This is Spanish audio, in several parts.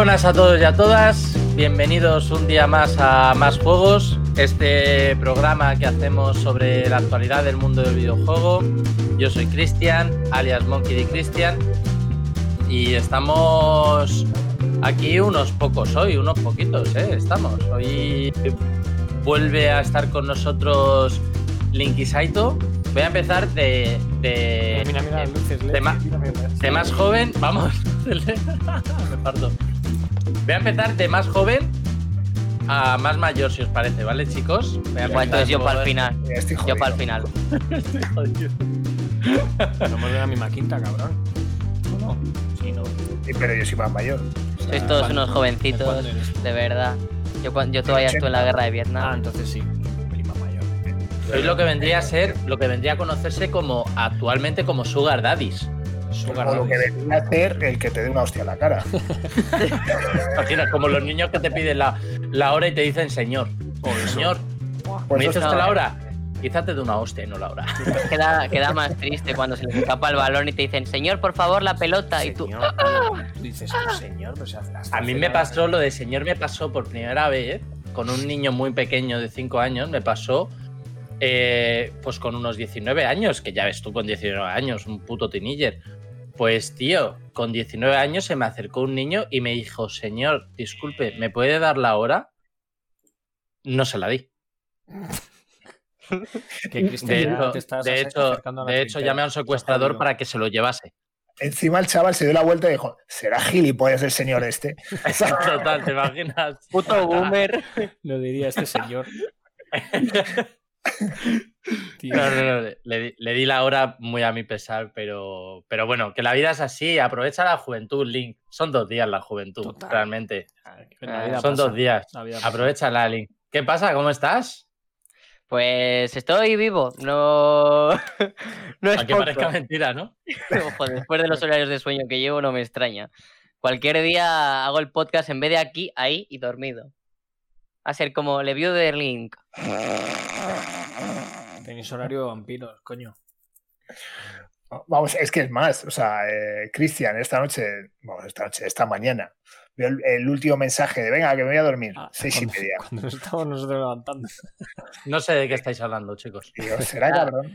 buenas a todos y a todas, bienvenidos un día más a Más Juegos, este programa que hacemos sobre la actualidad del mundo del videojuego. Yo soy Cristian, alias Monkey D. Cristian, y estamos aquí unos pocos hoy, unos poquitos, estamos. Hoy vuelve a estar con nosotros Linky Saito. Voy a empezar de más joven, vamos, me parto. Voy a empezar de más joven a más mayor, si os parece, ¿vale, chicos? Entonces yo para el final. Yo para el final. Estoy jodido. No me veo a mi quinta, cabrón. No. Sí, no. Sí, pero yo soy más mayor. O sea, sois todos unos jovencitos, de verdad. Yo todavía estuve en la guerra de Vietnam. Ah, entonces sí. Prima mayor. Sois lo que vendría a ser, lo que vendría a conocerse como actualmente como Sugar Daddies. O lo que debería hacer el que te dé una hostia a la cara. Imagina, como los niños que te piden la hora y te dicen señor. O señor, Pues ¿me dices eso usted la hora? Quizás te dé una hostia y no la hora. Queda más triste cuando se les escapa el balón y te dicen, señor, por favor, la pelota. Y tú... Tú dices, señor, pues hasta A mí me pasó lo de señor, me pasó por primera vez con un niño muy pequeño de 5 años, me pasó pues con unos 19 años, que ya ves tú con 19 años, un puto teenager. Pues tío, con 19 años se me acercó un niño y me dijo, señor, disculpe, ¿me puede dar la hora? No se la di. De hecho, llamé a un secuestrador para que se lo llevase. Encima el chaval se dio la vuelta y dijo, ¿será gilipollas el señor este? Total, ¿te imaginas? Puto boomer. Lo diría este señor. No, le di la hora muy a mi pesar, pero bueno, que la vida es así, aprovecha la juventud, Link. Son 2 días la juventud, total. realmente. Son Son 2 días. Aprovechala, Link. ¿Qué pasa? ¿Cómo estás? Pues estoy vivo, no es Aunque parezca mentira, ¿no? Ojo, después de los horarios de sueño que llevo no me extraña. Cualquier día hago el podcast en vez de aquí, ahí y dormido. Va a ser como Le View de Link. Tenéis horario de vampiros, coño. Vamos, es que es más, o sea, Cristian, esta mañana, veo el último mensaje de venga, que me voy a dormir, 6:30. Cuando nos estamos nosotros levantando. No sé de qué estáis hablando, chicos. Digo, ¿será cabrón?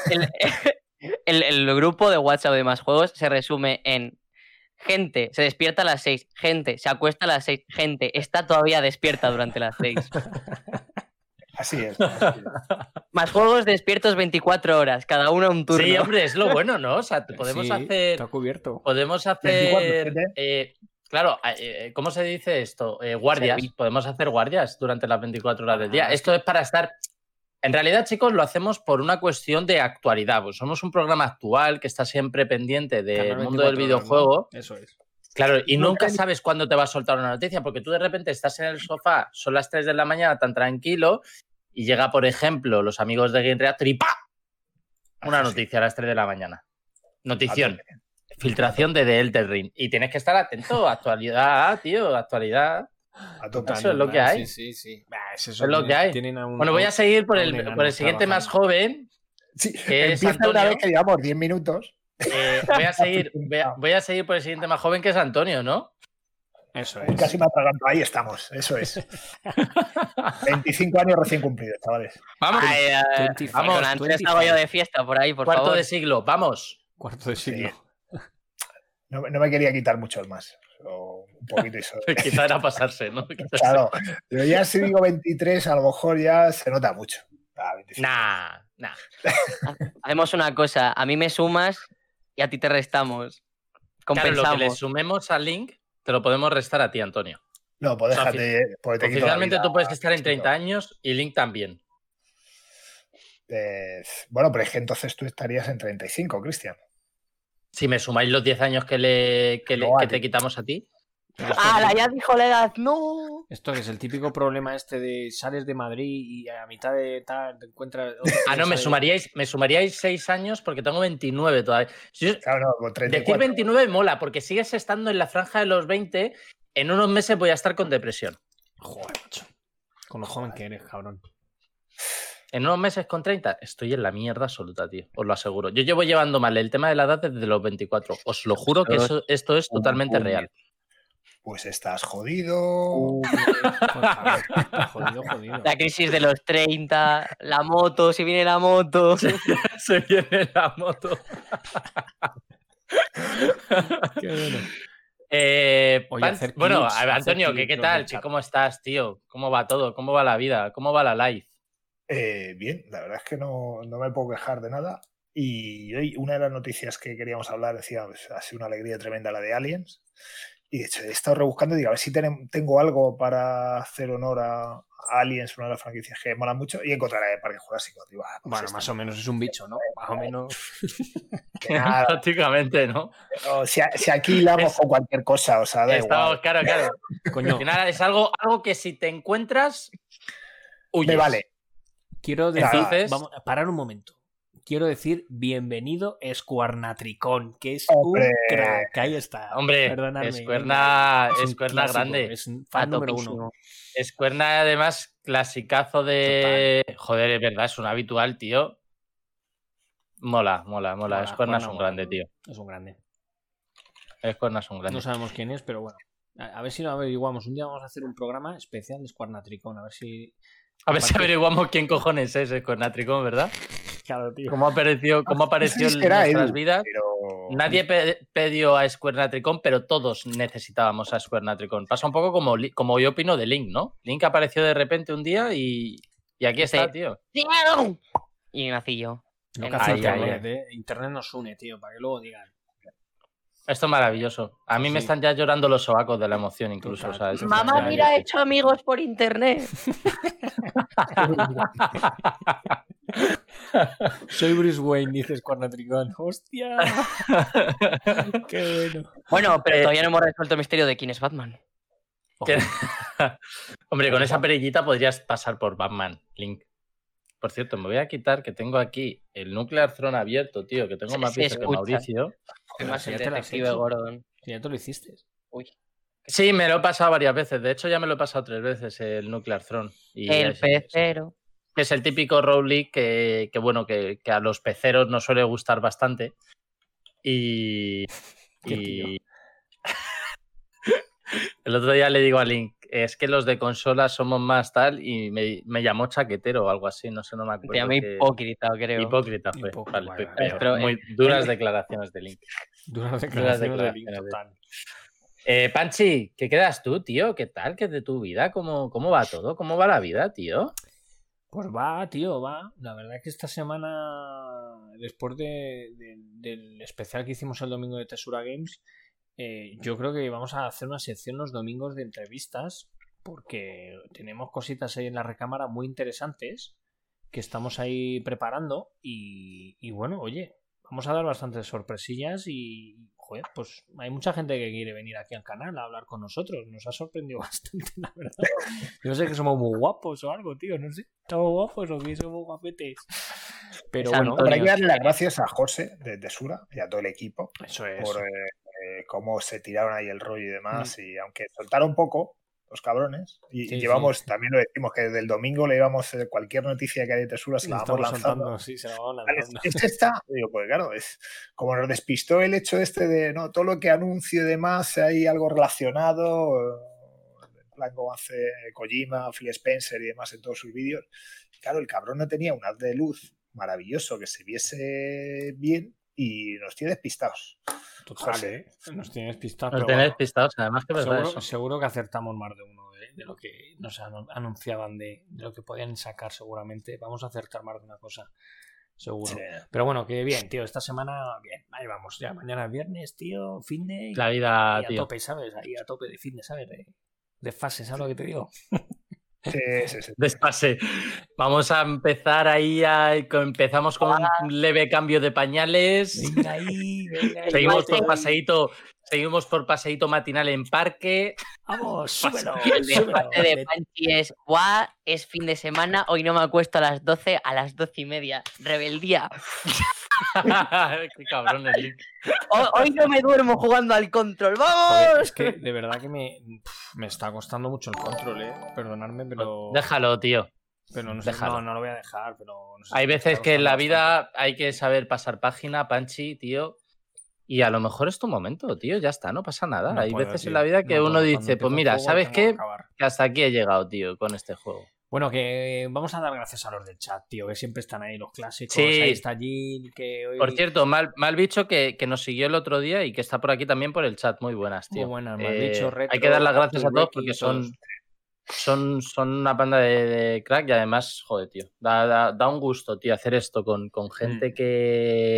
El grupo de WhatsApp de Más Juegos se resume en gente se despierta a las 6, gente se acuesta a las 6, gente está todavía despierta durante las 6. Así es. Más Juegos despiertos 24 horas, cada uno un turno. Sí, hombre, es lo bueno, ¿no? O sea, podemos hacer... Está cubierto. Podemos hacer... claro, ¿cómo se dice esto? Guardias. Podemos hacer guardias durante las 24 horas del día. Esto es para estar... En realidad, chicos, lo hacemos por una cuestión de actualidad. Pues somos un programa actual que está siempre pendiente del mundo del videojuego. ¿No? Eso es. Claro, y nunca sabes cuándo te va a soltar una noticia, porque tú de repente estás en el sofá, son las 3 de la mañana, tan tranquilo, y llega, por ejemplo, los amigos de Game Reactor y ¡pa! Una noticia a las 3 de la mañana. Notición. Filtración de The Elden Ring. Y tienes que estar atento. Actualidad, tío, actualidad. Eso es lo que hay. Sí. Es lo que hay. Bueno, voy a seguir por el siguiente más joven. Sí, que es empieza Antonio. una vez que llevamos 10 minutos. Voy a seguir por el siguiente más joven, que es Antonio, ¿no? Eso es. Casi me atraganto. Ahí estamos, eso es. 25 años recién cumplidos, chavales. Vamos. Vamos, antes estaba yo de fiesta por ahí, por favor. Cuarto de siglo, vamos. Cuarto de siglo. Sí. No me quería quitar mucho más. Un poquito y solo. Quizá era pasarse, ¿no? Claro, pero ya si digo 23, a lo mejor ya se nota mucho. Nah. Hacemos una cosa, a mí me sumas y a ti te restamos. Compensamos. Claro, lo que le sumemos al Link, te lo podemos restar a ti, Antonio. No, pues déjate. Oficialmente tú puedes estar en 30 años y Link también. Bueno, pero es que entonces tú estarías en 35, Cristian. Si me sumáis los 10 años que te quitamos a ti. ¡Ah, ya dijo la edad! ¡No! Esto es el típico problema de sales de Madrid y a mitad de tal te encuentras... No, me sumaríais 6 años porque tengo 29 todavía. Claro, no, 34. Decir 29 mola porque sigues estando en la franja de los 20. En unos meses voy a estar con depresión. Joder, macho. Con lo joven que eres, cabrón. En unos meses con 30 estoy en la mierda absoluta, tío. Os lo aseguro. Yo llevo llevando mal el tema de la edad desde los 24. Os lo juro que esto es totalmente real. pues estás jodido. Jodido. La crisis de los 30, la moto, si viene la moto. Se viene la moto. Qué bueno. Oye, hacer Bueno, clips, hacer Antonio, clips, ¿qué los tal? del chat. ¿Cómo estás, tío? ¿Cómo va todo? ¿Cómo va la vida? ¿Cómo va la life? Bien, la verdad es que no me puedo quejar de nada. Y hoy una de las noticias que queríamos hablar decía, pues, ha sido una alegría tremenda la de Aliens. Y de hecho he estado rebuscando y digo, a ver si tengo algo para hacer honor a Aliens, una de las franquicias que mola mucho, y encontraré Parque Jurásico. Digo, pues Bueno, más o menos es un bicho, ¿no? Más o menos. que nada, Prácticamente, ¿no? pero si aquí hilamos con cualquier cosa, o sea, da igual. Claro. Coño, Al final es algo que si te encuentras, huyes. Me vale. quiero decir, Entonces- vamos a parar un momento. Quiero decir, bienvenido Escuarnatricón, que es Hombre. un crack. Ahí está. Hombre, Perdonadme, Escuerna venga. Es un Escuerna clásico, grande. Es un A fan número topísimo. 1. Escuerna, además, clasicazo de... Joder, es verdad, es un habitual, tío. Mola. Escuerna es un grande, tío. Es un grande. Escuerna es un grande. No sabemos quién es, pero bueno. A ver si lo averiguamos. Un día vamos a hacer un programa especial de Escuarnatricón. A ver si. A ver si averiguamos quién cojones es Escuernatricón, ¿verdad? Claro, tío. ¿Cómo apareció No sé en si será nuestras él, vidas? pero... Nadie pidió a Escuernatricón, pero todos necesitábamos a Escuernatricón. Pasa un poco como yo opino de Link, ¿no? Link apareció de repente un día y aquí está, Sí. tío. Y nací yo. Lo que Ay, hace ay, Internet, ¿eh? Internet nos une, tío, para que luego digan. Esto es maravilloso. A mí me Sí. están ya llorando los sobacos de la emoción, incluso. Total. O sea, Mamá, ya- mira, he hecho amigos por internet. Soy Bruce Wayne, dice Escuarnatricón. ¡Hostia! ¡Qué bueno! Bueno, pero todavía no hemos resuelto el misterio de quién es Batman. Que- Hombre, con esa perillita podrías pasar por Batman, Link. Por cierto, me voy a quitar que tengo aquí el Nuclear Throne abierto, tío, que tengo Se- más se visto que escucha. Mauricio. Soy más si el ya te lo has detective hecho. Gordon. Si ya te lo hiciste. Uy. Sí, me lo he pasado varias veces. De hecho, ya me lo he pasado 3 veces el Nuclear Throne. Y El es- pecero. Es el típico roguelike que bueno, que a los peceros nos suele gustar bastante. Y... Qué tío. y- El otro día le digo a Link, es que los de consolas somos más tal, y me llamó chaquetero o algo así, no sé, no me Te acuerdo. llamé qué- hipócrita, creo. Hipócrita fue. Hipócrita, Vale, vale. Pero, muy duras declaraciones de Link. Duras declaraciones de Link, declaraciones. total. Panchi, ¿qué quedas tú, tío? ¿Qué tal? ¿Qué es de tu vida? ¿Cómo va todo? ¿Cómo va la vida, tío? Pues va, tío, va. La verdad es que esta semana, después del especial que hicimos el domingo de Tesura Games, yo creo que vamos a hacer una sección los domingos de entrevistas, porque tenemos cositas ahí en la recámara muy interesantes que estamos ahí preparando y bueno, oye, vamos a dar bastantes sorpresillas y, joder, pues hay mucha gente que quiere venir aquí al canal a hablar con nosotros. Nos ha sorprendido bastante, la verdad. Yo no sé que somos muy guapos o algo, tío, no sé. ¿Estamos guapos o qué? Somos guapetes. Pero Es bueno, Antonio. Pero hay que darle las gracias a José de Tesura y a todo el equipo eso es. por cómo se tiraron ahí el rollo y demás. Y aunque soltaron un poco los cabrones, y Sí, llevamos, sí. también lo decimos, que desde el domingo le íbamos cualquier noticia que hay de Tesura, se Sí, la vamos estamos lanzando. soltando, sí, se la vamos Vale, lanzando. ¿es esta? Digo, pues claro, es como nos despistó el hecho este de no todo lo que anuncio y demás, hay algo relacionado, en plan como hace Kojima, Phil Spencer y demás en todos sus vídeos. Claro, el cabrón no tenía un haz de luz maravilloso que se viese bien y nos tiene despistados. Total, José. Nos tienes pistados. Nos pero tenéis bueno, pistados, además que es verdad seguro, eso. seguro que acertamos más de uno de lo que nos anunciaban de lo que podían sacar seguramente. Vamos a acertar más de una cosa, seguro. Sí. Pero bueno, que bien, tío. Esta semana, bien. Ahí vamos. Ya mañana es viernes, tío. Fin de. La vida, a tío. tope, ¿sabes? Ahí a tope de fin de, ¿sabes? De fase, ¿sabes lo que te digo? Sí, sí, sí. Despase. Vamos a empezar ahí. Empezamos con un leve cambio de pañales. Venga ahí, venga ahí. Seguimos vete por ahí. paseíto matinal en parque. Vamos, súbelo. Y el súbelo. debate de Panchi es, guau, es fin de semana, hoy no me acuesto a las 12, a las 12:30. Rebeldía. Qué cabrón el Link. Hoy no me duermo jugando al control. Joder, ¡Vamos! es que de verdad que me está costando mucho el control, perdonadme, pero Déjalo, tío. no sé, déjalo. no lo voy a dejar, pero no sé, Hay me está veces que en la costando vida hay que saber pasar página, Panchi, tío. y a lo mejor es tu momento, tío, ya está, no pasa nada. No Hay puedo, veces tío, en la vida que no uno puedo. dice, Cuando pues empiezo un mira, juego ¿sabes tengo que qué? acabar. Que hasta aquí he llegado, tío, con este juego. Bueno, que vamos a dar gracias a los del chat, tío, que siempre están ahí los clásicos. Sí. Ahí está Jill, que hoy... Por cierto, mal bicho que nos siguió el otro día y que está por aquí también por el chat. Muy buenas, tío. Muy buenas, mal bicho, Retro, hay que dar las gracias a todos Ricky, porque todos. son una banda de crack y además, joder, tío, da un gusto, tío, hacer esto con gente que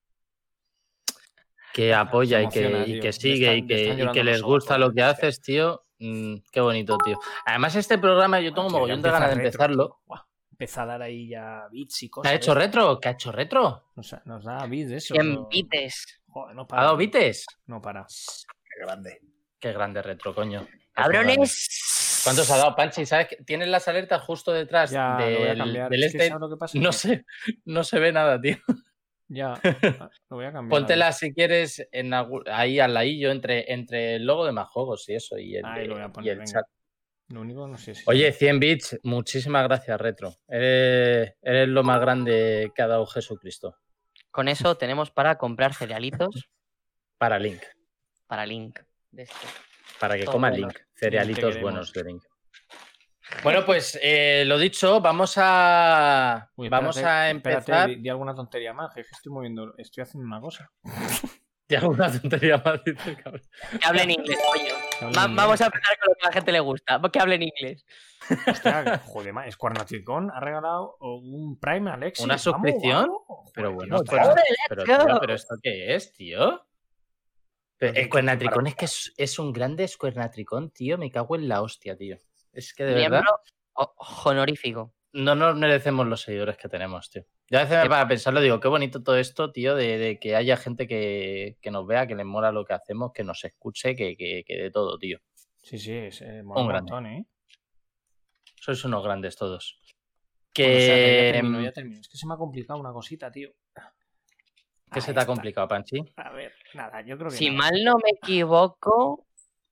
apoya y emociona, que tío. sigue Le y están que llorando les los gusta ojos, lo que haces, tío. Qué bonito, tío. Además, este programa yo tengo Tío, ya mogollón de empieza ganas de Retro, empezarlo. tío. Buah, empieza a dar ahí ya bits y ¿Qué cosas. ha hecho Retro? ¿Qué ha hecho Retro? Nos da bits de eso. 100 bites. Joder, no ¿Ha para. dado tío. bites? No para. Qué grande. Qué grande Retro, coño. ¡Cabrones! ¿Cuántos ha dado, Panchi? ¿Sabes que tienes las alertas justo detrás Ya, lo voy a del cambiar. del Es que ¿sabes lo que pasa? No se ve nada, tío. Ya, lo voy a cambiar. Póntelas si quieres ahí al ladillo entre el logo de Más Juegos y eso y el, Ahí lo voy a y poner, el venga. chat. Lo único no sé si... Oye, 100 bits, muchísimas gracias, Retro. Eres lo más grande que ha dado Jesucristo. Con eso tenemos para comprar cerealitos Para Link. para Link. De este. Para que Todo coma bueno. Link. Cerealitos queremos. buenos de Link. Bueno, pues lo dicho, vamos a Uy, vamos a empezar. Espérate, di alguna tontería más, que estoy haciendo una cosa. ¿Te hago una tontería más? Dice, cabrón. Que hablen inglés, coño. Que hablen inglés. Vamos a empezar con lo que a la gente le gusta. Que hablen inglés. Hostia, joder, Squarnaticon ha regalado un Prime a Alexis. ¿Una suscripción? Vamos. Pero Joder, bueno, tío, pero, go. tío, ¿pero esto qué es, tío? Escuernatricón es que es un grande Escuernatricón, tío. Me cago en la hostia, tío. Es que de Miembro verdad honorífico. no nos merecemos los seguidores que tenemos, tío. Yo a veces me para pensarlo digo, qué bonito todo esto, tío, de que haya gente que nos vea, que les mola lo que hacemos, que nos escuche, que de todo, tío. Sí, es mola un grande. montón, ¿eh? Sois unos grandes todos. Bueno, o sea, que Que... ya termino. Es que se me ha complicado una cosita, tío. ¿Qué se Ahí te ha está. complicado, Panchi? A ver, nada, yo creo que Si nada. mal no me equivoco,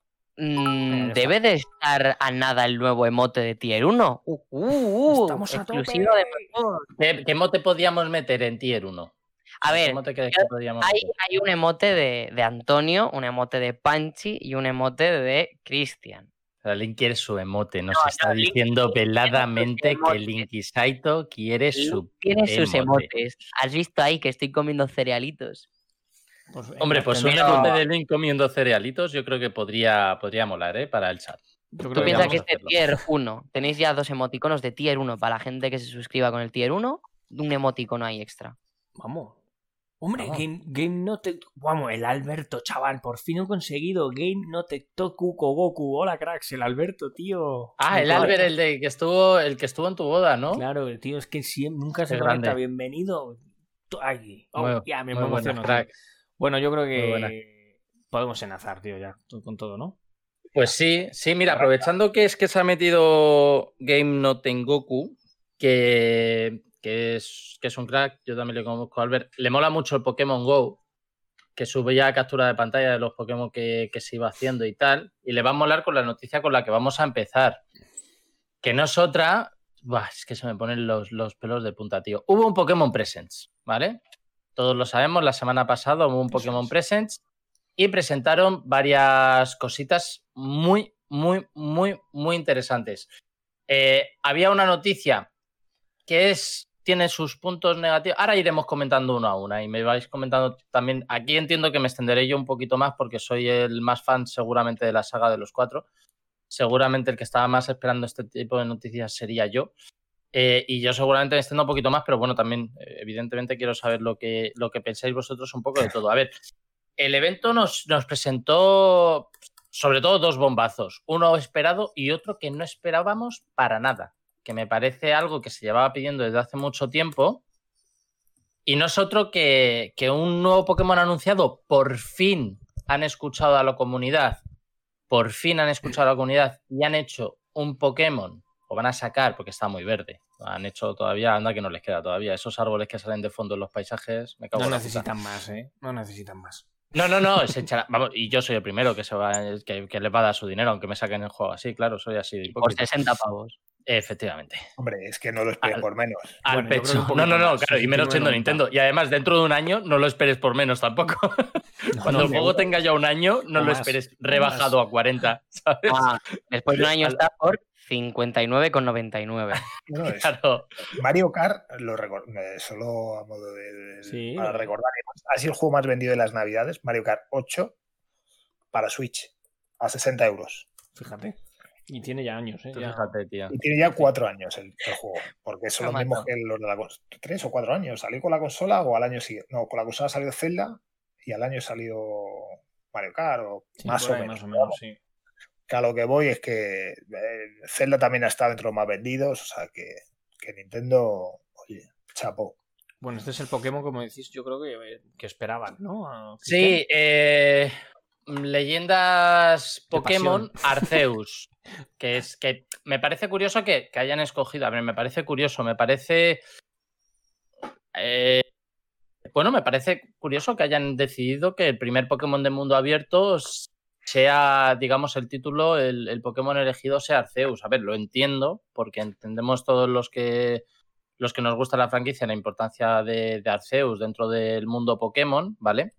ya debe de estar a nada el nuevo emote de Tier 1. Estamos a exclusivo tope. de Mejor. ¿Qué mote podíamos meter en Tier 1? A ¿Qué ver, mote crees que podíamos hay meter? un emote de Antonio, un emote de Panchi y un emote de Cristian. O sea, Link quiere su emote. Nos No, está Link diciendo tiene veladamente sus emotes. que Linky Saito quiere Link su tiene sus emote. emotes. ¿Has visto ahí que estoy comiendo cerealitos? Pues, Hombre, pues un Pero- emote de Link comiendo cerealitos yo creo que podría molar, ¿eh? Para el chat. yo Tú creo piensas vamos que a este hacerlo. Tier 1, tenéis ya 2 emoticonos de Tier 1 para la gente que se suscriba con el Tier 1, un emoticono ahí extra. Vamos. Hombre, Vamos. Game no te... Vamos, el Alberto, chaval, por fin he conseguido Game no te toku Goku. Hola, cracks, el Alberto, tío. Ah, el Nunca- Albert, el que estuvo en tu boda, ¿no? Claro, el tío es que nunca se Qué conecta. grande. Bienvenido. Aquí. Oh, Muy- ya me muy buena, emociono. crack. tío. Bueno, yo creo Muy buena. que podemos enlazar, tío, ya, con todo, ¿no? Pues sí, mira, aprovechando que se ha metido Game no Tengoku, que es un crack, yo también le conozco a Albert, le mola mucho el Pokémon GO, que sube ya captura de pantalla de los Pokémon que se iba haciendo y tal, y le va a molar con la noticia con la que vamos a empezar, que no es otra, buah, es que se me ponen los pelos de punta, tío. Hubo un Pokémon Presents, ¿vale? Todos lo sabemos, la semana pasada hubo un Pokémon Presents y presentaron varias cositas muy, muy, muy, muy interesantes. Había una noticia que tiene sus puntos negativos. Ahora iremos comentando uno a una y me vais comentando también. Aquí entiendo que me extenderé yo un poquito más porque soy el más fan seguramente de la saga de los 4. Seguramente el que estaba más esperando este tipo de noticias sería yo. Y yo seguramente me extiendo un poquito más, pero bueno, también evidentemente quiero saber lo que pensáis vosotros un poco de todo. A ver, el evento nos presentó sobre todo 2 bombazos, uno esperado y otro que no esperábamos para nada, que me parece algo que se llevaba pidiendo desde hace mucho tiempo y no es otro que un nuevo Pokémon anunciado. Por fin han escuchado a la comunidad, y han hecho un Pokémon, o van a sacar, porque está muy verde, han hecho todavía, anda que no les queda todavía, esos árboles que salen de fondo en los paisajes, me cago No en la puta. necesitan más, ¿eh? No necesitan más. No, se echará. Vamos, y yo soy el primero que que les va a dar su dinero, aunque me saquen el juego así, claro, soy así de Por hipócrita. 60 pavos. Efectivamente. Hombre, es que no lo esperes por menos. Al Bueno, yo creo que pecho. un poquito No, más, claro, y menos siendo 69,90. Nintendo. Y además, dentro de un año, no lo esperes por menos tampoco. Cuando el juego tenga ya un año, no O lo más, esperes o rebajado a 40, ¿sabes? Después de un año está por 59,99. Bueno, Claro. Mario Kart, solo a modo Sí, para lo veo. recordar, ha sido el juego más vendido de las Navidades, Mario Kart 8 para Switch, a 60 euros. Fíjate. Y tiene ya años, ¿eh? Tú Ya. fíjate, tío. Y tiene ya 4 años el juego, porque son Me los mismos mato. que los de la consola. 3 o 4 años. ¿Salió con la consola o al año siguiente? No, con la consola salió Zelda y al año salió Mario Kart, o Sí, más por o ahí, menos. más o menos, sí. Que a lo que voy es que Zelda también ha estado entre los más vendidos, o sea que Nintendo, oye, chapó. Bueno, este es el Pokémon, como decís, yo creo que esperaban, ¿no? Sí, leyendas Pokémon Arceus. Que me parece curioso que hayan escogido. A ver, me parece curioso, me parece. Bueno, me parece curioso que hayan decidido que el primer Pokémon de mundo abierto sea, digamos, el título, el Pokémon elegido sea Arceus. A ver, lo entiendo, porque entendemos todos los que nos gusta la franquicia la importancia de Arceus dentro del mundo Pokémon, ¿vale?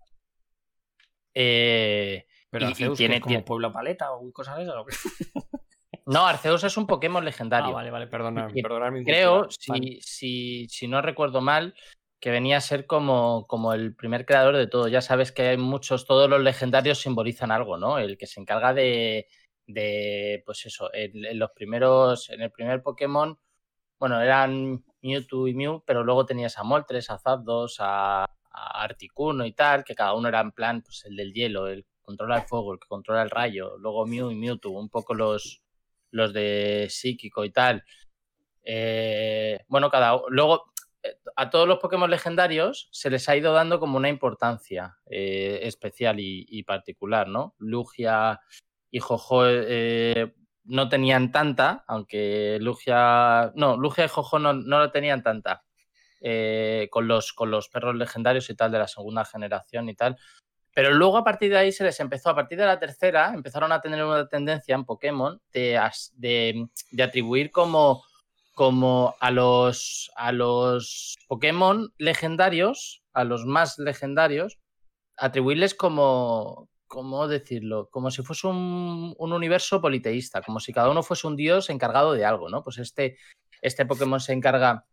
Pero Arceus, tiene que es como Puebla Paleta o cosas de esas, ¿o qué? No, Arceus es un Pokémon legendario. Vale, perdonad mi Creo, incultura. si no recuerdo mal, que venía a ser como el primer creador de todo. Ya sabes que hay todos los legendarios simbolizan algo, ¿no? El que se encarga de pues eso, en el primer Pokémon, bueno, eran Mewtwo y Mew, pero luego tenías a Moltres, a Zapdos, a Articuno y tal, que cada uno era en plan, pues el del hielo, el que controla el fuego, el que controla el rayo, luego Mew y Mewtwo, un poco los de psíquico y tal. Bueno, luego a todos los Pokémon legendarios se les ha ido dando como una importancia especial y particular, ¿no? Lugia y Jojo no tenían tanta, aunque Lugia y Jojo no lo tenían tanta. Con los perros legendarios y tal de la segunda generación y tal. Pero luego a partir de ahí se les empezó, a partir de la tercera, empezaron a tener una tendencia en Pokémon de atribuir como a los Pokémon legendarios, a los más legendarios, atribuirles ¿cómo decirlo? Como si fuese un universo politeísta, como si cada uno fuese un dios encargado de algo, ¿no? Pues este Pokémon se encarga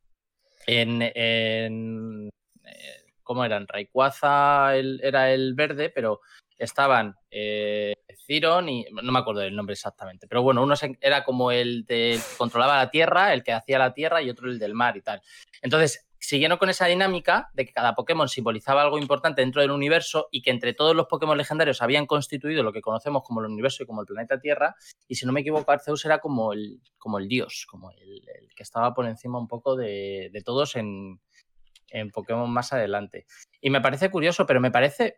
¿cómo eran? Rayquaza era el verde, pero estaban Ciron y no me acuerdo del nombre exactamente, pero bueno, uno era como el que controlaba la tierra, el que hacía la tierra y otro el del mar y tal. Entonces, siguieron con esa dinámica de que cada Pokémon simbolizaba algo importante dentro del universo y que entre todos los Pokémon legendarios habían constituido lo que conocemos como el universo y como el planeta Tierra, y si no me equivoco, Arceus era como el dios, como el que estaba por encima un poco de todos en Pokémon más adelante. Y me parece curioso, pero me parece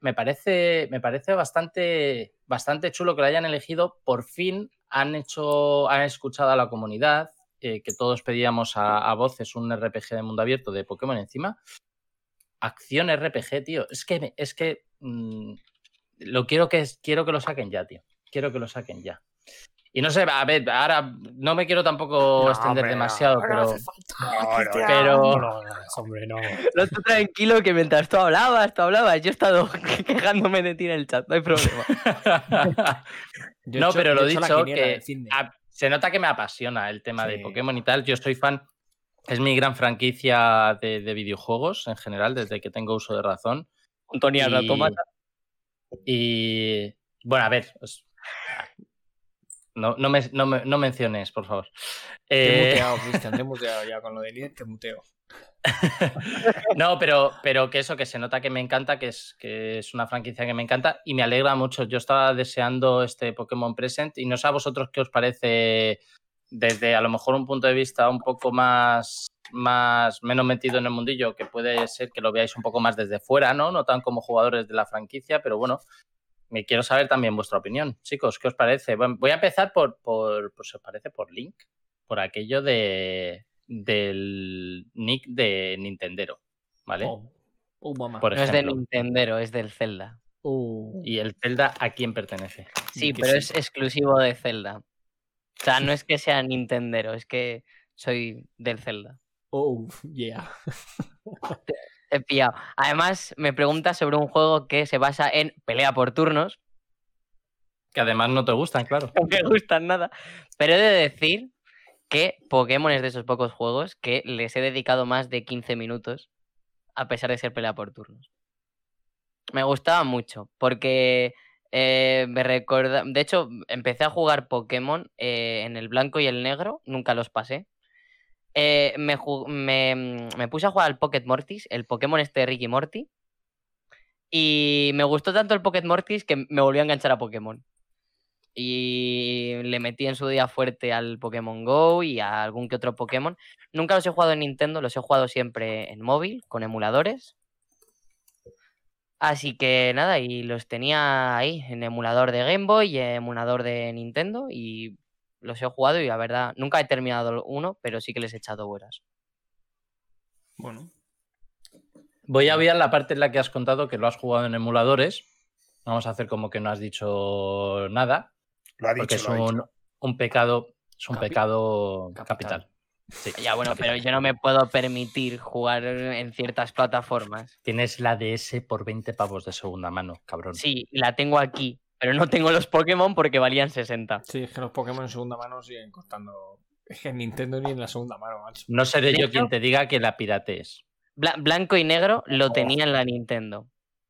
bastante chulo que lo hayan elegido. Por fin han escuchado a la comunidad, que todos pedíamos a voces un RPG de mundo abierto de Pokémon encima. Acción RPG, tío. Es que quiero que lo saquen ya, tío. Quiero que lo saquen ya. Y no sé, a ver, ahora no me quiero tampoco extender demasiado, pero... Hombre, no. No, tú tranquilo, que mientras tú hablabas, yo he estado quejándome de ti en el chat, no hay problema. Pero lo dicho, que se nota que me apasiona el tema de Pokémon y tal. Yo soy fan, es mi gran franquicia de videojuegos en general, desde que tengo uso de razón. Un Tony Automata. Y bueno, a ver... No menciones, por favor. Te he muteado, Cristian, te he muteado ya con lo de líder, te muteo. No, pero que eso, que se nota que me encanta, que es una franquicia que me encanta y me alegra mucho. Yo estaba deseando este Pokémon Present y no sé a vosotros qué os parece desde a lo mejor un punto de vista un poco menos metido en el mundillo, que puede ser que lo veáis un poco más desde fuera, ¿no? Tan como jugadores de la franquicia, pero bueno, me quiero saber también vuestra opinión. Chicos, ¿qué os parece? Bueno, voy a empezar por si os parece, por Link, por aquello del nick de Nintendero, ¿vale? No es de Nintendero, es del Zelda. ¿Y el Zelda a quién pertenece? Sí, pero es exclusivo de Zelda. O sea, no es que sea Nintendero, es que soy del Zelda. Oh, yeah. He pillado. Además, me preguntas sobre un juego que se basa en pelea por turnos. Que además no te gustan, claro. No me gustan nada. Pero he de decir que Pokémon es de esos pocos juegos que les he dedicado más de 15 minutos a pesar de ser pelea por turnos. Me gustaba mucho porque me recuerda... De hecho, empecé a jugar Pokémon en el blanco y el negro, nunca los pasé. Me puse a jugar al Pocket Mortis, el Pokémon este de Ricky Morty, y me gustó tanto el Pocket Mortis que me volví a enganchar a Pokémon. Y le metí en su día fuerte al Pokémon Go y a algún que otro Pokémon. Nunca los he jugado en Nintendo, los he jugado siempre en móvil, con emuladores. Así que nada, y los tenía ahí, en emulador de Game Boy y emulador de Nintendo, y los he jugado y la verdad, nunca he terminado uno, pero sí que les he echado horas. Bueno. Voy a obviar la parte en la que has contado que lo has jugado en emuladores. Vamos a hacer como que no has dicho nada. Lo ha Porque dicho, es un pecado, pecado capital. Sí, Ya, bueno, capital. pero yo no me puedo permitir jugar en ciertas plataformas. Tienes la DS por 20 pavos de segunda mano, cabrón. Sí, la tengo aquí, pero no tengo los Pokémon porque valían 60. Sí, es que los Pokémon en segunda mano siguen costando. Es que en Nintendo ni en la segunda mano, macho. No seré De yo hecho, quien te diga que la piratees. Blanco y negro lo tenía en la Nintendo.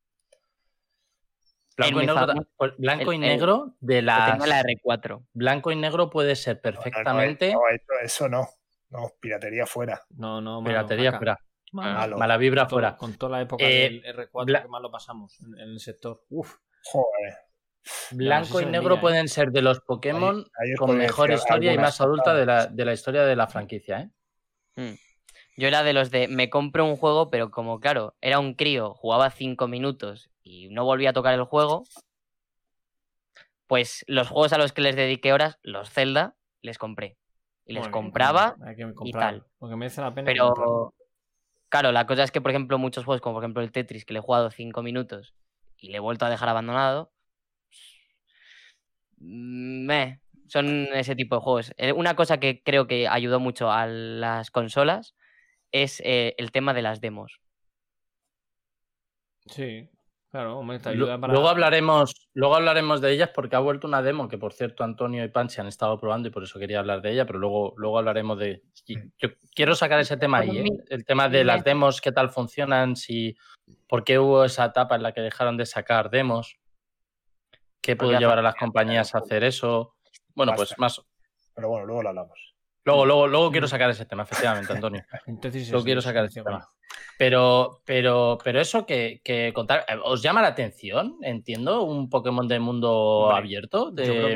Blanco y negro, blanco y negro de Lo tengo en la las. R4. Blanco y negro puede ser perfectamente. No, eso no. No, piratería fuera. No, mano, Piratería vaca. fuera. Malo. Mala vibra fuera. Con toda la época del R4 que más lo pasamos en el sector. Uf. Joder. Blanco y negro pueden ser de los Pokémon Ahí con mejor historia y más adulta de la historia de la franquicia, Yo era de los de me compro un juego, pero como claro, era un crío, jugaba 5 minutos y no volvía a tocar el juego, pues los juegos a los que les dediqué horas, los Zelda, les compré. Y les compraba y tal. Porque merece la pena. Pero claro, la cosa es que, por ejemplo, muchos juegos, como por ejemplo el Tetris, que le he jugado 5 minutos y le he vuelto a dejar abandonado, son ese tipo de juegos. Una cosa que creo que ayudó mucho a las consolas es el tema de las demos. Sí, claro, hombre, te ayuda para... Luego hablaremos de ellas porque ha vuelto una demo que, por cierto, Antonio y Panchi han estado probando y por eso quería hablar de ella, pero luego hablaremos de... Yo quiero sacar ese tema ahí, el tema de las demos, qué tal funcionan, por qué hubo esa etapa en la que dejaron de sacar demos, qué pudo llevar a las compañías a hacer eso. Bueno, pues más... Pero bueno, luego lo hablamos. Luego quiero sacar ese tema, efectivamente, Antonio. Entonces luego quiero sacar ese tema. Pero eso que contar, ¿os llama la atención? Entiendo, un Pokémon de mundo abierto.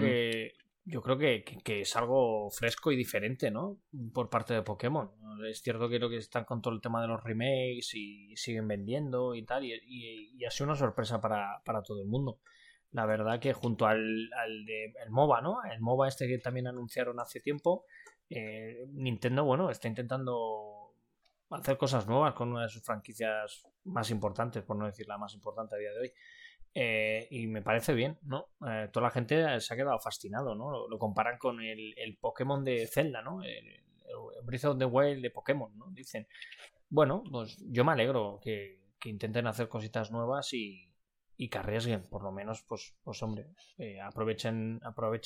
Yo creo que es algo fresco y diferente, ¿no? Por parte de Pokémon. Es cierto que creo que están con todo el tema de los remakes y siguen vendiendo y tal, y ha sido una sorpresa para todo el mundo. La verdad que junto al el MOBA, ¿no? El MOBA este que también anunciaron hace tiempo, Nintendo, bueno, está intentando hacer cosas nuevas con una de sus franquicias más importantes, por no decir la más importante a día de hoy. Y me parece bien, ¿no? Toda la gente se ha quedado fascinado, ¿no? Lo comparan con el Pokémon de Zelda, ¿no? El Breath of the Wild de Pokémon, ¿no? Dicen, bueno, pues yo me alegro que intenten hacer cositas nuevas y que arriesguen, por lo menos, pues hombre, aprovechen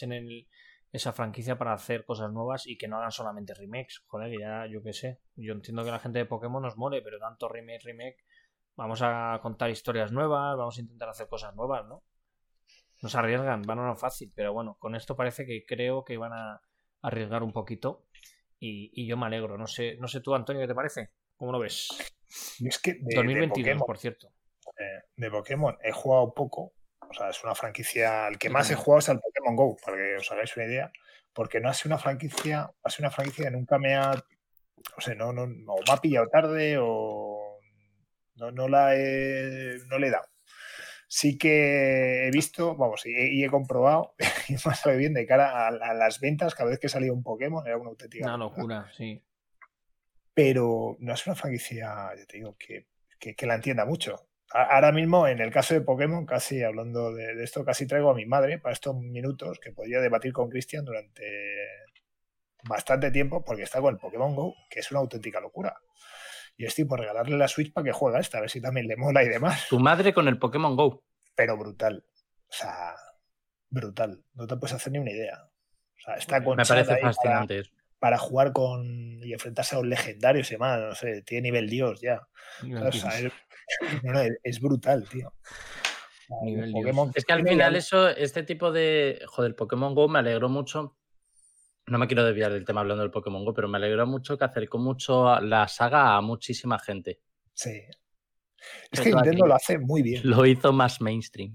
esa franquicia para hacer cosas nuevas y que no hagan solamente remakes. Joder, que ya, yo qué sé, yo entiendo que la gente de Pokémon nos mole, pero tanto remake, vamos a contar historias nuevas, vamos a intentar hacer cosas nuevas, ¿no? Nos arriesgan, van a lo fácil, pero bueno, con esto parece que creo que van a arriesgar un poquito y yo me alegro. No sé tú, Antonio, ¿qué te parece? ¿Cómo lo ves? Es que 2022, Pokémon, por cierto. De Pokémon he jugado poco. O sea, es una franquicia... El que más he jugado es el Pokémon GO, para que os hagáis una idea. Porque no ha sido una franquicia... Ha sido una franquicia que nunca me ha... O sea, no me ha pillado tarde o... No le he dado. Sí que he visto, vamos, y he comprobado, y me ha salido bien de cara a las ventas, cada vez que salía un Pokémon era una auténtica... Una locura, sí. Pero no es una franquicia, ya te digo, que la entienda mucho. Ahora mismo, en el caso de Pokémon, casi hablando de esto, casi traigo a mi madre para estos minutos que podría debatir con Cristian durante bastante tiempo, porque está con el Pokémon Go, que es una auténtica locura. Y estoy por regalarle la Switch para que juegue esta, a ver si también le mola y demás. Tu madre con el Pokémon Go. Pero brutal. O sea, brutal. No te puedes hacer ni una idea. O sea, está con Me parece fascinante eso. para jugar con y enfrentarse a los legendarios y demás. No sé, tiene nivel Dios ya. O sea, es brutal, tío. Es que al final este tipo de... Joder, Pokémon Go me alegró mucho. No me quiero desviar del tema hablando del Pokémon Go, pero me alegró mucho que acercó mucho la saga a muchísima gente. Sí. Es que Nintendo lo hace muy bien. Lo hizo más mainstream.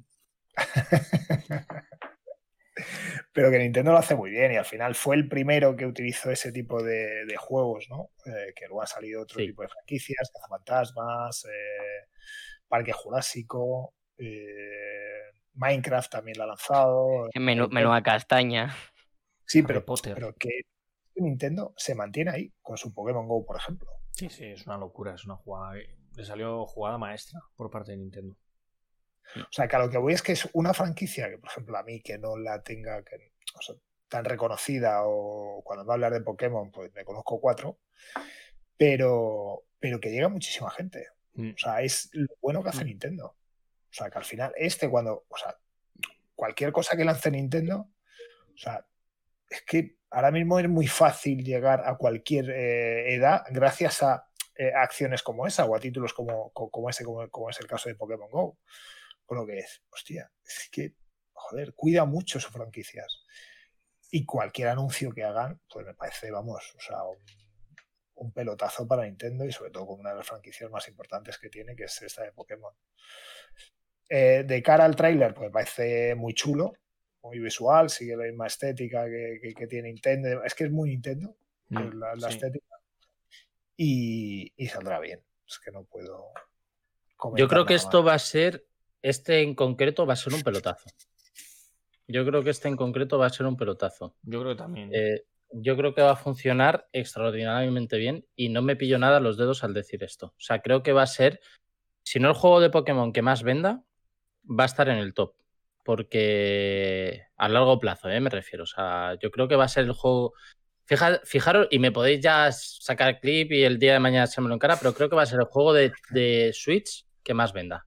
Pero que Nintendo lo hace muy bien y al final fue el primero que utilizó ese tipo de juegos, ¿no? Que luego han salido otro tipo de franquicias, Cazafantasmas, Parque Jurásico, Minecraft también lo ha lanzado. Menuda castaña. Sí, pero que Nintendo se mantiene ahí con su Pokémon Go, por ejemplo. Sí, es una locura, es una jugada. Le salió jugada maestra por parte de Nintendo. O sea, que a lo que voy es que es una franquicia que, por ejemplo, a mí que no la tenga tan reconocida, o cuando me va a hablar de Pokémon, pues me conozco 4, pero que llega muchísima gente. O sea, es lo bueno que hace Nintendo. O sea, que al final cualquier cosa que lance Nintendo, o sea, es que ahora mismo es muy fácil llegar a cualquier edad gracias a acciones como esa o a títulos como es el caso de Pokémon Go. Con lo que es, hostia, es que, joder, cuida mucho sus franquicias. Y cualquier anuncio que hagan, pues me parece, vamos, o sea, un pelotazo para Nintendo y sobre todo con una de las franquicias más importantes que tiene, que es esta de Pokémon. De cara al tráiler, pues me parece muy chulo, muy visual, sigue la misma estética que tiene Nintendo. Es que es muy Nintendo, la estética. Y saldrá bien. Es que no puedo comentar. Yo creo que esto va a ser... Este en concreto va a ser un pelotazo. Yo creo que este en concreto va a ser un pelotazo. Yo creo que también. Yo creo que va a funcionar extraordinariamente bien y no me pillo nada los dedos al decir esto. O sea, creo que va a ser, si no el juego de Pokémon que más venda, va a estar en el top. Porque a largo plazo, me refiero. O sea, yo creo que va a ser el juego... Fijaros, y me podéis ya sacar clip y el día de mañana se me lo encara, pero creo que va a ser el juego de Switch que más venda.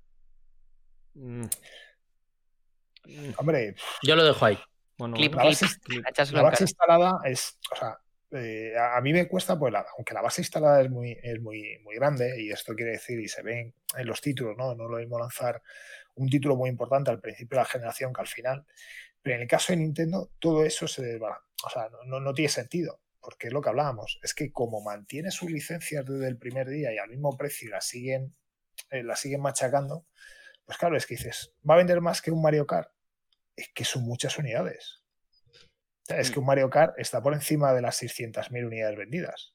Hombre, yo lo dejo ahí. Bueno, la base instalada es, o sea, a mí me cuesta, pues aunque la base instalada es muy grande, y esto quiere decir, y se ven en los títulos, no lo mismo lanzar un título muy importante al principio de la generación que al final, pero en el caso de Nintendo todo eso se desbarata, o sea, no tiene sentido, porque es lo que hablábamos, es que como mantiene sus licencias desde el primer día y al mismo precio y las siguen machacando, pues claro, es que dices, ¿va a vender más que un Mario Kart? Es que son muchas unidades. O sea, es que un Mario Kart está por encima de las 600.000 unidades vendidas.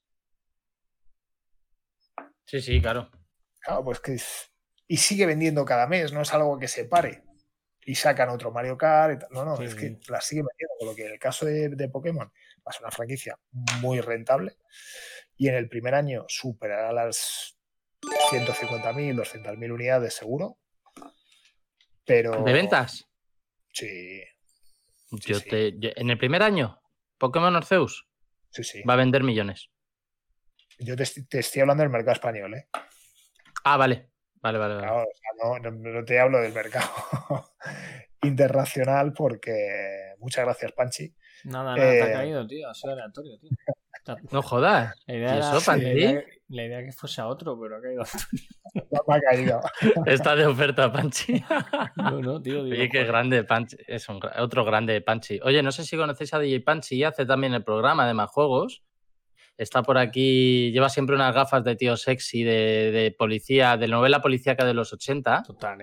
Sí, claro. Claro, pues que y sigue vendiendo cada mes, no es algo que se pare y sacan otro Mario Kart. No, es que las sigue vendiendo, con lo que en el caso de Pokémon va a ser una franquicia muy rentable y en el primer año superará las 150.000, 200.000 unidades seguro. Pero... ¿De ventas? Sí. En el primer año, Pokémon Arceus va a vender millones. Yo te estoy hablando del mercado español, ¿eh? Ah, vale. Claro, o sea, no te hablo del mercado internacional porque... Muchas gracias, Panchi. Nada, te ha caído, tío. Ha sido aleatorio, tío. No jodas. La idea que fuese a otro, pero ha caído Antonio. Me ha caído. Está de oferta, Panchi. No, tío. Oye, qué grande Panchi. Es otro grande Panchi. Oye, no sé si conocéis a DJ Panchi. Hace también el programa de Más Juegos. Está por aquí. Lleva siempre unas gafas de tío sexy de policía, de novela policíaca de los 80. Total,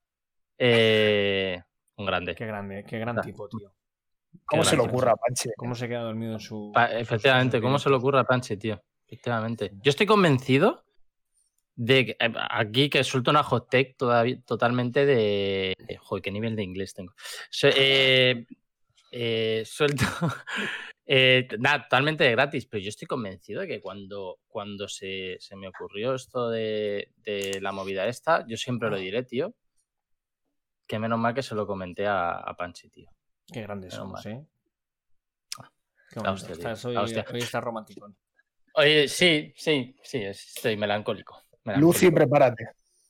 Un grande. Qué gran tipo, tío. ¿Cómo se le ocurra a Panchi? ¿Cómo se queda dormido en su... Efectivamente, ¿cómo se le ocurre a Panchi, tío? Efectivamente. Yo estoy convencido de que aquí que suelto una hot take totalmente de... Joder, qué nivel de inglés tengo. Suelto Nada, totalmente gratis, pero yo estoy convencido de que cuando se me ocurrió esto de la movida esta, yo siempre lo diré, tío, que menos mal que se lo comenté a Panchi, tío. Qué grandes Menos somos, mal. Qué La bonito. hostia, tío, Estás hoy, la hostia. hoy estás romántico. Oye, sí, estoy melancólico. Lucy, prepárate.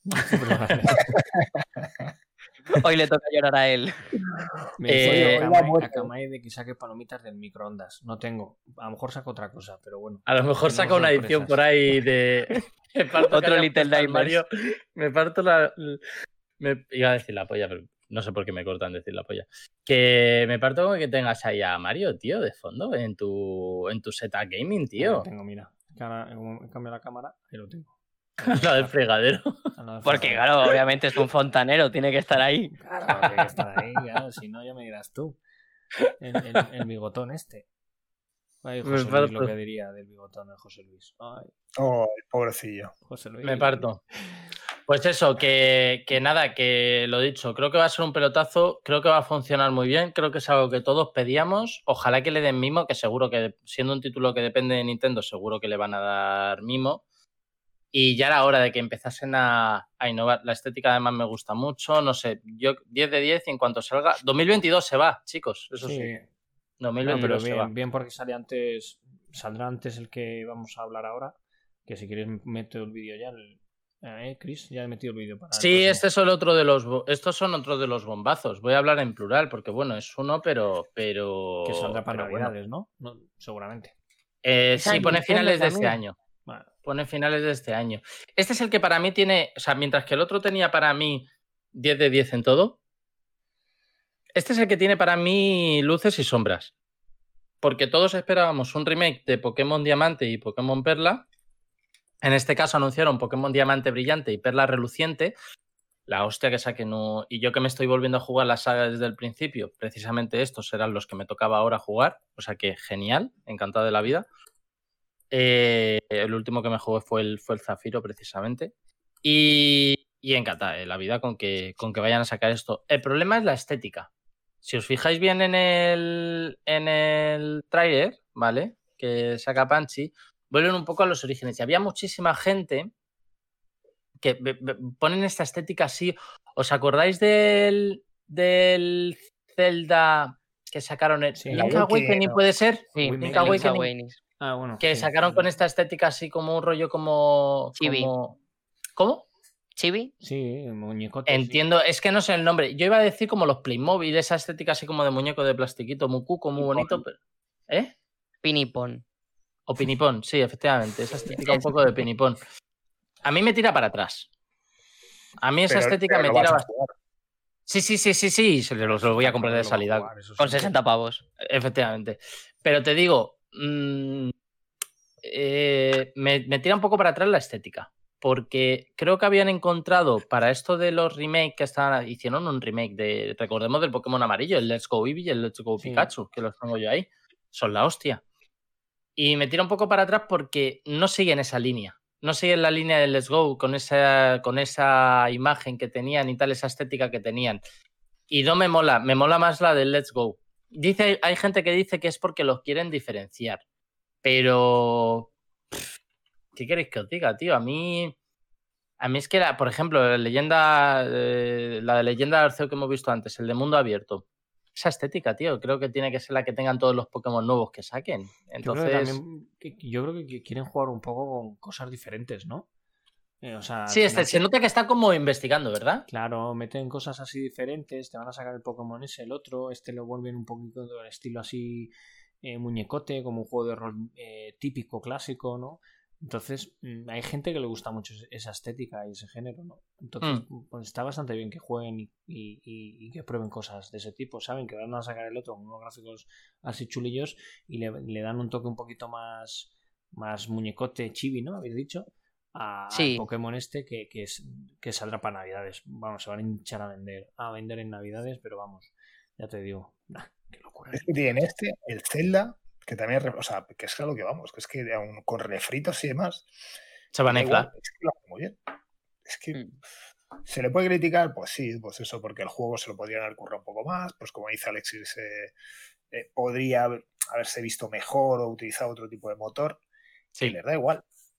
Hoy le toca llorar a él. Me dice hoy va muerto. a Kamai de que saque palomitas del microondas. No tengo. A lo mejor saco otra cosa, pero bueno. A lo mejor Tenemos saca una edición sorpresas. por ahí de... Me parto Otro Little Nightmares. Mario. Me parto la... Iba a decir la polla, pero no sé por qué me cortan decir la polla. Que me parto con que tengas ahí a Mario, tío, de fondo, en tu setup gaming, Ahí tío. lo tengo, mira. Que ahora, como he cambiado la cámara, ahí lo tengo. La del fregadero. Porque, claro, obviamente es un fontanero, tiene que estar ahí. Claro, tiene que estar ahí, claro, si no ya me dirás tú. El bigotón este. Ay, Me José Luis, parto. lo que diría del bigotón de José Luis. Ay, Oh, pobrecillo. José Luis. Me parto. Pues eso, que nada, que lo dicho, creo que va a ser un pelotazo, creo que va a funcionar muy bien, creo que es algo que todos pedíamos, ojalá que le den mimo, que seguro que siendo un título que depende de Nintendo, seguro que le van a dar mimo. Y ya era hora de que empezasen a innovar. La estética además me gusta mucho, no sé, yo 10 de 10 y en cuanto salga... 2022 se va, chicos, eso sí. 2022 pero se va. bien porque saldrá antes el que vamos a hablar ahora, que si quieres meto el vídeo ya. Chris, ya he metido el vídeo para... Sí, estos son otros de los bombazos. Voy a hablar en plural porque, bueno, es uno, pero que saldrá para pero Navidades, bueno. ¿no? Seguramente. Sí, pone finales de este año. Vale. Pone finales de este año. Este es el que para mí tiene... O sea, mientras que el otro tenía para mí 10 de 10 en todo, este es el que tiene para mí luces y sombras. Porque todos esperábamos un remake de Pokémon Diamante y Pokémon Perla. En este caso anunciaron Pokémon Diamante Brillante y Perla Reluciente. La hostia que saquen. Y yo que me estoy volviendo a jugar la saga desde el principio, precisamente estos serán los que me tocaba ahora jugar. O sea que genial, encantado de la vida. El último que me jugué fue el Zafiro, precisamente. Y encantada la vida con que vayan a sacar esto. El problema es la estética. Si os fijáis bien en el tráiler, ¿vale? Que saca Panchi, vuelven un poco a los orígenes. Y había muchísima gente que ponen esta estética así. ¿Os acordáis del Zelda que sacaron? Sí. Link Awakening, ¿puede ser? Sí, Link Awakening. Bueno. Que sí. sacaron con esta estética así como un rollo como... Chibi. ¿Cómo? ¿Chibi? Sí, el muñecote. Entiendo, es que no sé el nombre. Yo iba a decir como los Playmobil, esa estética así como de muñeco de plastiquito, muy cuco, muy bonito. Pero... ¿Eh? Pinipón. O pinipón, sí, efectivamente. Esa estética un poco de pinipón. A mí me tira para atrás. A mí esa estética me tira bastante. Sí, se los voy a comprar de salida. Con 60 pavos. Efectivamente. Pero te digo, me tira un poco para atrás la estética. Porque creo que habían encontrado para esto de los remakes que hicieron un remake recordemos, del Pokémon amarillo, el Let's Go Eevee y el Let's Go Pikachu, que los tengo yo ahí. Son la hostia. Y me tira un poco para atrás porque no siguen esa línea. No siguen la línea del Let's Go con esa imagen que tenían y tal, esa estética que tenían. Y no me mola más la del Let's Go. Hay gente que dice que es porque los quieren diferenciar. Pero... ¿Qué queréis que os diga, tío? A mí es que, por ejemplo, la de Leyenda de Arceus que hemos visto antes, el de mundo abierto, esa estética, tío, creo que tiene que ser la que tengan todos los Pokémon nuevos que saquen. Entonces... Yo creo que quieren jugar un poco con cosas diferentes, ¿no? Sí, se nota que está como investigando, ¿verdad? Claro, meten cosas así diferentes, te van a sacar el Pokémon ese, el otro, lo vuelven un poquito del estilo así muñecote, como un juego de rol típico, clásico, ¿no? Entonces, hay gente que le gusta mucho esa estética y ese género, ¿no? Entonces, pues está bastante bien que jueguen y que prueben cosas de ese tipo. Saben que van a sacar el otro con unos gráficos así chulillos y le dan un toque un poquito más muñecote chibi, ¿no? Habéis dicho. Al Pokémon que saldrá para Navidades. Vamos, se van a hinchar a vender en Navidades, pero vamos, ya te digo, qué locura. Es que tienen el Zelda, que también, o sea, que es a lo que vamos, que es que aún con refritos y demás, se van a inflar. Es que lo hace muy bien. Es que se le puede criticar, pues sí, pues eso, porque el juego se lo podrían haber currado un poco más, pues como dice Alexis, podría haberse visto mejor o utilizado otro tipo de motor. Sí, les da igual.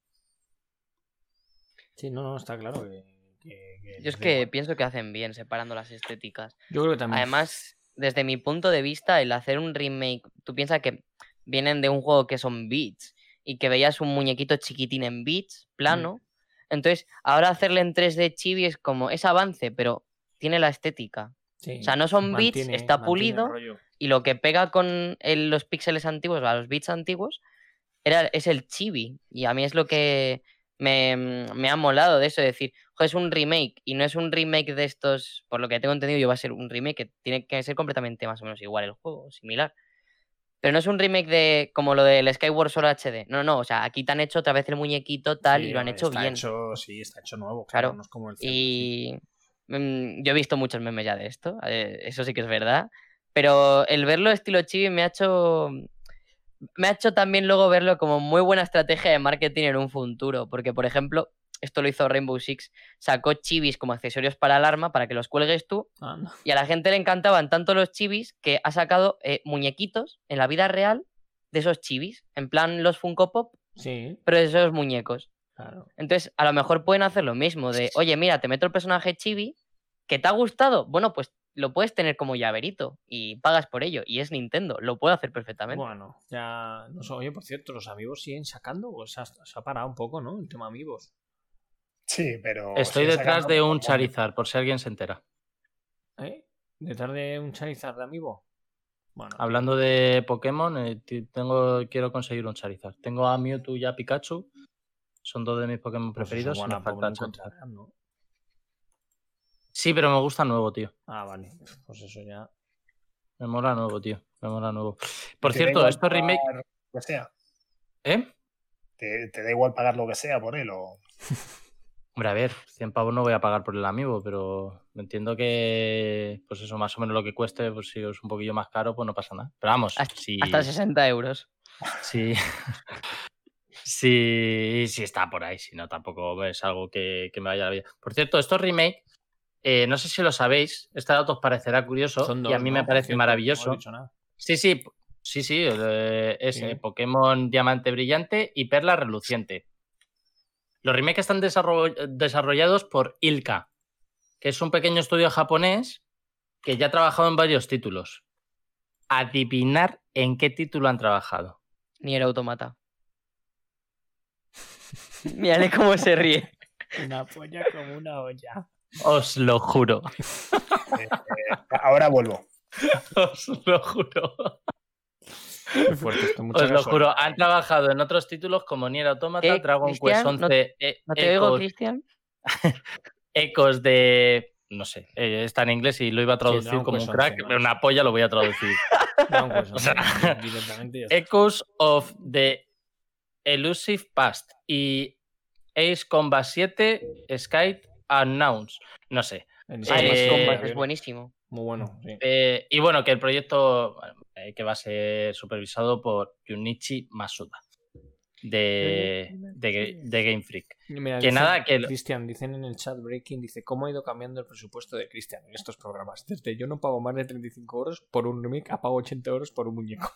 Sí, no, está claro Yo es que pienso que hacen bien separando las estéticas. Yo creo que también. Además, desde mi punto de vista, el hacer un remake, tú piensas que vienen de un juego que son bits y que veías un muñequito chiquitín en bits, plano. Entonces, ahora hacerle en 3D chibi es como, es avance, pero tiene la estética. Sí, o sea, no son bits, está pulido y lo que pega con los píxeles antiguos, a los bits antiguos, es el chibi. Y a mí es lo que me ha molado de eso, de decir, joder, es un remake y no es un remake de estos, por lo que tengo entendido, yo va a ser un remake que tiene que ser completamente más o menos igual el juego, similar. Pero no es un remake de como lo del Skyward Sword HD. No, o sea, aquí te han hecho otra vez el muñequito tal y lo han hecho bien. Está hecho nuevo, claro. No es como el y yo he visto muchos memes ya de esto, eso sí que es verdad. Pero el verlo estilo chibi me ha hecho también luego verlo como muy buena estrategia de marketing en un futuro. Porque, por ejemplo, esto lo hizo Rainbow Six, sacó chibis como accesorios para el arma para que los cuelgues tú. No. Y a la gente le encantaban tanto los chibis que ha sacado muñequitos en la vida real de esos chibis. En plan los Funko Pop, sí, pero de esos muñecos. Claro. Entonces, a lo mejor pueden hacer lo mismo de, oye, mira, te meto el personaje chibi, ¿que te ha gustado? Bueno, pues lo puedes tener como llaverito y pagas por ello. Y es Nintendo, lo puede hacer perfectamente. Bueno, ya... No sé, oye, por cierto, ¿los amigos siguen sacando? ¿O se ha parado un poco, no? El tema amigos. Sí, pero... Estoy detrás de un Charizard, por si alguien se entera. ¿Detrás de un Charizard de amiibo? Bueno, hablando de Pokémon, quiero conseguir un Charizard. Tengo a Mewtwo y a Pikachu. Son dos de mis Pokémon preferidos. Bueno, me falta Charizard, ¿no? Sí, pero me gusta nuevo, tío. Ah, vale. Pues eso ya... Me mola nuevo, tío. Me mola nuevo. Por cierto, esto remake... Lo que sea. ¿Eh? ¿Te da igual pagar lo que sea por él o...? Hombre, a ver, 100 pavos no voy a pagar por el amiibo, pero entiendo que, pues eso, más o menos lo que cueste, pues si es un poquillo más caro, pues no pasa nada. Pero vamos, hasta 60 euros. Sí. Sí, está por ahí, si no, tampoco es algo que me vaya a la vida. Por cierto, estos remake, no sé si lo sabéis, este dato os parecerá curioso y a mí me parece maravilloso. No he dicho nada. Sí, es Pokémon Diamante Brillante y Perla Reluciente. Los remakes están desarrollados por ILCA, que es un pequeño estudio japonés que ya ha trabajado en varios títulos. Adivinar en qué título han trabajado. Nier Automata. Mírale cómo se ríe. Una polla como una olla. Os lo juro. Ahora vuelvo. Os lo juro. Muy fuerte esto, Os lo juro, han trabajado en otros títulos como Nier Automata, Dragon Quest 11, ¿No te oigo, Cristian? Ecos de... No sé, está en inglés y lo iba a traducir como un crack, pero una polla lo voy a traducir. O sea, Echoes of the Elusive Past y Ace Combat 7, Sky Unknowns. No sé. Ace Combat es buenísimo. Muy bueno, sí. Y bueno, que el proyecto que va a ser supervisado por Junichi Masuda de Game Freak. Mira, que nada, que... Cristian, dicen en el chat Breaking, dice, ¿cómo ha ido cambiando el presupuesto de Cristian en estos programas? Desde yo no pago más de 35 euros por un remake a pago 80 euros por un muñeco.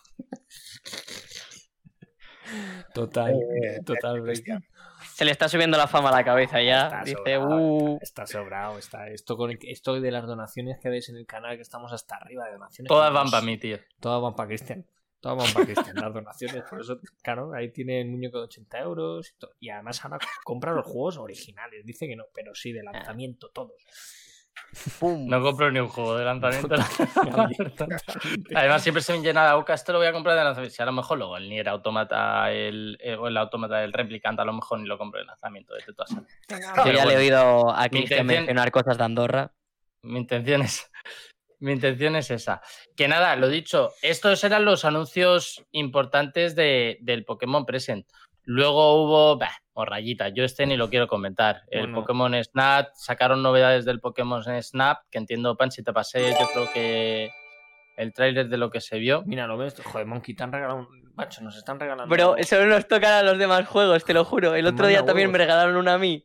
Total, Cristian. Se le está subiendo la fama a la cabeza ya. Está sobrado. Esto de las donaciones que veis en el canal, que estamos hasta arriba de donaciones. Todas van para mí, tío. Todas van para Cristian. Las donaciones. Por eso, claro, ahí tiene el muñeco de 80 euros. Y además ahora compra los juegos originales. Dice que no, pero sí, de lanzamiento, todos. ¡Pum! No compro ni un juego de lanzamiento. Además, siempre se me llena la boca. Esto lo voy a comprar de lanzamiento. Si a lo mejor luego el Nier Automata o el Automata del Replicant, a lo mejor ni lo compro de lanzamiento. Yo ya le he oído a Cristian mencionar cosas de Andorra. Mi intención es esa. Que nada, lo dicho, estos eran los anuncios importantes del Pokémon Present. Luego hubo rayitas, yo ni lo quiero comentar. El Pokémon Snap, sacaron novedades del Pokémon Snap, que entiendo, Pan, si te pasé, yo creo que el tráiler de lo que se vio. Mira, lo ves, joder, Monkey, te han regalado macho, nos están regalando. Bro, eso no nos tocan a los demás juegos, te lo juro. El otro día también me regalaron una a mí.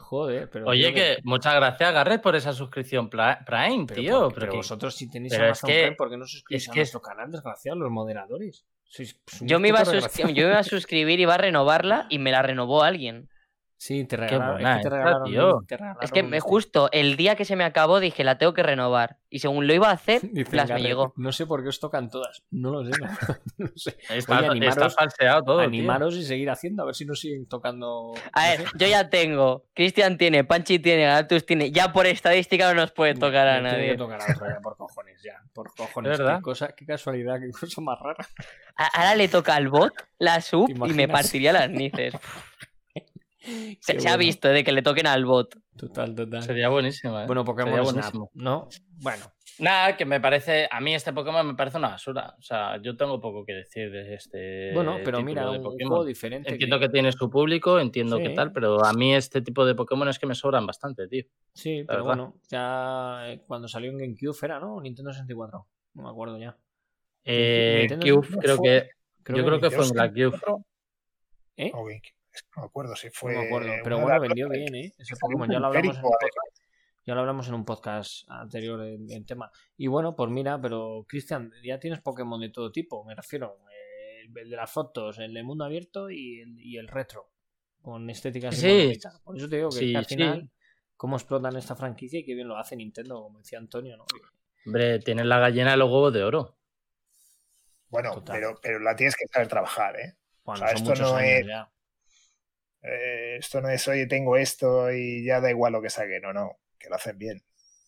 Joder, pero... Oye, tío, que muchas gracias, Garret, por esa suscripción Prime, tío. Pero vosotros si tenéis pero es Amazon que- Prime, ¿por qué no suscribís es a que- nuestro canal, desgraciados, los moderadores? Sois Yo unos me iba a putos desgraciados. yo me iba a suscribir, iba a renovarla y me la renovó alguien. Sí, te Qué regalaron, buena es que te esta, regalaron, tío. te regalaron Es que este. justo el día que se me acabó dije, la tengo que renovar. Y según lo iba a hacer, Dicen, flash, me Garret, llegó. no sé por qué os tocan todas. No lo sé, no sé. Está, Oye, está falseado todo, animaros y seguir haciendo, a ver si nos siguen tocando. A ver, yo ya tengo. Cristian tiene, Panchi tiene, Ganatus tiene. Ya por estadística no nos puede tocar a Me tiene nadie. que tocar a otro ya, por cojones, ya. Por cojones. ¿Verdad? Qué casualidad, qué cosa más rara. Ahora le toca al bot la sub ¿Te y me imaginas? partiría las nices. Qué Se ha bueno. visto de que le toquen al bot. Total. Sería buenísimo, ¿eh? Bueno, Pokémon Sería Snap, buenísimo. ¿no? Bueno, Nada, que me parece... A mí este Pokémon me parece una basura. O sea, yo tengo poco que decir de este bueno, pero título mira, de un Pokémon. juego diferente. Entiendo que tiene su público, entiendo Sí. que tal, pero a mí este tipo de Pokémon es que me sobran bastante, tío. Sí, la pero verdad. bueno, ya cuando salió en GameCube era, ¿no? Nintendo 64. No me acuerdo ya. Nintendo Cube, no creo fue- que... Yo creo que fue en la Cube. ¿Eh? O GameCube. Es que no me acuerdo si fue. No me acuerdo, pero una de bueno, las vendió dos, bien, ¿eh? Ese salió Pokémon, un ya lo hablamos en un periférico, podcast. Ya lo hablamos en un podcast anterior en tema. Y bueno, pues mira, pero Cristian, ya tienes Pokémon de todo tipo, me refiero. El de las fotos, el de mundo abierto y el retro. Con estética así Sí. modernita. Por eso te digo que, Sí, al final, sí. cómo explotan esta franquicia y qué bien lo hace Nintendo, como decía Antonio, ¿no? Hombre, tienes la gallina de los huevos de oro. Bueno, Total. pero la tienes que saber trabajar, ¿eh? Bueno, O sea, son esto muchos no años es- ya. Esto no es, oye, tengo esto y ya da igual lo que saque. No, que lo hacen bien.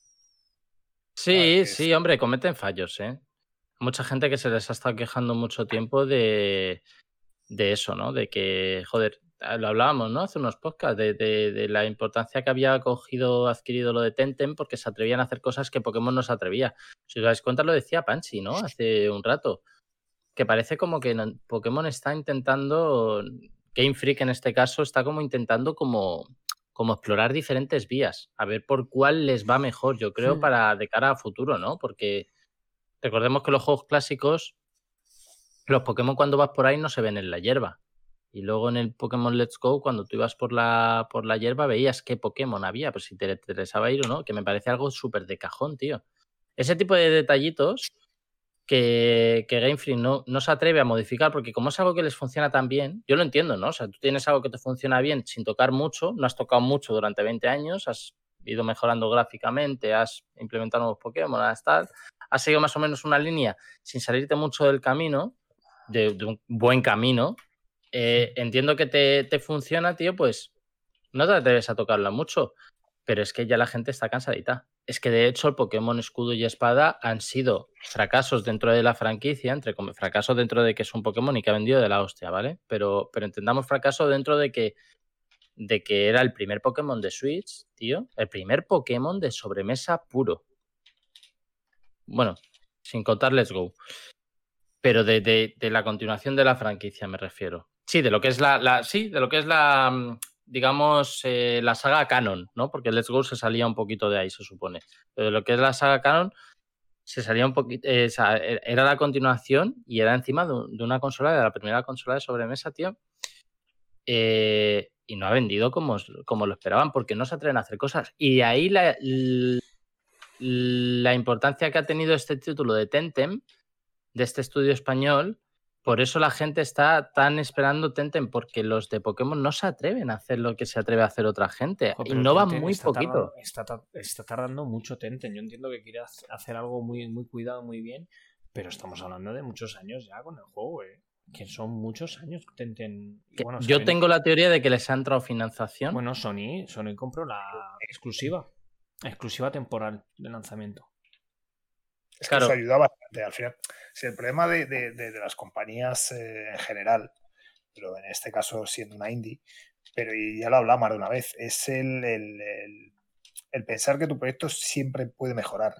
Sí, Ah, sí, hombre, cometen fallos, ¿eh? Mucha gente que se les ha estado quejando mucho tiempo de eso, ¿no? De que, joder, lo hablábamos, ¿no? Hace unos podcasts de la importancia que había adquirido lo de Tentem porque se atrevían a hacer cosas que Pokémon no se atrevía. Si os dais cuenta, lo decía Panchi, ¿no? Hace un rato. Que parece como que Pokémon está intentando, Game Freak en este caso, está como intentando como explorar diferentes vías, a ver por cuál les va mejor, yo creo, para de cara a futuro, ¿no? Porque recordemos que los juegos clásicos, los Pokémon cuando vas por ahí no se ven en la hierba. Y luego en el Pokémon Let's Go, cuando tú ibas por la hierba, veías qué Pokémon había, pues si te interesaba ir o no, que me parece algo súper de cajón, tío. Ese tipo de detallitos que Game Freak no se atreve a modificar, porque como es algo que les funciona tan bien, yo lo entiendo, ¿no? O sea, tú tienes algo que te funciona bien sin tocar mucho, no has tocado mucho durante 20 años, has ido mejorando gráficamente, has implementado nuevos Pokémon, has seguido más o menos una línea sin salirte mucho del camino, de un buen camino. Entiendo que te funciona, tío, pues no te atreves a tocarla mucho, pero es que ya la gente está cansadita. Es que de hecho el Pokémon Escudo y Espada han sido fracasos dentro de la franquicia, fracasos dentro de que es un Pokémon y que ha vendido de la hostia, ¿vale? Pero entendamos fracaso dentro de que era el primer Pokémon de Switch, tío, el primer Pokémon de sobremesa puro. Bueno, sin contar Let's Go. Pero de la continuación de la franquicia me refiero. Sí, de lo que es de lo que es digamos, la saga canon, ¿no? Porque Let's Go se salía un poquito de ahí, se supone. Pero de lo que es la saga canon, se salía un poquito... era la continuación y era encima de una consola, de la primera consola de sobremesa, tío. Y no ha vendido como lo esperaban, porque no se atreven a hacer cosas. Y de ahí la importancia que ha tenido este título de Tentem, de este estudio español. Por eso la gente está tan esperando Tentem, porque los de Pokémon no se atreven a hacer lo que se atreve a hacer otra gente. Ojo, pero Innovan Tentem muy poquito. Está tardando mucho Tentem. Yo entiendo que quiere hacer algo muy, muy cuidado, muy bien, pero estamos hablando de muchos años ya con el juego, que son muchos años Tentem. Bueno, yo tengo la teoría de que les ha entrado financiación. Bueno, Sony compró la exclusiva temporal de lanzamiento. Es que eso ayuda bastante. Al final, si el problema de las compañías en general, pero en este caso siendo una indie, pero y ya lo hablamos más de una vez, es el pensar que tu proyecto siempre puede mejorar.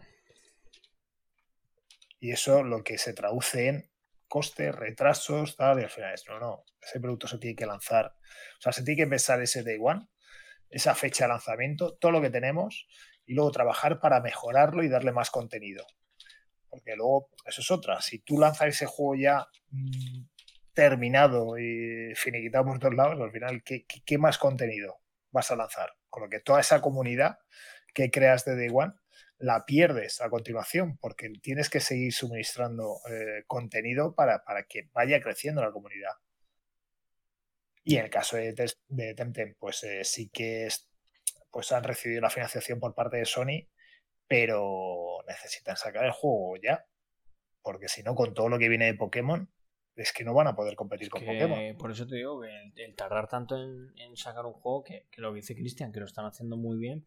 Y eso lo que se traduce en costes, retrasos, tal, y al final es, no, ese producto se tiene que lanzar. O sea, se tiene que pensar ese day one, esa fecha de lanzamiento, todo lo que tenemos, y luego trabajar para mejorarlo y darle más contenido. Porque luego, eso es otra. Si tú lanzas ese juego ya terminado y finiquitado por todos lados, al final, ¿qué más contenido vas a lanzar. Con lo que toda esa comunidad que creas de Day One la pierdes a continuación, porque tienes que seguir suministrando contenido para que vaya creciendo la comunidad. Y en el caso de Temtem, pues sí que pues han recibido una financiación por parte de Sony, pero necesitan sacar el juego ya, porque si no, con todo lo que viene de Pokémon, es que no van a poder competir con Pokémon. Por eso te digo que el tardar tanto en sacar un juego, que lo que dice Cristian, que lo están haciendo muy bien,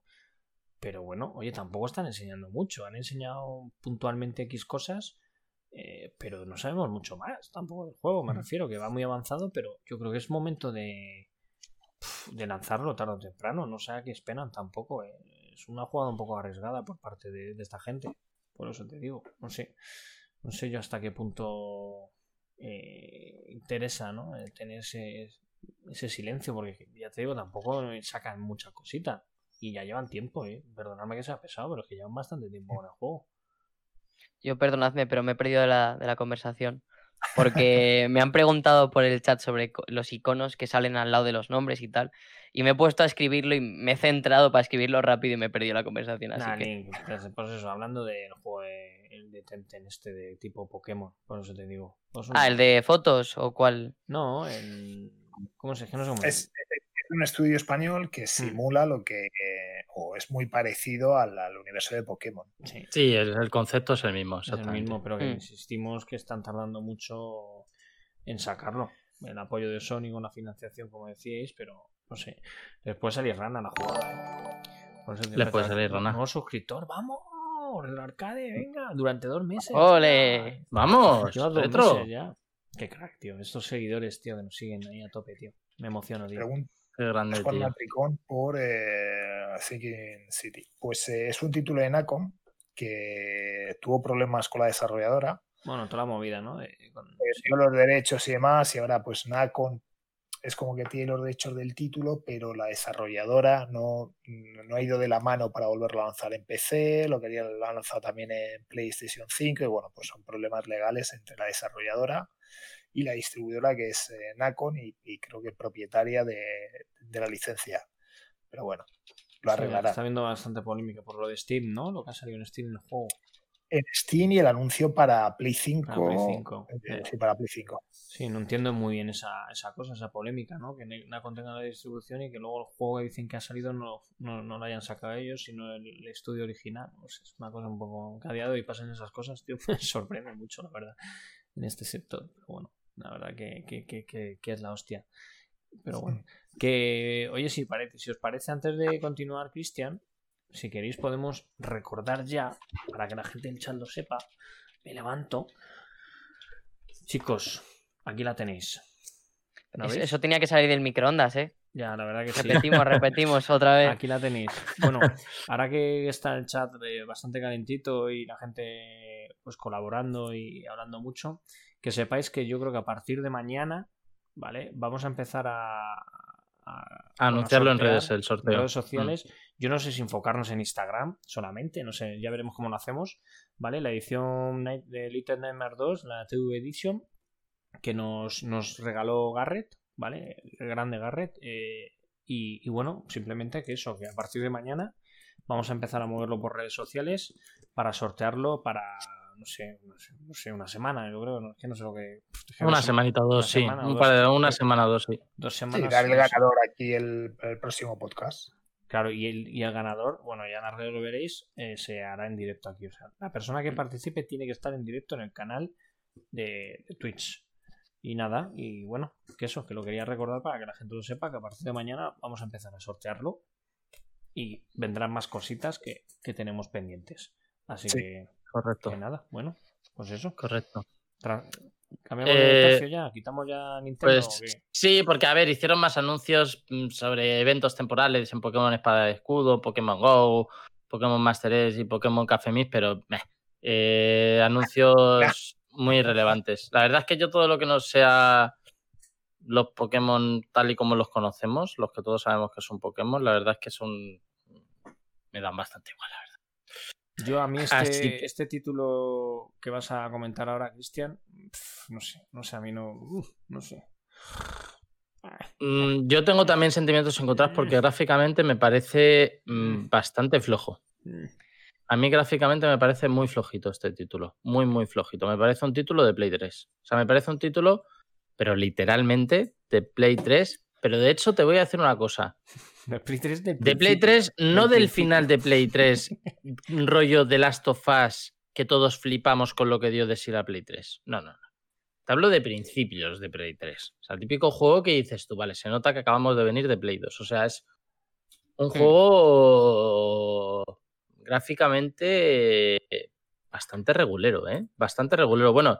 pero bueno, oye, tampoco están enseñando mucho. Han enseñado puntualmente X cosas, pero no sabemos mucho más tampoco del juego. Me refiero que va muy avanzado, pero yo creo que es momento de lanzarlo tarde o temprano. No sé a qué esperan tampoco. Es una jugada un poco arriesgada por parte de esta gente. Por eso te digo, no sé yo hasta qué punto interesa, ¿no? Tener ese silencio, porque ya te digo, tampoco sacan mucha cosita. Y ya llevan tiempo, perdonadme que sea pesado, pero es que llevan bastante tiempo con el juego. Yo, perdonadme, pero me he perdido de la conversación. Porque me han preguntado por el chat sobre los iconos que salen al lado de los nombres y tal. Y me he puesto a escribirlo y me he centrado para escribirlo rápido y me he perdido la conversación. Así que... pues eso, hablando del juego el de Temtem, de tipo Pokémon, por eso te digo. ¿el de fotos o cuál? No, ¿cómo se? Es que no sé cómo es un estudio español que simula lo que o es muy parecido al universo de Pokémon. Sí, el concepto es el mismo. Es el mismo, pero que insistimos que están tardando mucho en sacarlo. El apoyo de Sony con la financiación, como decíais, pero no sé. Les puede salir rana la jugada. Les puede salir rana. Nuevo suscriptor, vamos, el arcade, venga, durante 2 meses. ¡Ole! Vamos, lleva 2 retro. meses ya. Qué crack, tío. Estos seguidores, tío, que nos siguen ahí a tope, tío. Me emociono, tío. Qué grande, con tío. Matricón por Sinking City. Pues es un título de Nacon que tuvo problemas con la desarrolladora. Bueno, toda la movida, ¿no? Los derechos y demás, y ahora pues Nacon es como que tiene los derechos del título, pero la desarrolladora no ha ido de la mano para volverlo a lanzar en PC, lo quería lanzar también en PlayStation 5, y bueno, pues son problemas legales entre la desarrolladora y la distribuidora, que es Nacon, y creo que propietaria de la licencia. Pero bueno, lo arreglará. Está habiendo bastante polémica por lo de Steam, ¿no? Lo que ha salido en Steam en el juego. En Steam y el anuncio para Play 5. Para Play 5. Sí, para Play 5. Sí, no entiendo muy bien esa cosa, esa polémica, ¿no? Que Nacon tenga la distribución y que luego el juego que dicen que ha salido no lo hayan sacado ellos, sino el estudio original. Pues es una cosa un poco cadeado y pasan esas cosas, tío. Me sorprende mucho, la verdad, en este sector. Pero bueno, la verdad que es la hostia. Pero bueno, oye, si os parece, antes de continuar, Cristian, si queréis podemos recordar ya, para que la gente del chat lo sepa. Me levanto. Chicos, aquí la tenéis. Eso tenía que salir del microondas, ¿eh? Ya, la verdad que repetimos otra vez. Aquí la tenéis. Bueno, ahora que está el chat bastante calentito y la gente pues colaborando y hablando mucho, que sepáis que yo creo que a partir de mañana, ¿vale? Vamos a empezar a anunciarlo en redes, el sorteo. En redes sociales. Yo no sé si enfocarnos en Instagram solamente, no sé, ya veremos cómo lo hacemos, ¿vale? La edición de Little Nightmares 2, la TV Edition, que nos regaló Garrett, ¿vale? El grande Garrett. Y bueno, simplemente que eso, que a partir de mañana vamos a empezar a moverlo por redes sociales para sortearlo para... No sé, una semana, yo creo, que no sé lo que... Una semanita o dos, sí. Una semana o dos, sí. 2 semanas. Sí, dar el ganador aquí el próximo podcast. Claro, y el ganador, bueno, ya en las redes lo veréis, se hará en directo aquí. O sea, la persona que participe tiene que estar en directo en el canal de Twitch. Y nada, y bueno, que lo quería recordar para que la gente lo sepa, que a partir de mañana vamos a empezar a sortearlo y vendrán más cositas que tenemos pendientes. Así que... Correcto. Que nada, bueno, pues eso. Correcto. ¿Cambiamos de tercio ya? ¿Quitamos ya Nintendo? Pues, sí, porque a ver, hicieron más anuncios sobre eventos temporales en Pokémon Espada de Escudo, Pokémon GO, Pokémon Master S y Pokémon Café Mix, pero anuncios muy irrelevantes. La verdad es que yo todo lo que no sea los Pokémon tal y como los conocemos, los que todos sabemos que son Pokémon, la verdad es que me dan bastante igual, la verdad. Yo a mí este título que vas a comentar ahora, Cristian, no sé, a mí no sé. Yo tengo también sentimientos encontrados porque gráficamente me parece bastante flojo. A mí gráficamente me parece muy flojito este título. Muy, muy flojito. Me parece un título de Play 3. O sea, me parece un título, pero literalmente, de Play 3. Pero de hecho te voy a decir una cosa. De Play 3 de Play 3, no del final de Play 3, rollo de Last of Us, que todos flipamos con lo que dio de sí la Play 3. No. Te hablo de principios de Play 3. O sea, el típico juego que dices tú, vale, se nota que acabamos de venir de Play 2. O sea, es un juego gráficamente bastante regulero, ¿eh? Bastante regulero. Bueno,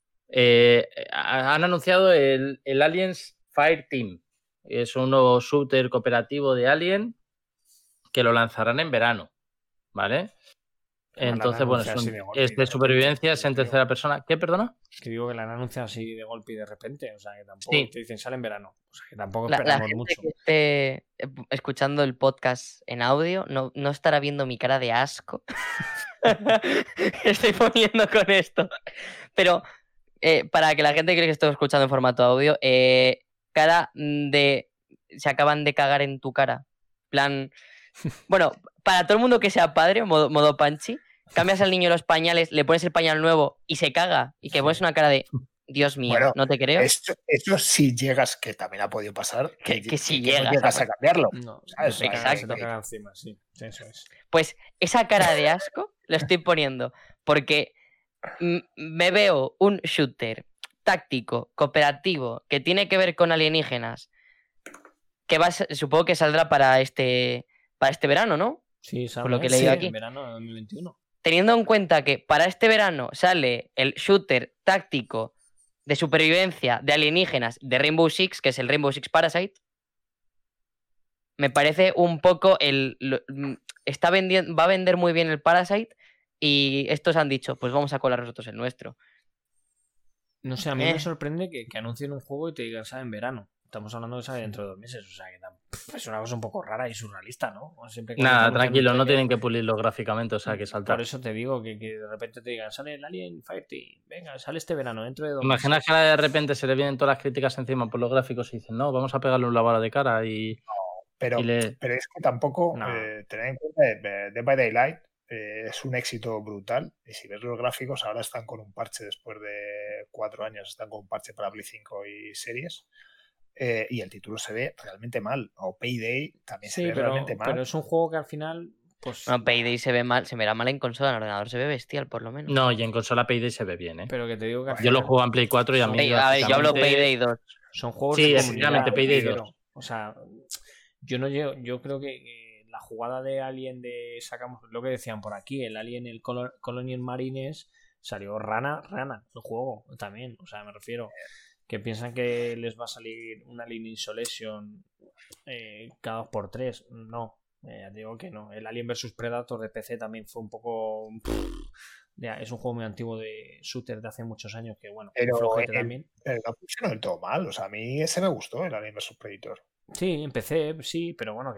han anunciado el Aliens Fireteam. Es un nuevo shooter cooperativo de Alien que lo lanzarán en verano, ¿vale? Entonces, bueno, es de supervivencia, es en tercera persona. ¿Qué, perdona? Que digo que la han anunciado así de golpe y de repente. O sea, que tampoco te dicen sale en verano. O sea, que tampoco esperamos la gente mucho. Que esté escuchando el podcast en audio no estará viendo mi cara de asco. Estoy poniendo con esto. Pero para que la gente cree que estoy escuchando en formato audio, cara de... Se acaban de cagar en tu cara. Plan... Bueno, para todo el mundo que sea padre, modo Panchi, cambias al niño los pañales, le pones el pañal nuevo y se caga. Y que pones una cara de... Dios mío, bueno, no te creo. Eso si llegas, que también ha podido pasar. Que si llegas, no llegas a cambiarlo. No, ¿sabes? Exacto. Se te caga encima, sí. Eso es. Pues esa cara de asco la estoy poniendo porque me veo un shooter táctico, cooperativo, que tiene que ver con alienígenas, que supongo que saldrá para este verano, ¿no? Sí, sale. Por lo que he leído aquí. En verano de 2021. Teniendo en cuenta que para este verano sale el shooter táctico de supervivencia de alienígenas de Rainbow Six, que es el Rainbow Six Parasite, me parece un poco va a vender muy bien el Parasite y estos han dicho, pues vamos a colar nosotros el nuestro. No sé, a mí me sorprende que anuncien un juego y te digan sale en verano. Estamos hablando de que sale dentro de 2 meses, o sea que es una cosa un poco rara y surrealista, ¿no? Nada, tranquilo, no tienen que pulirlo gráficamente, o sea que saltar. Por eso te digo que de repente te digan sale el Alien Fireteam, venga, sale este verano, dentro de 2 Imagina meses. que de repente se le vienen todas las críticas encima por los gráficos y dicen, no, vamos a pegarle una bala de cara y... Pero es que tampoco, tener en cuenta Dead by Daylight es un éxito brutal y si ves los gráficos ahora están con un parche después de 4 años, están con un parche para Play 5 y series. Y el título se ve realmente mal. O Payday también se ve realmente mal. Pero es un juego que al final... Pues... Bueno, Payday se verá mal en consola, en ordenador se ve bestial, por lo menos. No, y en consola Payday se ve bien, ¿eh? Pero que te digo que yo lo juego en Play 4 y a mí... A ver, yo hablo Payday 2. Son juegos de efectivamente, Payday 2. O sea, yo creo que la jugada de Alien sacamos lo que decían por aquí, el Alien, el Colonial Marines, salió rana el juego también. O sea, me refiero... que piensan que les va a salir una Alien Isolation cada 2x3. No, ya digo que no. El Alien vs Predator de PC también fue un poco... es un juego muy antiguo de shooter de hace muchos años que, bueno, pero también. Pero no funcionó del todo mal. O sea, a mí ese me gustó, el Alien vs Predator. Sí, empecé, sí, pero bueno,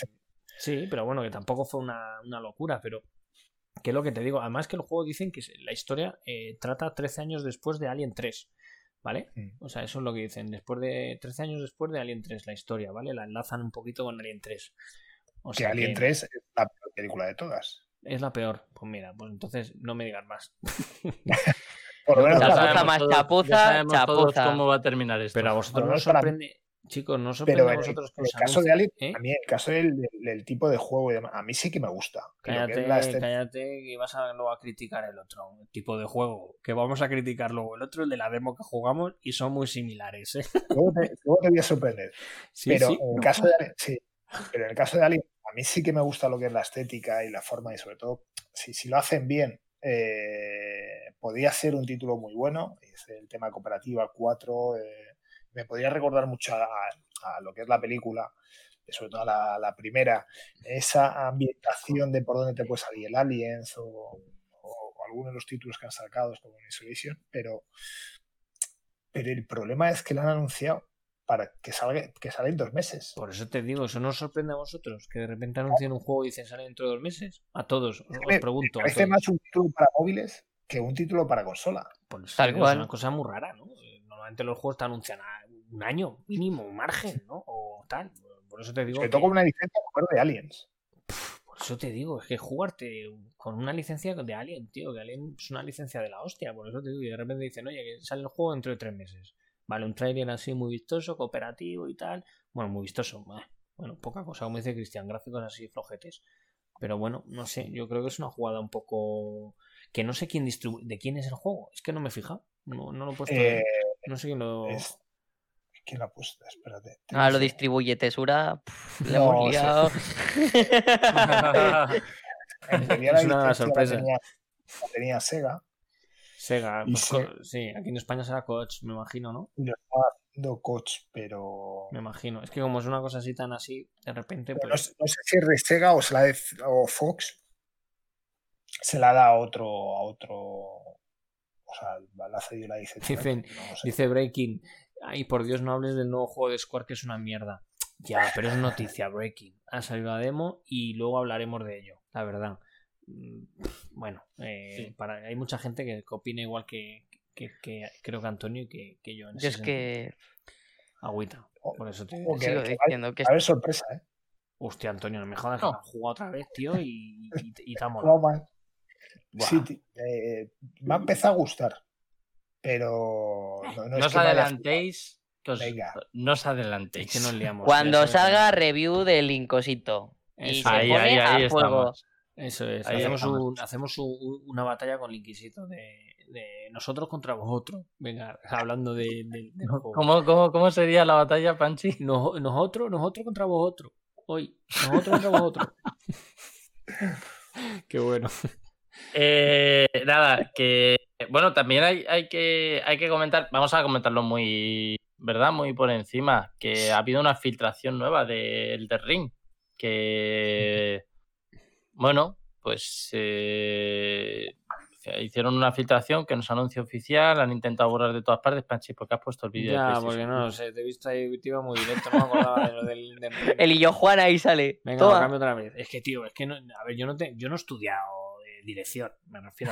que tampoco fue una locura, pero que es lo que te digo. Además que el juego dicen que la historia trata 13 años después de Alien 3. ¿Vale? O sea, eso es lo que dicen. 13 años después de Alien 3, la historia, ¿vale? La enlazan un poquito con Alien 3. O sea, Alien 3 es la peor película de todas. Es la peor. Pues mira, pues entonces no me digas más. Por lo menos chapuza. ¿Cómo va a terminar esto? Pero a vosotros nos sorprende... Chicos, no sorprende a vosotros que el caso de Alien, a mí el caso del tipo de juego y demás, a mí sí que me gusta. Cállate que vas a luego a criticar el otro tipo de juego, que vamos a criticar luego el otro, el de la demo que jugamos, y son muy similares, ¿eh? Luego te voy a sorprender. Pero en el caso de Alien, a mí sí que me gusta lo que es la estética y la forma, y sobre todo, si lo hacen bien, podría ser un título muy bueno. Es el tema cooperativa 4, me podría recordar mucho a lo que es la película, sobre todo a la primera, esa ambientación de por dónde te puede salir el Aliens o algunos de los títulos que han sacado como Isolation, pero el problema es que lo han anunciado para que salga en 2 meses. Por eso te digo, eso no os sorprende a vosotros, que de repente anuncien un juego y dicen sale dentro de 2 meses. A todos, os pregunto. Me parece más un título para móviles que un título para consola. Pues tal cual. Es una cosa muy rara, ¿no? Normalmente los juegos te anuncian un año mínimo, un margen, ¿no? O tal. Por eso te digo. Sobre todo con una licencia mejor de Aliens. Por eso te digo, es que jugarte con una licencia de Alien, tío, que Alien es una licencia de la hostia. Por eso te digo, y de repente dicen, oye, que sale el juego dentro de 3 meses. Vale, un trailer así muy vistoso, cooperativo y tal. Bueno, muy vistoso. Bueno, poca cosa, como dice Cristian, gráficos así flojetes. Pero bueno, no sé, yo creo que es una jugada un poco... Que no sé quién de quién es el juego. Es que no me he fijado. No lo he puesto. No sé quién lo... ¿Quién lo ha puesto? Espérate. Lo distribuye Tesura. Le hemos liado. En teoría Es la una sorpresa. la tenía Sega. Sega, pues sí, aquí en España será Koch, me imagino, ¿no? Lo estaba haciendo Koch, pero... Me imagino. Es que como es una cosa así tan así, de repente... Pues... No sé si es de Sega o Fox. Se la da a otro... O sea, la ha cedido la licencia. Dice Breaking, ay, por Dios, no hables del nuevo juego de Square que es una mierda. Ya, pero es noticia, Breaking. Ha salido la demo y luego hablaremos de ello, la verdad. Bueno, sí. Hay mucha gente que opina igual que creo que Antonio y que yo. Yo es que... Agüita, por eso te sigo diciendo que... A ver, sorpresa, ¿eh? Hostia, Antonio, no me jodas que me han jugado otra vez, tío, y te ha molado. Sí, me ha empezado a gustar, pero... No os adelantéis. No os adelantéis. Que nos liamos. Cuando salga review del Incosito. Y se pone a fuego. Eso es. Ahí hacemos una batalla con el Inquisito de nosotros contra vosotros. Venga, hablando del juego. ¿Cómo sería la batalla, Panchi? Nosotros contra vosotros. Hoy. Nosotros contra vosotros. Qué bueno. Nada, que... Bueno, también hay que comentar... Vamos a comentarlo muy... ¿Verdad? Muy por encima. Que ha habido una filtración nueva del The Ring. Que... Bueno, pues hicieron una filtración que no es anuncio oficial, han intentado borrar de todas partes. Panchi, ¿por qué has puesto el vídeo? Ya, porque no lo sé, te he visto ahí, te iba muy directo, no me acordaba de lo del el Illo Juan ahí sale. Venga, lo cambio otra vez. Es que, tío, no, a ver, yo no he estudiado dirección, me refiero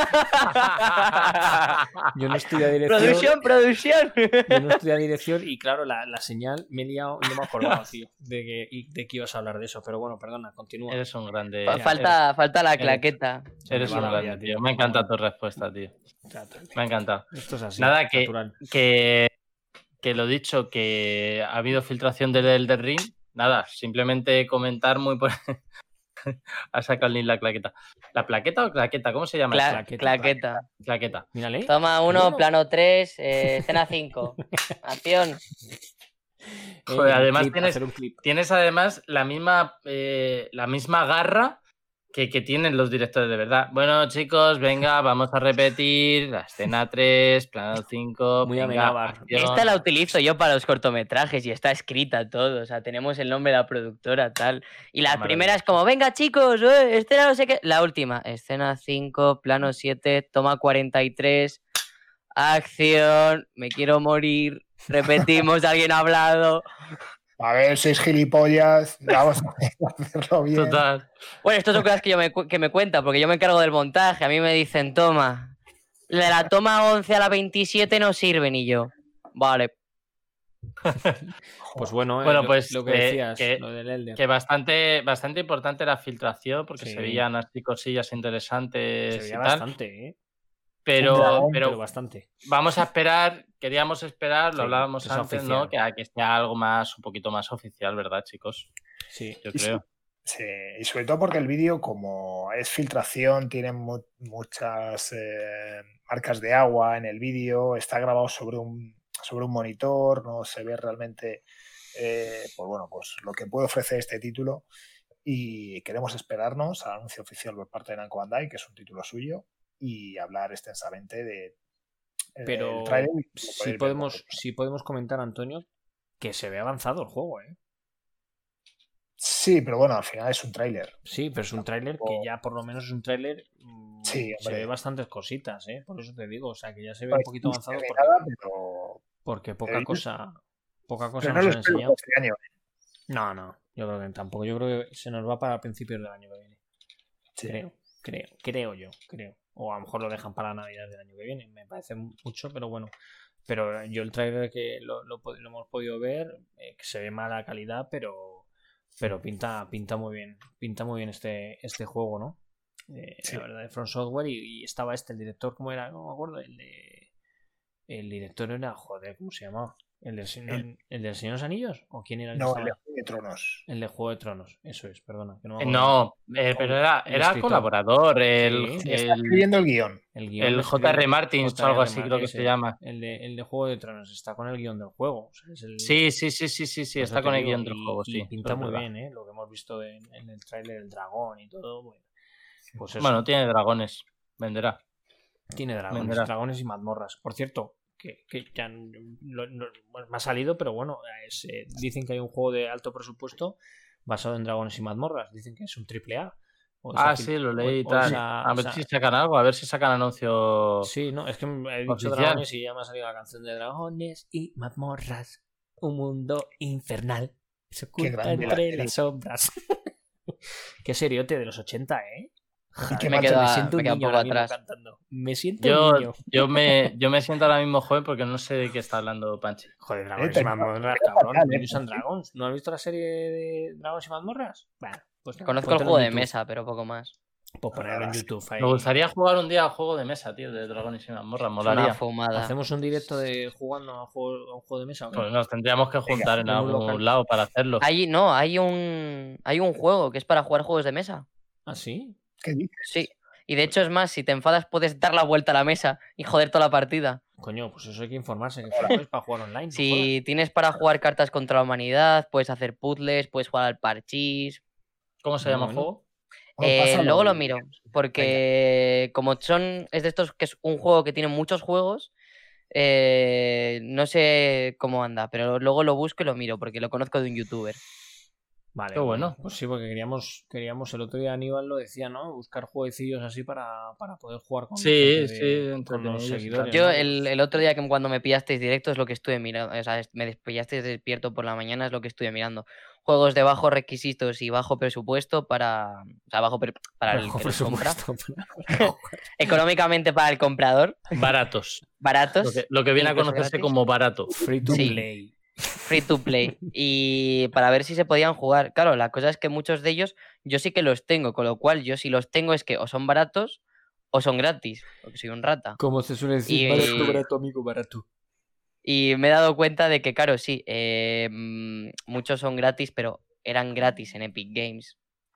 a yo no estudié dirección. Producción. Yo no estudié dirección y claro, la señal me he liado, no me acordaba, tío, de que ibas a hablar de eso, pero bueno, perdona, continúa. Eres un grande. Falta la claqueta. Eres un grande, tío. Me encanta tu respuesta, tío. Me ha encantado. Esto es así. Nada, que lo dicho, que ha habido filtración del Elden Ring. Nada, simplemente comentar muy por... Ha sacado el link la claqueta. ¿La plaqueta o claqueta? ¿Cómo se llama? Claqueta. Mírale. Toma 1, plano 3, escena 5. Acción. Joder, además tienes además la misma garra que tienen los directores de verdad. Bueno, chicos, venga, vamos a repetir la escena 3, plano 5. Muy venga, esta la utilizo yo para los cortometrajes y está escrita todo. O sea, tenemos el nombre de la productora, tal. Y la primera es como, venga, chicos, escena no sé qué. La última, escena 5, plano 7, toma 43, acción, me quiero morir. Repetimos, alguien ha hablado. A ver, sois gilipollas, vamos a hacerlo bien. Total. Bueno, esto son cosas que me cuentan, porque yo me encargo del montaje. A mí me dicen, toma, la toma 11 a la 27 no sirven, y yo, vale. Pues bueno, pues lo que decías, lo del Elden. Que bastante importante la filtración, porque se veían así cosillas interesantes. Se veía y bastante, tal. Pero bastante. Vamos a esperar, queríamos esperar, lo hablábamos antes, ¿no? Que sea algo más, un poquito más oficial, ¿verdad, chicos? Sí, yo creo. Sí, y sobre todo porque el vídeo, como es filtración, tiene muchas marcas de agua en el vídeo, está grabado sobre un monitor, no se ve realmente pues bueno, pues lo que puede ofrecer este título, y queremos esperarnos al anuncio oficial por parte de Namco Bandai, que es un título suyo, y hablar extensamente de pero trailer. Si podemos comentar, Antonio, que se ve avanzado el juego, ¿eh? Sí, pero bueno, al final es un tráiler. Sí, pero es un tráiler que ya por lo menos es un tráiler. Sí, se ve bastantes cositas, ¿eh? Por eso te digo, o sea, que ya se ve pues un poquito avanzado porque poca cosa nos han enseñado. Este año. No, yo creo que tampoco. Yo creo que se nos va para principios del año que viene. Sí. Creo. O a lo mejor lo dejan para Navidad del año que viene. Me parece mucho, pero bueno. Pero yo el trailer que lo hemos podido ver, que se ve mala calidad, pero pinta muy bien. Pinta muy bien este juego, ¿no? Sí. La verdad, de From Software. Y estaba el director, ¿cómo era? No me acuerdo. El director era, joder, ¿cómo se llamaba? ¿El del Señor de los Anillos? ¿O quién era el que No, estaba? el de Juego de Tronos. El de Juego de Tronos, eso es, perdona. Que no, me acuerdo. No, pero era escritor. colaborador. Sí. Está escribiendo el guión. El guión El lo escribe J.R. Martin o J.R. algo así, creo que ese se es. llama. El de Juego de Tronos está con el guión del juego. O sea, es el... Sí, Por eso está te con el digo, guión del juego, y sí. pinta es muy verdad. bien, ¿eh? Lo que hemos visto en el tráiler, el dragón y todo. Pues eso. Bueno, tiene dragones, venderá. Tiene dragones, venderá. dragones y mazmorras. Por cierto, que ya bueno, me ha salido, pero bueno, dicen que hay un juego de alto presupuesto basado en dragones y mazmorras. Dicen que es un AAA. Sí, lo leí y tal. A ver si sacan algo, a ver si sacan anuncio. Sí, no, es que he dicho oficial. dragones y ya me ha salido la canción de dragones y mazmorras. Un mundo infernal se oculta entre las sombras. Qué seriote de los 80, ¿eh? qué me macho, queda me siento un un niño poco ahora mismo atrás. cantando. Me siento un niño. Yo me siento ahora mismo joven porque no sé de qué está hablando Panchi. Joder, dragones y pero- mazmorras, pero cabrón. fatal, Dungeons and Dragons. ¿No has visto la serie de dragones y mazmorras? Bueno, pues nada, Conozco el póntelo juego en de YouTube. mesa, pero poco más. Pues ponerlo en YouTube ahí. Me gustaría jugar un día al juego de mesa, tío, de dragones y mazmorras, Es molaría. una fumada. ¿Hacemos un directo de jugando a un juego de mesa? ¿o qué? Pues nos tendríamos que juntar en en un algún local. lado para hacerlo. Hay un juego que es para jugar juegos de mesa. ¿Ah, sí? ¿Qué dices? Sí. Y de hecho es más, si te enfadas puedes dar la vuelta a la mesa y joder toda la partida. Coño, pues eso hay que informarse. Que juegues para jugar online. no jodas. Si tienes para jugar cartas contra la humanidad, puedes hacer puzzles, puedes jugar al parchís. ¿Cómo se llama el Bueno. juego? Bueno, pásalo. Luego lo miro, porque como es de estos que es un juego que tiene muchos juegos, no sé cómo anda, pero luego lo busco y lo miro, porque lo conozco de un youtuber. Vale, Qué bueno. Pues sí, porque queríamos el otro día Aníbal lo decía, ¿no? Buscar jueguecillos así para poder jugar con Sí, gente sí, con entretenidos los y tal. seguidores. Yo ¿no? el otro día que cuando me pillasteis directo es lo que estuve mirando, o sea, me pillasteis despierto por la mañana es lo que estuve mirando. Juegos de bajos requisitos y bajo presupuesto para el Bajo que los compra. presupuesto. Económicamente para el comprador, Baratos. baratos, Lo que viene a incluso conocerse gratis. como barato. Free to Sí. play. free to play. Y para ver si se podían jugar. Claro, la cosa es que muchos de ellos yo sí que los tengo, con lo cual yo si los tengo es que o son baratos o son gratis, porque soy un rata. Como se suele decir, Y- barato, amigo, barato. Y me he dado cuenta de que, claro, sí, muchos son gratis, pero eran gratis en Epic Games.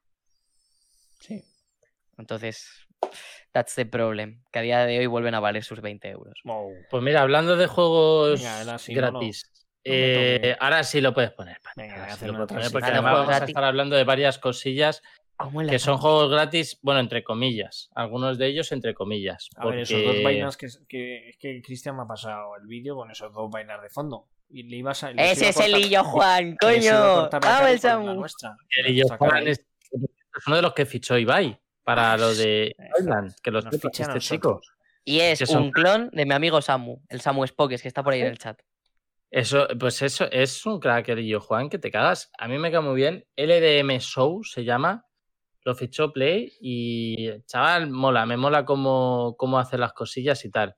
Sí. Entonces, that's the problem. Que a día de hoy vuelven a valer sus 20 euros. Wow. Pues mira, hablando de juegos Venga, ahora sí, gratis. no me toques. ahora sí lo puedes poner. Pani, Venga, ahora voy a sí hacer lo una puedes poner, porque transición. además Juegos vamos a gratis. estar hablando de varias cosillas ¿Cómo en la que son fama? juegos gratis, bueno, entre comillas. Algunos de ellos entre comillas. A ver, esos porque- dos vainas que Cristian me ha pasado el vídeo con esos dos vainas de fondo. Y le ibas a, Ese es el Lillo Juan, les iba a coño. cortar la ¡Vamos, cara el con la Samu! nuestra. El Illo Sacar Juan ahí. es uno de los que fichó Ibai para lo de Island, que los Nos fichan a este chico. nosotros. Y es que son- un clon de mi amigo Samu, el Samu Spokes, que está por ahí en el chat. Eso es un crack el Illo Juan que te cagas. A mí me cae muy bien. LDM Show se llama. Lo fichó Play y chaval, me mola cómo hace las cosillas y tal.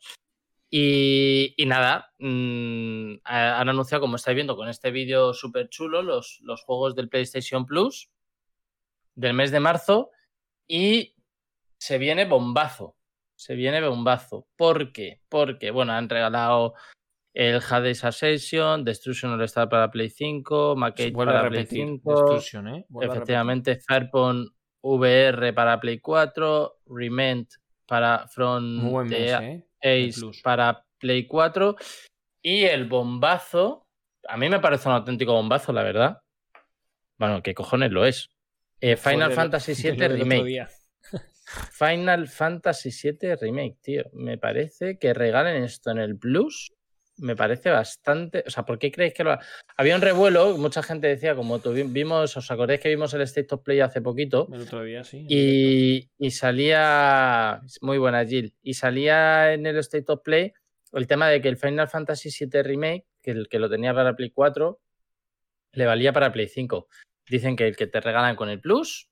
Y nada, han anunciado, como estáis viendo con este vídeo súper chulo, los juegos del PlayStation Plus del mes de marzo y se viene bombazo. ¿Por qué? Porque, bueno, han regalado el Hades Ascension, Destruction All Star para Play 5, Maquette Vuelve a para Play repetir. 5, Destruction, ¿eh? Vuelve a efectivamente Fairphone VR para Play 4, Rement para From Muy buen the mes, ¿eh? de Ace Plus. para Play 4 y el bombazo, a mí me parece un auténtico bombazo, la verdad. Bueno, ¿qué cojones lo es? Final Fantasy VII del otro Remake. día. Final Fantasy VII Remake, tío. Me parece que regalen esto en el Plus. Me parece bastante... O sea, ¿por qué creéis que lo... Había un revuelo, mucha gente decía, como ¿os acordáis que vimos el State of Play hace poquito? El otro día, sí. Y salía... Muy buena, Jill. Y salía en el State of Play el tema de que el Final Fantasy VII Remake, que el que lo tenía para Play 4, le valía para Play 5. Dicen que el que te regalan con el Plus...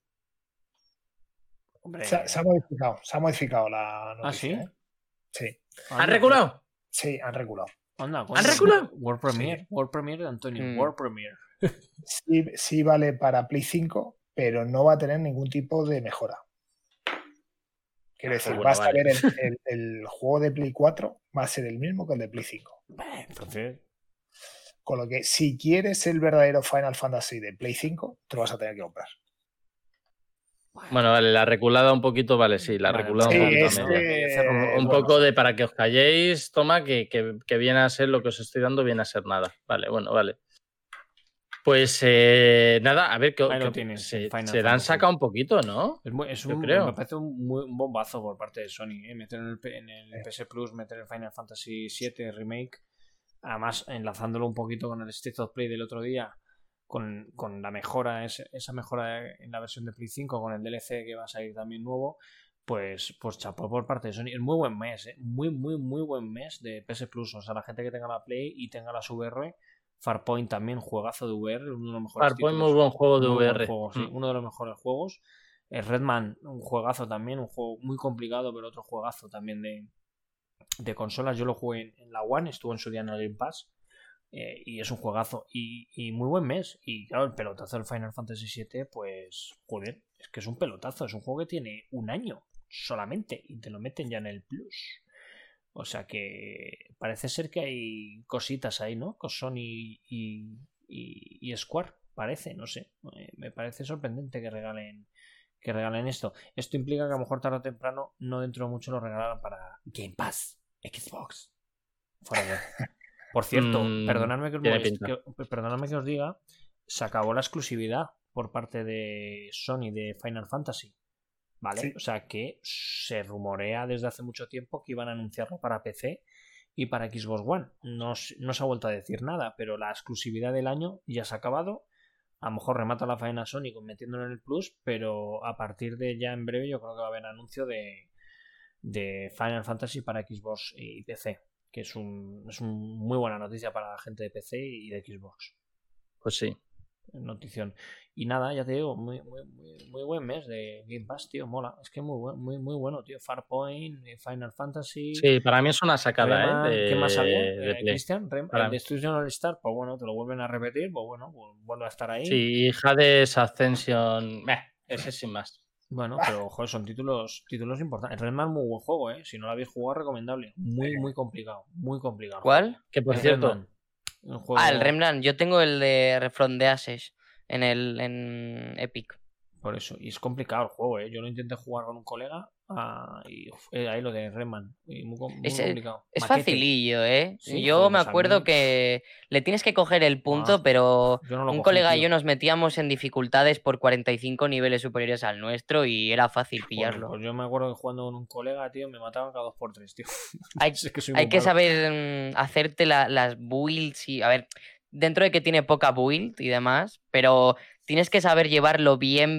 Hombre, Se ha modificado la noticia. ¿Ah, sí? ¿eh? Sí. ¿Han reculado? Sí, han reculado. Anda, ¿Han reculado? World Premiere, World Premiere, Antonio, World Premiere. Sí vale para Play 5, pero no va a tener ningún tipo de mejora. Quiero decir, bueno, vas a vale. ver el juego de Play 4 va a ser el mismo que el de Play 5. Entonces, Con lo que si quieres el verdadero Final Fantasy de Play 5, te lo vas a tener que comprar. Bueno, vale, la reculada un poquito, vale, sí, la Vale, reculada sí, un poquito a este- media. Un bueno, poco de para que os calléis, toma, que viene a ser lo que os estoy dando, viene a ser nada. Vale, bueno, vale. Pues nada, a ver, Ahí lo tienes, se Final la han Fantasy. sacado un poquito, ¿no? Yo creo. Me parece un bombazo por parte de Sony, meter en el PS Plus, meter el Final Fantasy VII Remake, además enlazándolo un poquito con el State of Play del otro día, con la mejora, esa mejora en la versión de Play 5, con el DLC que va a salir también nuevo, pues chapó por parte de Sony. Es muy buen mes, muy buen mes de PS Plus. O sea, la gente que tenga la Play y tenga las VR, Farpoint también, juegazo de VR, uno de los mejores Farpoint, títulos. muy buen juego de Muy buen VR. juego, sí, uno de los mejores juegos. Redman, un juegazo también, un juego muy complicado, pero otro juegazo también de consolas. Yo lo jugué en la One, estuvo en su día en el Game Pass, y es un juegazo y muy buen mes. Y claro, el pelotazo del Final Fantasy VII, pues joder, es que es un pelotazo, es un juego que tiene un año solamente y te lo meten ya en el Plus. O sea que parece ser que hay cositas ahí, ¿no? Con Sony y Square, parece, no sé. Me parece sorprendente que regalen esto. Esto implica que a lo mejor tarde o temprano, no dentro de mucho, lo regalarán para Game Pass, Xbox. Forever. Por cierto, perdonadme que os diga, se acabó la exclusividad por parte de Sony de Final Fantasy. ¿Vale? Sí. O sea que se rumorea desde hace mucho tiempo que iban a anunciarlo para PC y para Xbox One. No se ha vuelto a decir nada, pero la exclusividad del año ya se ha acabado. A lo mejor remata la faena Sony metiéndolo en el Plus, pero a partir de ya en breve yo creo que va a haber anuncio de Final Fantasy para Xbox y PC, que es muy buena noticia para la gente de PC y de Xbox. Pues sí. Notición. Y nada, ya te digo, muy buen mes de Game Pass, tío, mola. Es que muy bueno, tío. Farpoint, Final Fantasy. Sí, para mí es una sacada, Rayman, ¿qué más había? de Cristian, el Destruction All Star, pues bueno, te lo vuelven a repetir, pues bueno, pues vuelve a estar ahí. Sí, Hades Ascension, ese sin más. Bueno, pero joder, son títulos importantes. El Rayman, muy buen juego, si no lo habéis jugado, recomendable. Muy complicado, muy complicado. ¿Cuál? Que por cierto. Rayman. Juego... el Remnant. Yo tengo el de From the Ashes en Epic. Por eso, y es complicado el juego, Yo lo intenté jugar con un colega y ahí lo de Rayman. Muy complicado. Es facilillo, Sí, yo joder, me acuerdo que le tienes que coger el punto, pero un colega y yo nos metíamos en dificultades por 45 niveles superiores al nuestro y era fácil pillarlo. Pues yo me acuerdo que jugando con un colega, tío, me mataban cada 2x3, tío. Hay que saber hacerte las builds y, a ver, dentro de que tiene poca build y demás, pero tienes que saber llevarlo bien,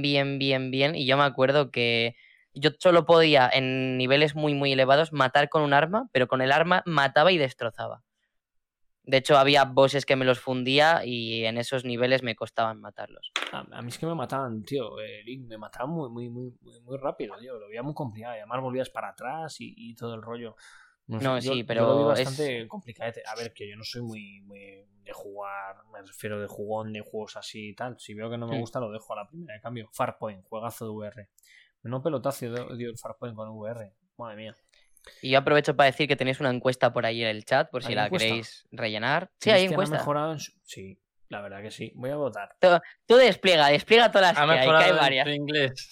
y yo me acuerdo que yo solo podía, en niveles muy elevados, matar con un arma, pero con el arma mataba y destrozaba. De hecho, había bosses que me los fundía y en esos niveles me costaban matarlos. A mí es que me mataban, tío, me mataban muy rápido, tío, lo veía muy complicado, y además volvías para atrás y todo el rollo. No, sí, pero yo lo vi bastante complicado. A ver, que yo no soy muy de jugar, me refiero de jugón de juegos así y tal. Si veo que no me gusta, lo dejo a la primera. De cambio, Farpoint, juegazo de VR. No pelotazo dio el Farpoint con VR. Madre mía. Y yo aprovecho para decir que tenéis una encuesta por ahí en el chat, por si la queréis rellenar. Sí, hay encuesta. Sí, la verdad que sí. Voy a votar. Tú despliega todas las que hay varias. En inglés.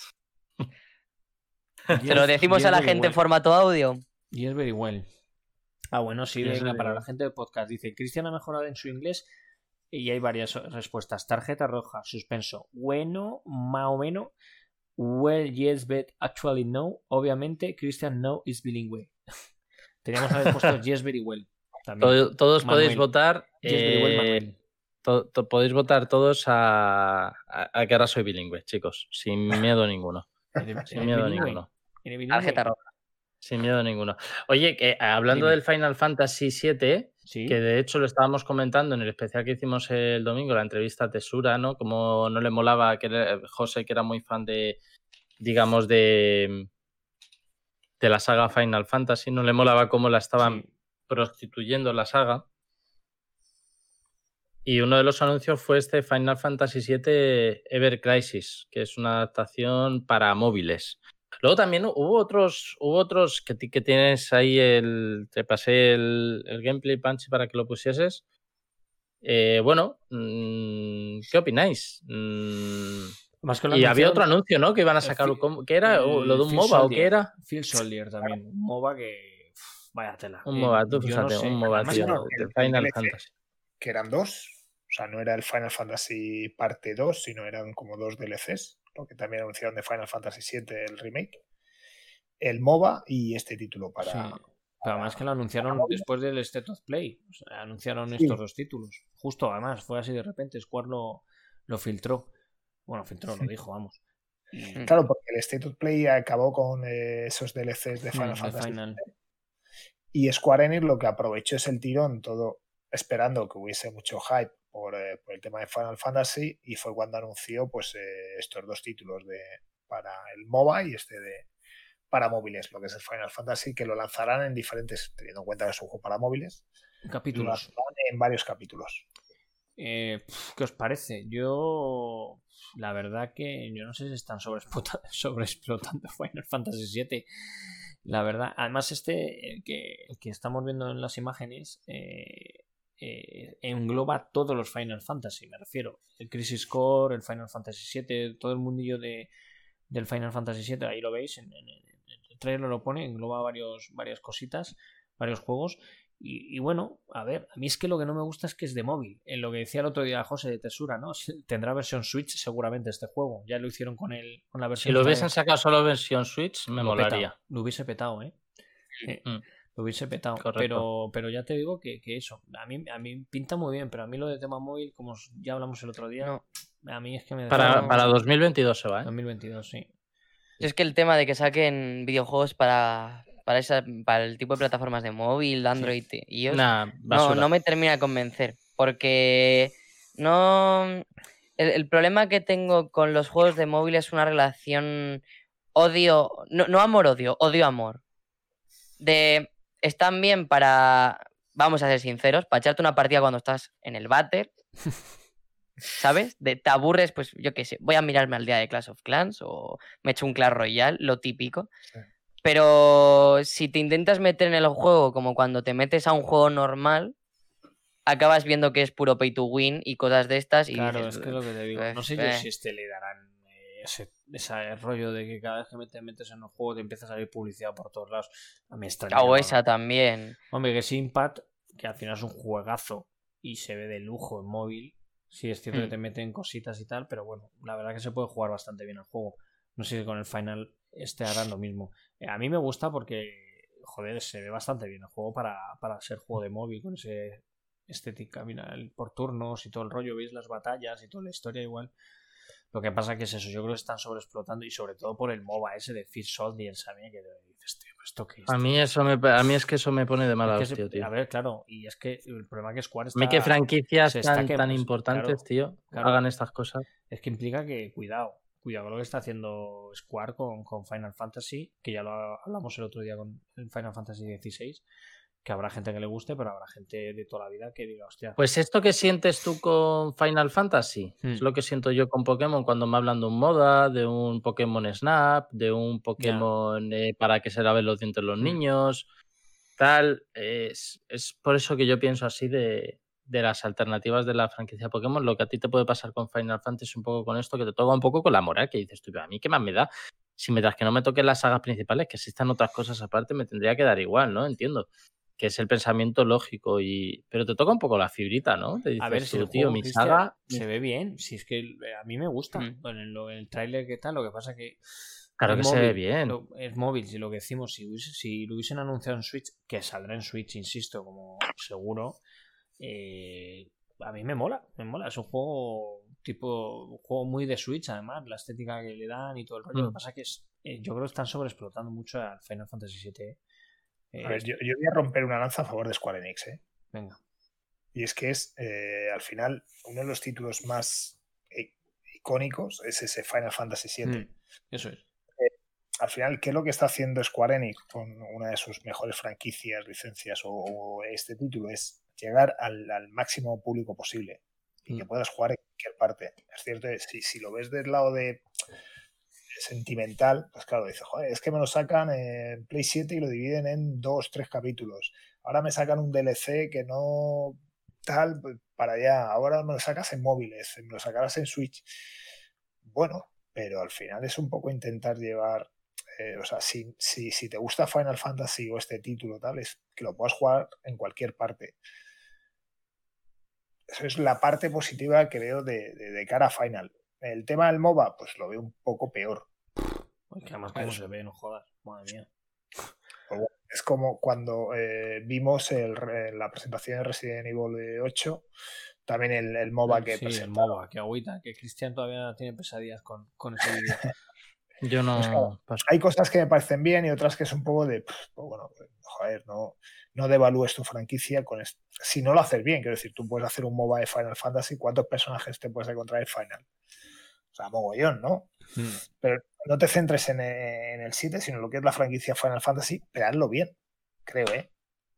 Se lo decimos a la gente en formato audio. Y es very well. Bueno, sí, venga, para la gente del podcast. Dice, Cristian ha mejorado en su inglés y hay varias respuestas. Tarjeta roja, suspenso. Bueno, más o menos. Well, yes, but actually no. Obviamente, Cristian no is bilingüe. Teníamos que haber puesto yes, very well. También. Todos Manuel. Podéis votar. Yes, very well, Manuel. Podéis votar todos a que ahora soy bilingüe, chicos. Sin miedo ninguno. Sin miedo ninguno. Tarjeta roja. Sin miedo ninguno. Oye, que hablando del Final Fantasy VII, ¿sí? Que de hecho lo estábamos comentando en el especial que hicimos el domingo, la entrevista a Tesura, ¿no? Como no le molaba que José, que era muy fan de, digamos, de la saga Final Fantasy, no le molaba cómo la estaban prostituyendo la saga. Y uno de los anuncios fue este Final Fantasy VII Ever Crisis, que es una adaptación para móviles. Luego también hubo otros que tienes ahí te pasé el gameplay punch para que lo pusieses. Bueno, ¿qué opináis? Más que lo y había anunciaron, otro anuncio, ¿no? Que iban a sacar. ¿Qué era? ¿Lo de un Phil MOBA o Soldier, qué era? Phil Soldier también. Un MOBA que. Vaya tela. Un MOBA, tú Yo fíjate, no sé. un MOBA, Además, tío, bueno, de el Final DLC, Fantasy. que eran 2, o sea, no era el Final Fantasy parte 2, sino eran como 2 DLCs, lo que también anunciaron de Final Fantasy VII, el remake, el MOBA y este título para... Sí. Pero además que lo anunciaron después del State of Play. O sea, anunciaron Sí. estos 2 títulos. Justo, además, fue así de repente. Square lo filtró. Bueno, filtró, lo dijo, vamos. Y... Claro, porque el State of Play acabó con esos DLCs de Final Fantasy. Y Square Enix lo que aprovechó es el tirón, todo esperando que hubiese mucho hype por el tema de Final Fantasy, y fue cuando anunció pues estos 2 títulos para el MOBA y para móviles, lo que es el Final Fantasy, que lo lanzarán en diferentes, teniendo en cuenta que es un juego para móviles, capítulos. lo lanzarán en varios capítulos. ¿Qué os parece? Yo, la verdad que yo no sé si están sobreexplotando Final Fantasy VII. La verdad, además el que estamos viendo en las imágenes engloba todos los Final Fantasy, me refiero. El Crisis Core, el Final Fantasy VII, todo el mundillo del Final Fantasy VII, ahí lo veis, en el trailer lo pone, engloba varias cositas, varios juegos. Y bueno, a ver, a mí es que lo que no me gusta es que es de móvil. En lo que decía el otro día José de Tesura, ¿no? Tendrá versión Switch seguramente este juego. Ya lo hicieron con la versión. Si lo hubiesen sacado solo versión Switch, me molaría. Lo hubiese petado, ¿eh? Lo hubiese petado. Correcto. Pero ya te digo que eso. A mí pinta muy bien, pero a mí lo de tema móvil, como ya hablamos el otro día, a mí es que me... Para 2022 se va, ¿eh? 2022, sí. Es que el tema de que saquen videojuegos para el tipo de plataformas de móvil, Android y iOS, no me termina de convencer. Porque no... El problema que tengo con los juegos de móvil es una relación odio... No amor-odio, odio-amor. Están bien para... Vamos a ser sinceros, para echarte una partida cuando estás en el váter. ¿Sabes? Te aburres, pues yo qué sé, voy a mirarme al día de Clash of Clans o me echo un Clash Royale, lo típico. Sí. Pero si te intentas meter en el juego como cuando te metes a un juego normal, acabas viendo que es puro pay to win y cosas de estas. Y claro, dices, es que es lo que te digo. No sé yo si le darán ese rollo de que cada vez que te metes en un juego te empieza a salir publicidad por todos lados. A mí extraña. O esa también. Hombre, que Impact, que al final es un juegazo y se ve de lujo en móvil. Sí, es cierto que te meten cositas y tal, pero bueno, la verdad que se puede jugar bastante bien el juego. No sé si con el Final harán lo mismo. A mí me gusta porque, joder, se ve bastante bien el juego para ser juego de móvil, con ese estética, mira, por turnos y todo el rollo, veis las batallas y toda la historia igual. Lo que pasa que es eso, yo creo que están sobreexplotando y sobre todo por el MOBA ese de Phil Soldier, ¿sabes? Que dices, tío, ¿esto qué es? A mí es que eso me pone de mala hostia, tío. A ver, claro, y es que el problema que Square está... que franquicias tan importantes, claro, tío, hagan estas cosas. Es que implica que, cuidado con lo que está haciendo Square con Final Fantasy, que ya lo hablamos el otro día con el Final Fantasy XVI, que habrá gente que le guste, pero habrá gente de toda la vida que diga, hostia. Pues esto que sientes tú con Final Fantasy es lo que siento yo con Pokémon cuando me hablan de un MOBA, de un Pokémon Snap, de un Pokémon para que se laven los dientes los niños, tal. Es por eso que yo pienso así de las alternativas de la franquicia Pokémon. Lo que a ti te puede pasar con Final Fantasy un poco con esto, que te toca un poco con la moral, que dices tú, a mí qué más me da. Si mientras que no me toquen las sagas principales, que existan otras cosas aparte, me tendría que dar igual, ¿no? Entiendo que es el pensamiento lógico, pero te toca un poco la fibrita, ¿no? Te dices, a ver si tú, tío, mi saga se ve bien, si es que a mí me gusta. Bueno, en el tráiler que tal, lo que pasa que claro que móvil, se ve bien. Es móvil, si lo que decimos, si lo hubiesen anunciado en Switch, que saldrá en Switch, insisto, como seguro, a mí me mola. Es un juego muy de Switch, además, la estética que le dan y todo el rollo. Lo que pasa que yo creo que están sobreexplotando mucho al Final Fantasy VII. A ver, yo voy a romper una lanza a favor de Square Enix, ¿eh? Venga. Y es que es, al final, uno de los títulos más icónicos es ese Final Fantasy VII. Eso es. al final, ¿qué es lo que está haciendo Square Enix con una de sus mejores franquicias, licencias o este título? Es llegar al máximo público posible y que puedas jugar en cualquier parte. Es cierto, si lo ves del lado de sentimental, pues claro, dices, joder, es que me lo sacan en Play 7 y lo dividen en 2-3 capítulos. Ahora me sacan un DLC que no tal para allá. Ahora me lo sacas en móviles, me lo sacarás en Switch. Bueno, pero al final es un poco intentar llevar, o sea, si te gusta Final Fantasy o este título tal, es que lo puedas jugar en cualquier parte. Eso es la parte positiva que veo de cara a Final. El tema del MOBA, pues lo veo un poco peor. Que además cómo se ve, no jodas, madre mía. Es como cuando vimos la presentación de Resident Evil 8, también el MOBA que presentaron. El MOBA, que agüita, que Cristian todavía tiene pesadillas con ese vídeo. Yo no... Pues claro, hay cosas que me parecen bien y otras que es un poco de, pues, bueno, joder, no devalúes tu franquicia con esto. Si no lo haces bien, quiero decir, tú puedes hacer un MOBA de Final Fantasy, ¿cuántos personajes te puedes encontrar en Final? O sea, mogollón, ¿no? Pero no te centres en el 7, sino en lo que es la franquicia Final Fantasy, pero hazlo bien, creo, ¿eh?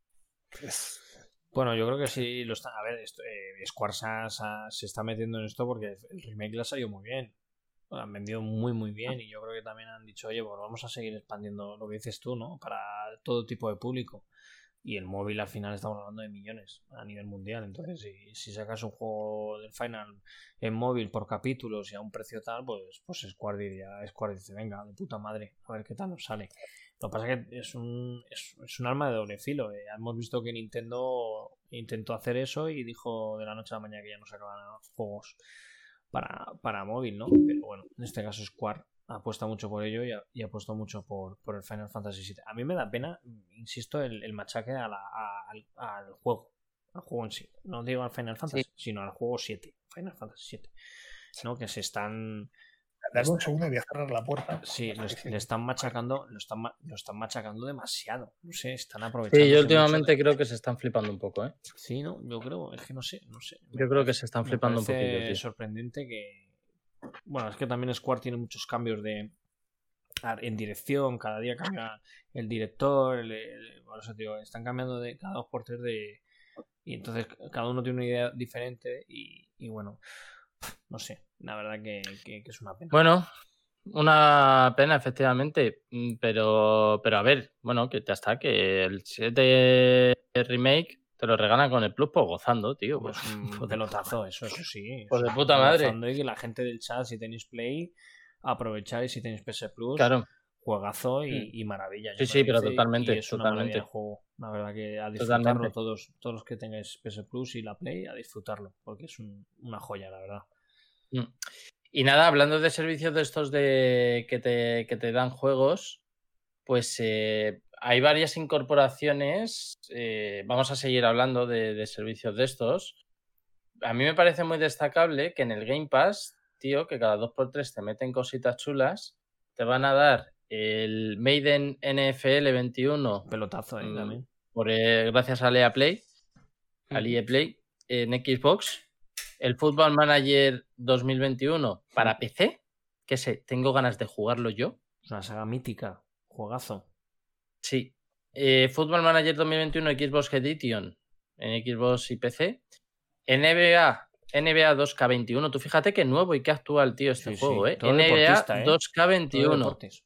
Bueno, yo creo que sí lo está. A ver, Square se está metiendo en esto porque el remake le ha salido muy bien. Lo han vendido muy, muy bien. Y yo creo que también han dicho, oye, pues vamos a seguir expandiendo lo que dices tú, ¿no? Para todo tipo de público. Y el móvil al final estamos hablando de millones a nivel mundial. Entonces, si sacas un juego del Final en móvil por capítulos y a un precio tal, pues Square dice, venga, de puta madre, a ver qué tal nos sale. Lo que pasa es que es un arma de doble filo. Hemos visto que Nintendo intentó hacer eso y dijo de la noche a la mañana que ya no sacaban juegos para móvil, ¿no? Pero bueno, en este caso Square apuesta mucho por ello y apuesta mucho por el Final Fantasy VII. A mí me da pena, insisto, el machaque al juego en sí. No digo al Final Fantasy, sino al juego 7, Final Fantasy VII. ¿No? Que se están... Dame un segundo y voy a cerrar la puerta. Sí, le están machacando, lo están machacando demasiado. No sé, están aprovechando. Sí, yo últimamente creo que se están flipando un poco, ¿eh? Sí, no, yo creo, es que no sé. Yo creo que se están flipando un poquillo, tío. Es sorprendente que... Bueno, es que también Square tiene muchos cambios en dirección, cada día cambia el director, bueno, eso, tío, están cambiando de cada 2x3 y entonces cada uno tiene una idea diferente y bueno, no sé, la verdad que es una pena. Bueno, una pena efectivamente, pero a ver, bueno, que ya está, que el 7 remake te lo regalan con el Plus, pues gozando, tío. Pues un pelotazo, eso sí. Pues de puta madre. Y que la gente del chat, si tenéis Play, aprovecháis, si tenéis PS Plus, claro. Juegazo y maravilla. Sí, pero totalmente. Y es una maravilla de juego. La verdad que a disfrutarlo todos los que tengáis PS Plus y la Play, a disfrutarlo, porque es una joya, la verdad. Y nada, hablando de servicios de estos que te dan juegos, pues hay varias incorporaciones. Vamos a seguir hablando de servicios de estos. A mí me parece muy destacable que en el Game Pass, tío, que cada 2x3 te meten cositas chulas, te van a dar el Maiden NFL 21. Pelotazo, también. Gracias a EA Play, al EA Play, en Xbox. El Football Manager 2021 para PC, que sé, tengo ganas de jugarlo yo. Es una saga mítica, juegazo. Sí. Football Manager 2021 Xbox Edition en Xbox y PC. NBA 2K21. Tú fíjate qué nuevo y qué actual, tío, este juego, ¿eh? NBA 2K21.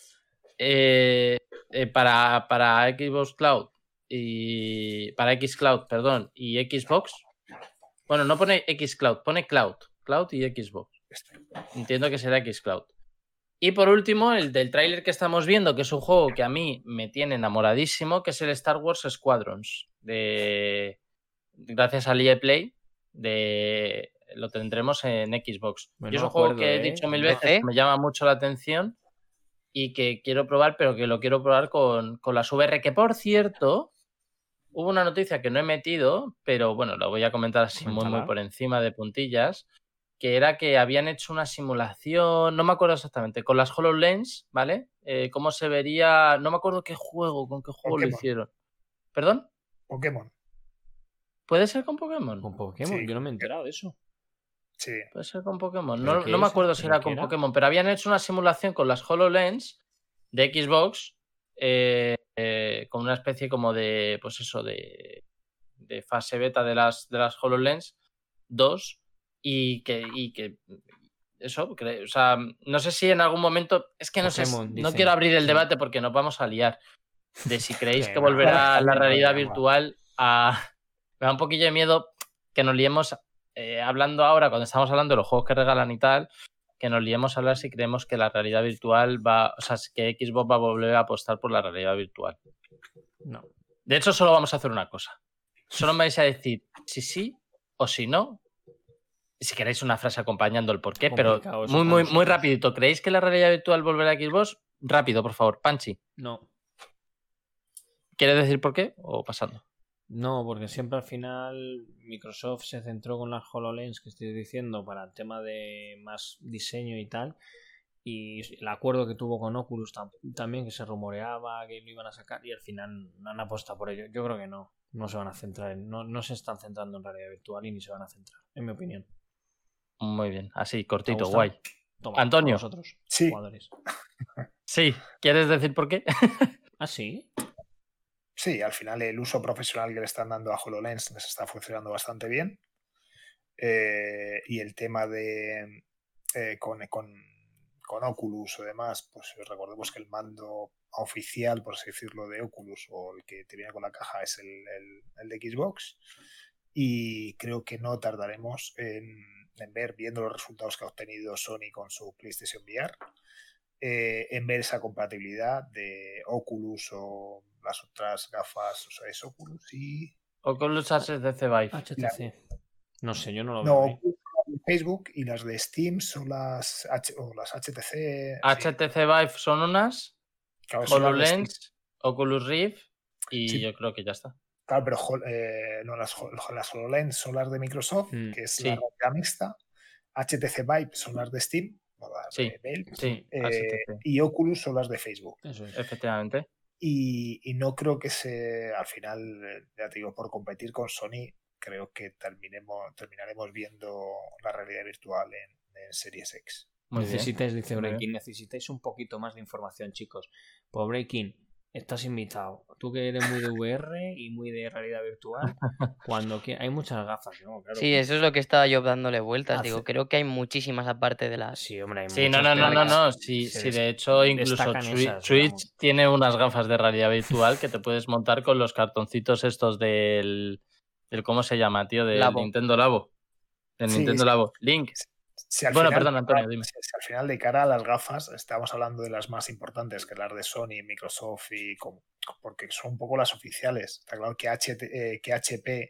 Para Xbox Cloud y para Xcloud, perdón, y Xbox. Bueno, no pone Xcloud, pone Cloud y Xbox. Entiendo que será Xcloud. Y por último, el del tráiler que estamos viendo, que es un juego que a mí me tiene enamoradísimo, que es el Star Wars Squadrons. Gracias al EA Play, lo tendremos en Xbox. Yo es un juego que he dicho 1000 veces que me llama mucho la atención y que quiero probar, pero que lo quiero probar con las VR, que por cierto... Hubo una noticia que no he metido, pero bueno, lo voy a comentar así muy por encima de puntillas, que era que habían hecho una simulación, no me acuerdo exactamente, con las HoloLens, ¿vale? Cómo se vería, no me acuerdo con qué juego Pokémon. Lo hicieron. ¿Perdón? Pokémon. ¿Puede ser con Pokémon? Con Pokémon, sí. Yo no me he enterado de eso. Sí. Puede ser con Pokémon. No me acuerdo si era con Pokémon, pero habían hecho una simulación con las HoloLens de Xbox con una especie como de, pues eso, de fase beta de las HoloLens 2 y que eso, o sea, no sé si en algún momento, es que no sé, Pokémon, no dicen. quiero abrir el Sí. debate porque nos vamos a liar de si creéis que no, volverá la no, realidad no, virtual a... Me da un poquillo de miedo que nos liemos hablando ahora, cuando estamos hablando de los juegos que regalan y tal, que nos liemos a hablar si creemos que la realidad virtual va, o sea, que Xbox va a volver a apostar por la realidad virtual. No. De hecho, solo vamos a hacer una cosa. Solo me vais a decir si sí o si no. Y si queréis una frase acompañando el porqué, pero Complicado eso muy, para muy, muy nosotros. rapidito. ¿Creéis que la realidad virtual volverá a Xbox? Rápido, por favor. Panchi, No. ¿quieres decir por qué o pasando? No, porque siempre al final Microsoft se centró con las HoloLens que estoy diciendo para el tema de más diseño y tal. Y el acuerdo que tuvo con Oculus también, que se rumoreaba que lo iban a sacar y al final no han apostado por ello. Yo creo que no. No se van a centrar no se están centrando en realidad virtual y ni se van a centrar, en mi opinión. Muy bien, así, ¿Te cortito, gusta? guay. Toma, Antonio. a vosotros, Sí. jugadores. Sí, ¿quieres decir por qué? ¿Ah, sí? Sí, al final el uso profesional que le están dando a HoloLens les está funcionando bastante bien. Y el tema de con Oculus o demás, pues recordemos que el mando oficial, por así decirlo, de Oculus o el que te viene con la caja es el de Xbox. Y creo que no tardaremos en ver, viendo los resultados que ha obtenido Sony con su PlayStation VR, en ver esa compatibilidad de Oculus o las otras gafas, o sea, es Oculus y... Oculus HTC Vive. HTC. No sé, yo no lo No, veo. Oculus de Facebook y las de Steam son las HTC. HTC Vive son unas, Claro, son las de Steam. HoloLens, Oculus Rift y Sí. yo creo que ya está. Claro, pero no, las HoloLens son las de Microsoft, que es la realidad mixta. HTC Vive son las de Steam, las de Valve, sí, HTC. y Oculus son las de Facebook. Eso es. Efectivamente. Y no creo que al final, ya te digo, por competir con Sony, creo que terminaremos viendo la realidad virtual en Series X. Necesitáis, dice Breaking, necesitáis un poquito más de información, chicos. Pues Breaking, estás invitado. Tú que eres muy de VR y muy de realidad virtual, hay muchas gafas, ¿no? Claro, sí, eso es lo que estaba yo dándole vueltas. Digo, creo que hay muchísimas aparte de las... Sí, hombre, hay sí, muchas. No. Sí, de hecho, incluso Switch tiene unas gafas de realidad virtual que te puedes montar con los cartoncitos estos del ¿cómo se llama, tío? Del Labo. Nintendo Labo. Del Nintendo Labo. Link. Bueno, perdón, Antonio, dime. Si al final, de cara a las gafas, estamos hablando de las más importantes, que las de Sony, Microsoft, porque son un poco las oficiales. Está claro que HP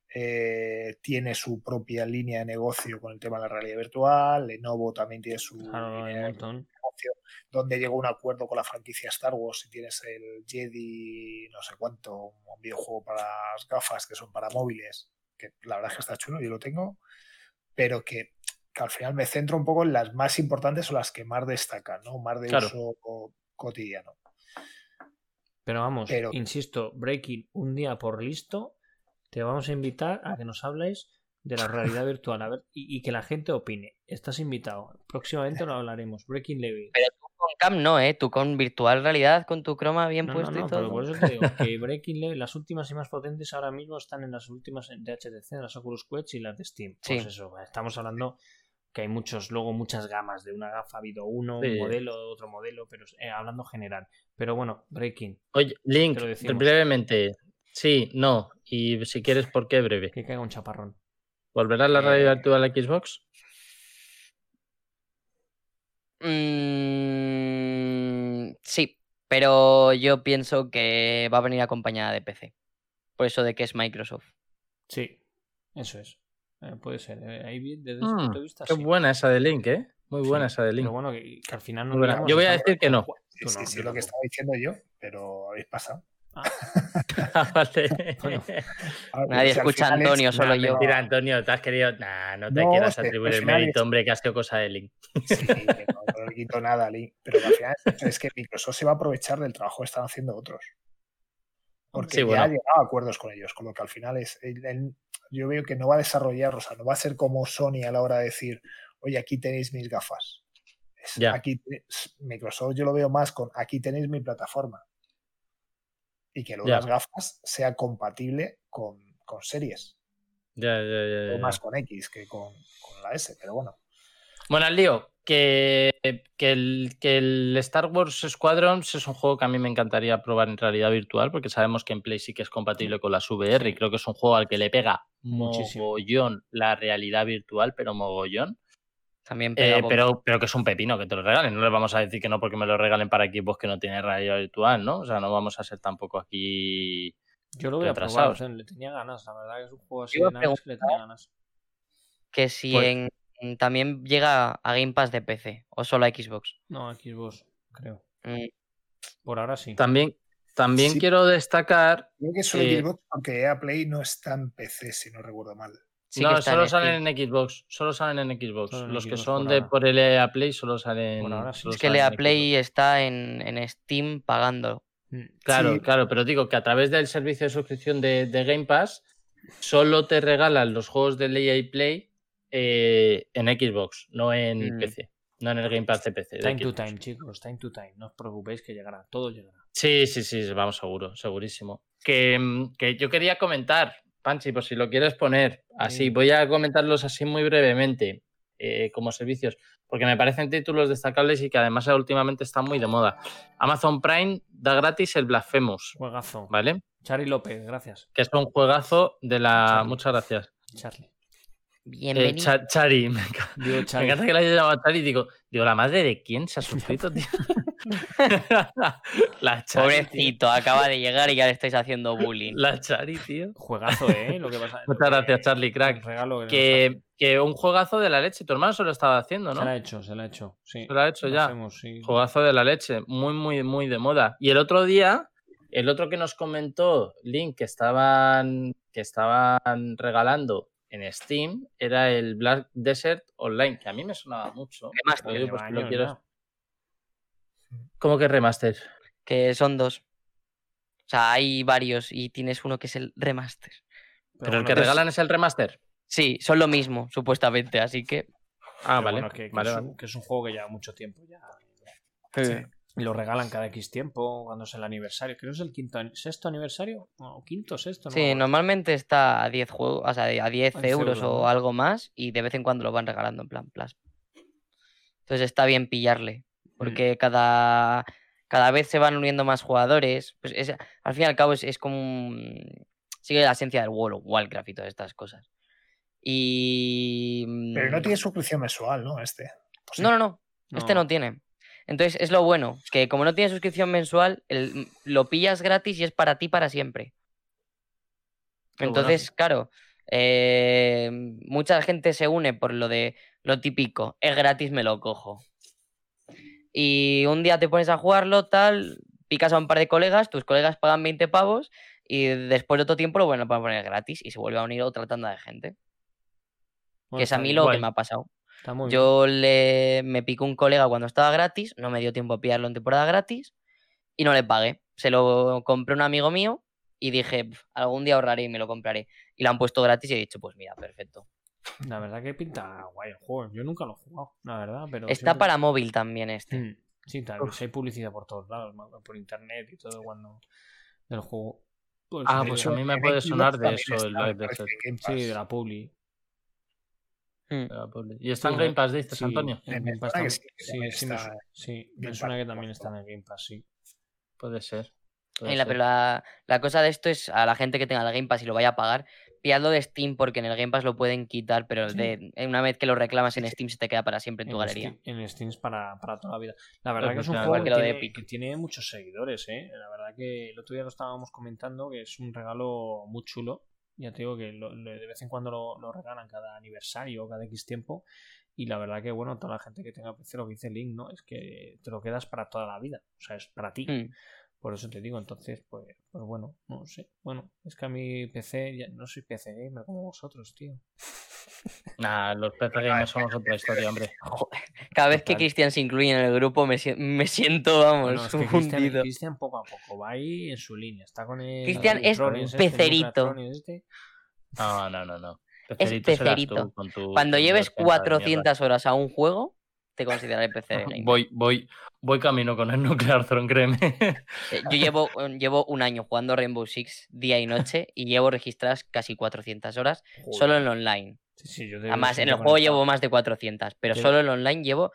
tiene su propia línea de negocio con el tema de la realidad virtual. Lenovo también tiene su línea de negocio, donde llegó un acuerdo con la franquicia Star Wars y tienes el Jedi, no sé cuánto, un videojuego para las gafas que son para móviles, que la verdad es que está chulo, yo lo tengo, pero que al final me centro un poco en las más importantes o las que más destacan, ¿no? Más de uso cotidiano. Pero vamos, insisto, Breaking, un día por listo, te vamos a invitar a que nos habléis de la realidad virtual, a ver, y que la gente opine. Estás invitado. Próximamente lo hablaremos. Breaking Level. Pero tú con Cam no, ¿eh? Tú con virtual realidad, con tu croma bien puesto y todo. Pero por eso te digo que Breaking Level, las últimas y más potentes ahora mismo están en las últimas de HTC, en las Oculus Quest y las de Steam. Pues eso, estamos hablando que hay muchas gamas. De una gafa ha habido uno, un modelo, otro modelo, pero hablando general. Pero bueno, Breaking. Oye, Link, brevemente. Sí, no. Y si quieres, ¿por qué breve? Que caiga un chaparrón. ¿Volverá la realidad virtual a Xbox? Sí, pero yo pienso que va a venir acompañada de PC. Por eso de que es Microsoft. Sí, eso es. Puede ser. Ahí desde ese punto de vista. Qué buena esa de Link, ¿eh? Muy buena esa de Link. Pero bueno, que al final no. Digamos, yo voy a decir que no. Sí, lo que estaba diciendo yo, pero habéis pasado. Vale. Bueno, nadie escucha a Antonio, solo yo. Mentira, Antonio, te has querido. No te quieras atribuir el mérito, hombre, que ha sido cosa de Link. Sí, no le quito nada a Link. Pero al final es que Microsoft se va a aprovechar del trabajo que están haciendo otros. Porque ya ha llegado a acuerdos con ellos, con lo que al final yo veo que no va a desarrollar, o sea, no va a ser como Sony a la hora de decir, oye, aquí tenéis mis gafas. Ya. aquí Microsoft yo lo veo más con aquí tenéis mi plataforma. Y que luego Ya. las gafas sea compatible con series. Ya. O más con X que con la S, pero bueno. Bueno, al lío, que el Star Wars Squadrons es un juego que a mí me encantaría probar en realidad virtual, porque sabemos que en Play sí que es compatible con las VR y creo que es un juego al que le pega Muchísimo. mogollón la realidad virtual, pero mogollón. También pega pero que es un pepino que te lo regalen. No les vamos a decir que no porque me lo regalen para equipos que no tienen realidad virtual, ¿no? O sea, no vamos a ser tampoco aquí Yo lo voy a probar, retrasados. le tenía ganas, la verdad que es un juego así Iba de a naves que le tenía ganas. que si Pues- también llega a Game Pass de PC o solo a Xbox. No, Xbox, creo. Mm, Por ahora sí. También Sí. quiero destacar... Creo que solo Xbox, aunque EA Play no está en PC, si no recuerdo mal. sí que no, está solo en salen Steam. en Xbox. Solo salen en Xbox. Solo en Los que Xbox son por ahora. por el EA Play solo salen. Por ahora sí. solo Es que el salen EA en Play Xbox. está en Steam pagando. Claro, Sí. claro, pero digo que a través del servicio de suscripción de Game Pass solo te regalan los juegos del EA Play en Xbox, no en PC. No en el Game Pass de PC. de Time to Xbox. time, chicos, time to time. No os preocupéis que llegará, todo llegará. Sí, vamos, segurísimo. Que yo quería comentar, Panchi, por si lo quieres poner así, Sí. voy a comentarlos así muy brevemente como servicios, porque me parecen títulos destacables y que además últimamente están muy de moda. Amazon Prime da gratis el Blasphemous, Juegazo. ¿vale? Charlie López, gracias. Que es un juegazo de la... Charlie. Muchas gracias. Charlie. Bienvenido. Chari, Digo me Charlie. encanta que la haya llamado Chari y digo, ¿la madre de quién se ha suscrito, tío? La Chari, tío. Pobrecito, acaba de llegar y ya le estáis haciendo bullying. La Chari, tío. Juegazo, Lo que pasa. Muchas gracias, Charlie, crack. El regalo que nos Que un juegazo de la leche. Tu hermano se lo estaba haciendo, hace. ¿no? Se la ha hecho, sí. Se lo ha hecho Lo ya. hacemos, sí. Juegazo de la leche. Muy, muy, muy de moda. Y el otro día, el otro que nos comentó Link que estaban regalando en Steam era el Black Desert Online, que a mí me sonaba mucho. Remaster. Lo digo por Lleva si lo años quieres. ya. ¿Cómo que remaster? Que son dos. O sea, hay varios y tienes uno que es el remaster. ¿Pero el bueno, que regalan es el remaster? Sí, son lo mismo, supuestamente, así que. Ah, pero vale. bueno, que Vale, es, vale. que es un juego que lleva mucho tiempo ya. Sí. Y lo regalan cada X tiempo, cuando es el aniversario. Creo que es el sexto aniversario. O quinto, sexto. No me Sí, acuerdo. normalmente está a 10 juegos, o sea, a 10 euros euros, o ¿no? algo más y de vez en cuando lo van regalando en plan plasma. Entonces está bien pillarle, porque cada vez se van uniendo más jugadores. Pues al fin y al cabo es como sigue la esencia del World of Warcraft y todas estas cosas. Y... Pero no tiene suscripción mensual, ¿no? ¿O sí? No. Este no tiene. Entonces es lo bueno, que como no tiene suscripción mensual, lo pillas gratis y es para ti para siempre. Qué Entonces, claro, mucha gente se une por lo típico, es gratis, me lo cojo. Y un día te pones a jugarlo, tal, picas a un par de colegas, tus colegas pagan 20 pavos y después de otro tiempo lo vuelven a poner gratis y se vuelve a unir otra tanda de gente. Bueno, Que es a está mí bien. lo Guay. que me ha pasado. Está muy Yo me picó un colega cuando estaba gratis, no me dio tiempo a pillarlo en temporada gratis y no le pagué. Se lo compré a un amigo mío y dije, algún día ahorraré y me lo compraré. Y lo han puesto gratis y he dicho, pues mira, perfecto. bien. La verdad que pinta guay el juego. Yo nunca lo he jugado, la verdad. Pero Está siempre- para móvil también este. Sí, tal vez hay publicidad por todos lados, por internet y todo cuando del juego. Pues, Ah, sí, pues digo, a mí me en puede Xbox sonar de también eso, está, el me Black parece, Desert. en Game sí, Pass. de la publi. Y está en Sí, Game Pass, dices, Sí, Antonio. en Me Game Pass suena que también. sí, que Sí, también sí, me, está su- sí, me Game suena Pass, que también por están en Game Pass, sí. Puede ser. Pero la cosa de esto es a la gente que tenga el Game Pass y lo vaya a pagar, pilladlo de Steam porque en el Game Pass lo pueden quitar, pero Sí. una vez que lo reclamas en Sí, sí. Steam se te queda para siempre en tu En galería. En Steam para toda la vida. La verdad que es un Efectivamente. juego Igual que lo de tiene, Epic. que tiene muchos seguidores, ¿eh? La verdad que el otro día lo estábamos comentando, que es un regalo muy chulo. Ya te digo que de vez en cuando lo regalan cada aniversario o cada X tiempo. Y la verdad que, bueno, toda la gente que tenga PC, lo que dice Link, ¿no? Es que te lo quedas para toda la vida. O sea, es para ti. Por eso te digo, entonces, pues bueno, no sé. Bueno, es que a mi PC, ya no soy PC gamer como vosotros, tío. Nah, los PC Gamers somos otra historia, hombre. Cada vez que Total. Cristian se incluye en el grupo me siento, vamos, Bueno, es que hundido. Cristian poco a poco va ahí en su línea. Está con el. Cristian es Tronies pecerito. Tronies No. Es Pecerito serás pecerito. tú con tu- Cuando con tu lleves defensa de mierda. 400 horas a un juego, te consideraré PC gamer. Voy camino con el Nuclear Throne, créeme. Yo llevo un año jugando Rainbow Six día y noche y llevo registradas casi 400 horas solo en online. Sí, Además, en el juego llevo más de 400, pero solo en online llevo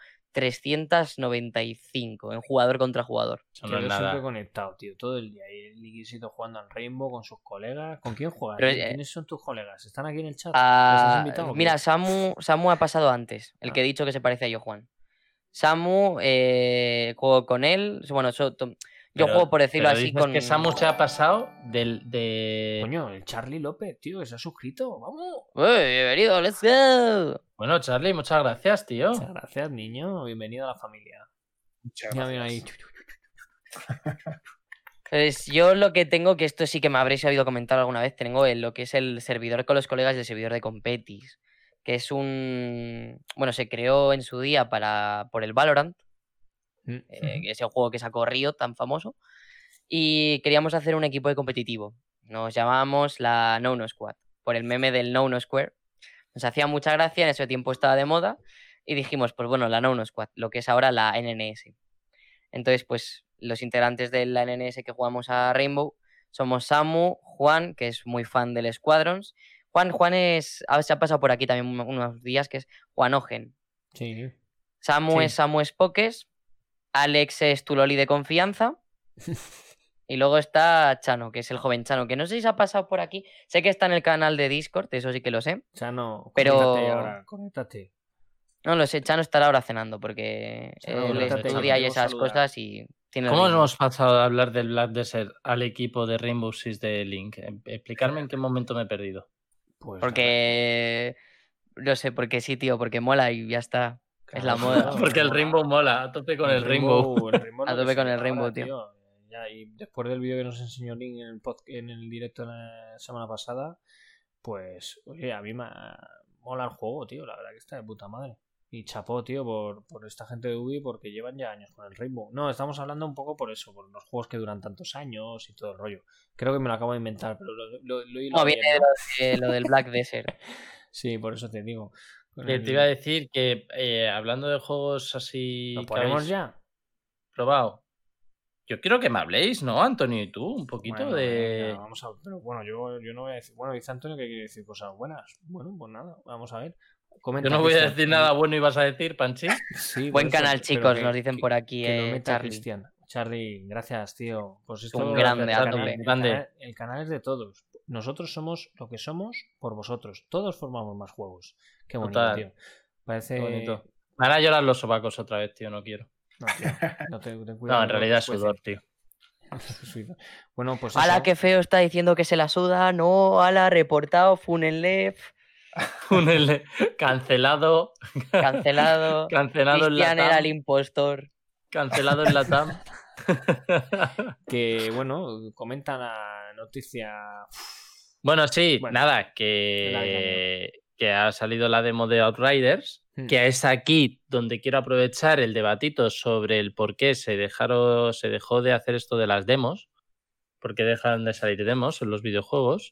395 en jugador contra jugador. Yo siempre conectado, tío, todo el día. Y he sido jugando en Rainbow con sus colegas. ¿Con quién juegas? ¿Quiénes son tus colegas? ¿Están aquí en el chat? ¿Les has invitado? Mira, Samu ha pasado antes, el que he dicho que se parece a yo, Juan. Samu, juego con él. Bueno, yo juego, por decirlo así, con... que Samu se ha pasado Coño, el Charlie López, tío, que se ha suscrito. ¡Vamos! Bienvenido, let's go. Bueno, Charlie, muchas gracias, tío. Muchas gracias, niño. Bienvenido a la familia. Muchas gracias. Ahí. Pues yo lo que tengo, que esto sí que me habréis oído comentar alguna vez, tengo lo que es el servidor con los colegas del servidor de Competis, que es bueno, se creó en su día por el Valorant, que es el juego que sacó Riot, tan famoso, y queríamos hacer un equipo de competitivo. Nos llamábamos la No No Squad, por el meme del No No Square. Nos hacía mucha gracia, en ese tiempo estaba de moda, y dijimos, pues bueno, la No No Squad, lo que es ahora la NNS. Entonces, pues los integrantes de la NNS que jugamos a Rainbow somos Samu, Juan, que es muy fan del Squadrons. Juan se ha pasado por aquí también unos días, que es Juan Ogen. Sí. Samu es Samu Spokes. Alex es tu loli de confianza. Y luego está Chano, que es el joven Chano, que no sé si se ha pasado por aquí. Sé que está en el canal de Discord, eso sí que lo sé. Chano, conéctate. No lo sé, Chano estará ahora cenando porque él estudia y esas cosas y tiene... ¿Cómo hemos pasado de hablar del Black Desert al equipo de Rainbow Six de Link? Explicarme en qué momento me he perdido. Pues porque... No sé, porque sí, tío, porque mola y ya está. Claro, es la moda. Porque el Rainbow mola, a tope con el Rainbow. A tope con el Rainbow, tío. Ya, y después del vídeo que nos enseñó Link en el directo la semana pasada, pues, oye, a mí me mola el juego, tío. La verdad que está de puta madre. Y chapó, tío, por esta gente de Ubi, porque llevan ya años con el Rainbow. No, estamos hablando un poco por eso, por los juegos que duran tantos años y todo el rollo. Creo que me lo acabo de inventar, pero lo no, viene de lo del Black Desert. Sí, por eso te digo. Te iba a decir que, hablando de juegos así... ¿Lo ponemos ya? Probado. Yo quiero que me habléis, ¿no, Antonio y tú? Un poquito bueno, de... Venga, vamos a ver. Pero bueno, yo no voy a decir... Bueno, dice Antonio que quiere decir cosas buenas. Bueno, pues nada, vamos a ver. Comenta, yo no voy a decir nada bueno y vas a decir, Panchi. Sí, buen canal, chicos, nos dicen por aquí. Charlie. Charlie, gracias, tío. Pues esto un grande, el canal es de todos. Nosotros somos lo que somos por vosotros. Todos formamos más juegos. Qué bonito, total, tío. Parece... Qué bonito. Me van a llorar los sobacos otra vez, tío, no quiero. No, tío, no ten cuidado. No, en realidad es sudor, tío. Bueno, pues ala, eso. Qué feo está diciendo que se la suda. No, ala, reportado, Funenlev. Cancelado. Cancelado Cristian era el impostor. Cancelado en la TAM. Que bueno, comenta la noticia. Bueno, sí, bueno, nada, que ha salido la demo de Outriders, que es aquí donde quiero aprovechar el debatito sobre el por qué se dejó de hacer esto de las demos, por qué dejan de salir demos en los videojuegos.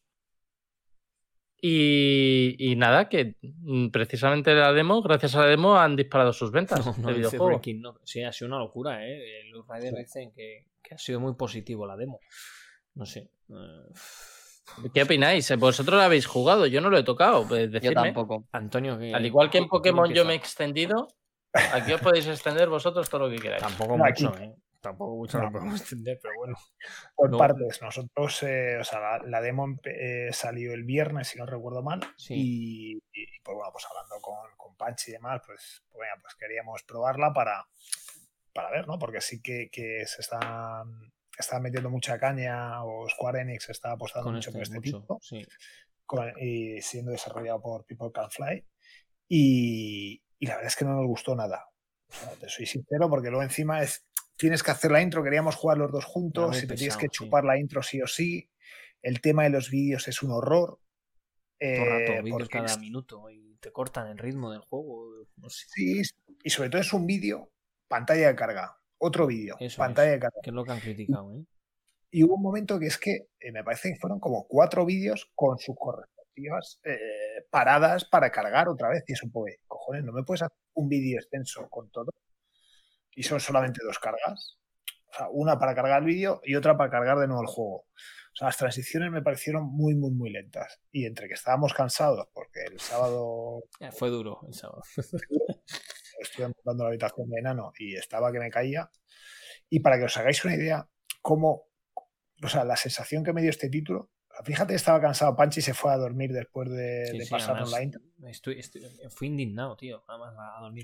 Y nada, que precisamente gracias a la demo han disparado sus ventas de videojuegos. Sí, ha sido una locura, ¿eh? Los Riders dicen que ha sido muy positivo la demo. No sé. ¿Qué opináis? ¿Vosotros lo habéis jugado? Yo no lo he tocado. Decidme. Yo tampoco. Antonio, al igual que en Pokémon yo me he extendido, aquí os podéis extender vosotros todo lo que queráis. Tampoco mucho, ¿eh? Tampoco mucho no podemos extender, pero bueno. Por partes, nosotros, o sea, la demo salió el viernes, si no recuerdo mal, sí. y pues bueno, pues hablando con Panchi y demás, pues queríamos probarla para ver, ¿no? Porque sí que se está metiendo mucha caña, o Square Enix está apostando mucho por este tipo, sí. Y siendo desarrollado por People Can Fly, y la verdad es que no nos gustó nada. O sea, te soy sincero, porque luego encima tienes que hacer la intro, queríamos jugar los dos juntos, y te tienes que chupar la intro sí o sí. El tema de los vídeos es un horror. Todo el rato, vídeos cada minuto, y te cortan el ritmo del juego. No sé. Sí, y sobre todo es un vídeo, pantalla de carga. Otro vídeo, pantalla de carga. Que es lo que han criticado, ¿eh? Y hubo un momento que es que me parece que fueron como 4 vídeos con sus correspectivas paradas para cargar otra vez. Y eso, pues, cojones, ¿no me puedes hacer un vídeo extenso con todo? Y son solamente 2 cargas. O sea, una para cargar el vídeo y otra para cargar de nuevo el juego. O sea, las transiciones me parecieron muy, muy, muy lentas. Y entre que estábamos cansados, porque el sábado... Fue duro el sábado. Estuve montando la habitación de enano y estaba que me caía. Y para que os hagáis una idea, cómo... O sea, la sensación que me dio este título... Fíjate, estaba cansado Panchi y se fue a dormir después de pasar online. Fui indignado, tío. Nada más a dormir.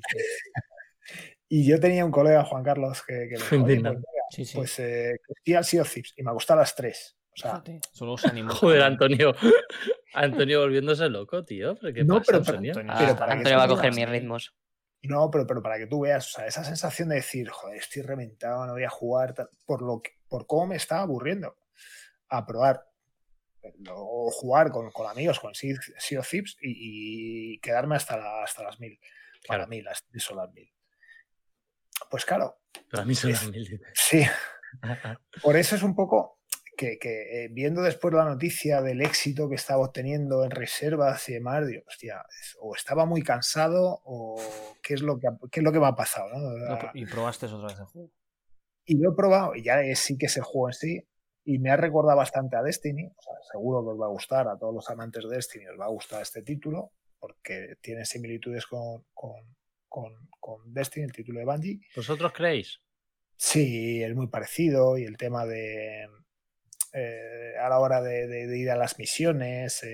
Y yo tenía un colega, Juan Carlos, que me dijo, pues que al Sea of Thieves y me gustó a las 3. O sea, fíjate, solo se animó. Joder, Antonio. Antonio volviéndose loco, tío. ¿Pero qué pasa, Antonio va a coger mis ritmos. No, pero para que tú veas, o sea, esa sensación de decir, joder, estoy reventado, no voy a jugar, por cómo me estaba aburriendo a probar o jugar con amigos con Sea of Thieves y quedarme hasta las 1000. Para mí, las 3 son las 1000. Pues claro. Para mí son las 1000. Sí. Por eso es un poco que viendo después la noticia del éxito que estaba obteniendo en reservas y demás, digo, hostia, o estaba muy cansado o qué es lo que me ha pasado, ¿no? ¿Y probaste otra vez el juego? Y lo he probado, y ya sí que es el juego en sí, y me ha recordado bastante a Destiny. O sea, seguro que os va a gustar, a todos los amantes de Destiny os va a gustar este título, porque tiene similitudes con Destiny, el título de Bungie. ¿Vosotros creéis? Sí, es muy parecido, y el tema de a la hora de ir a las misiones,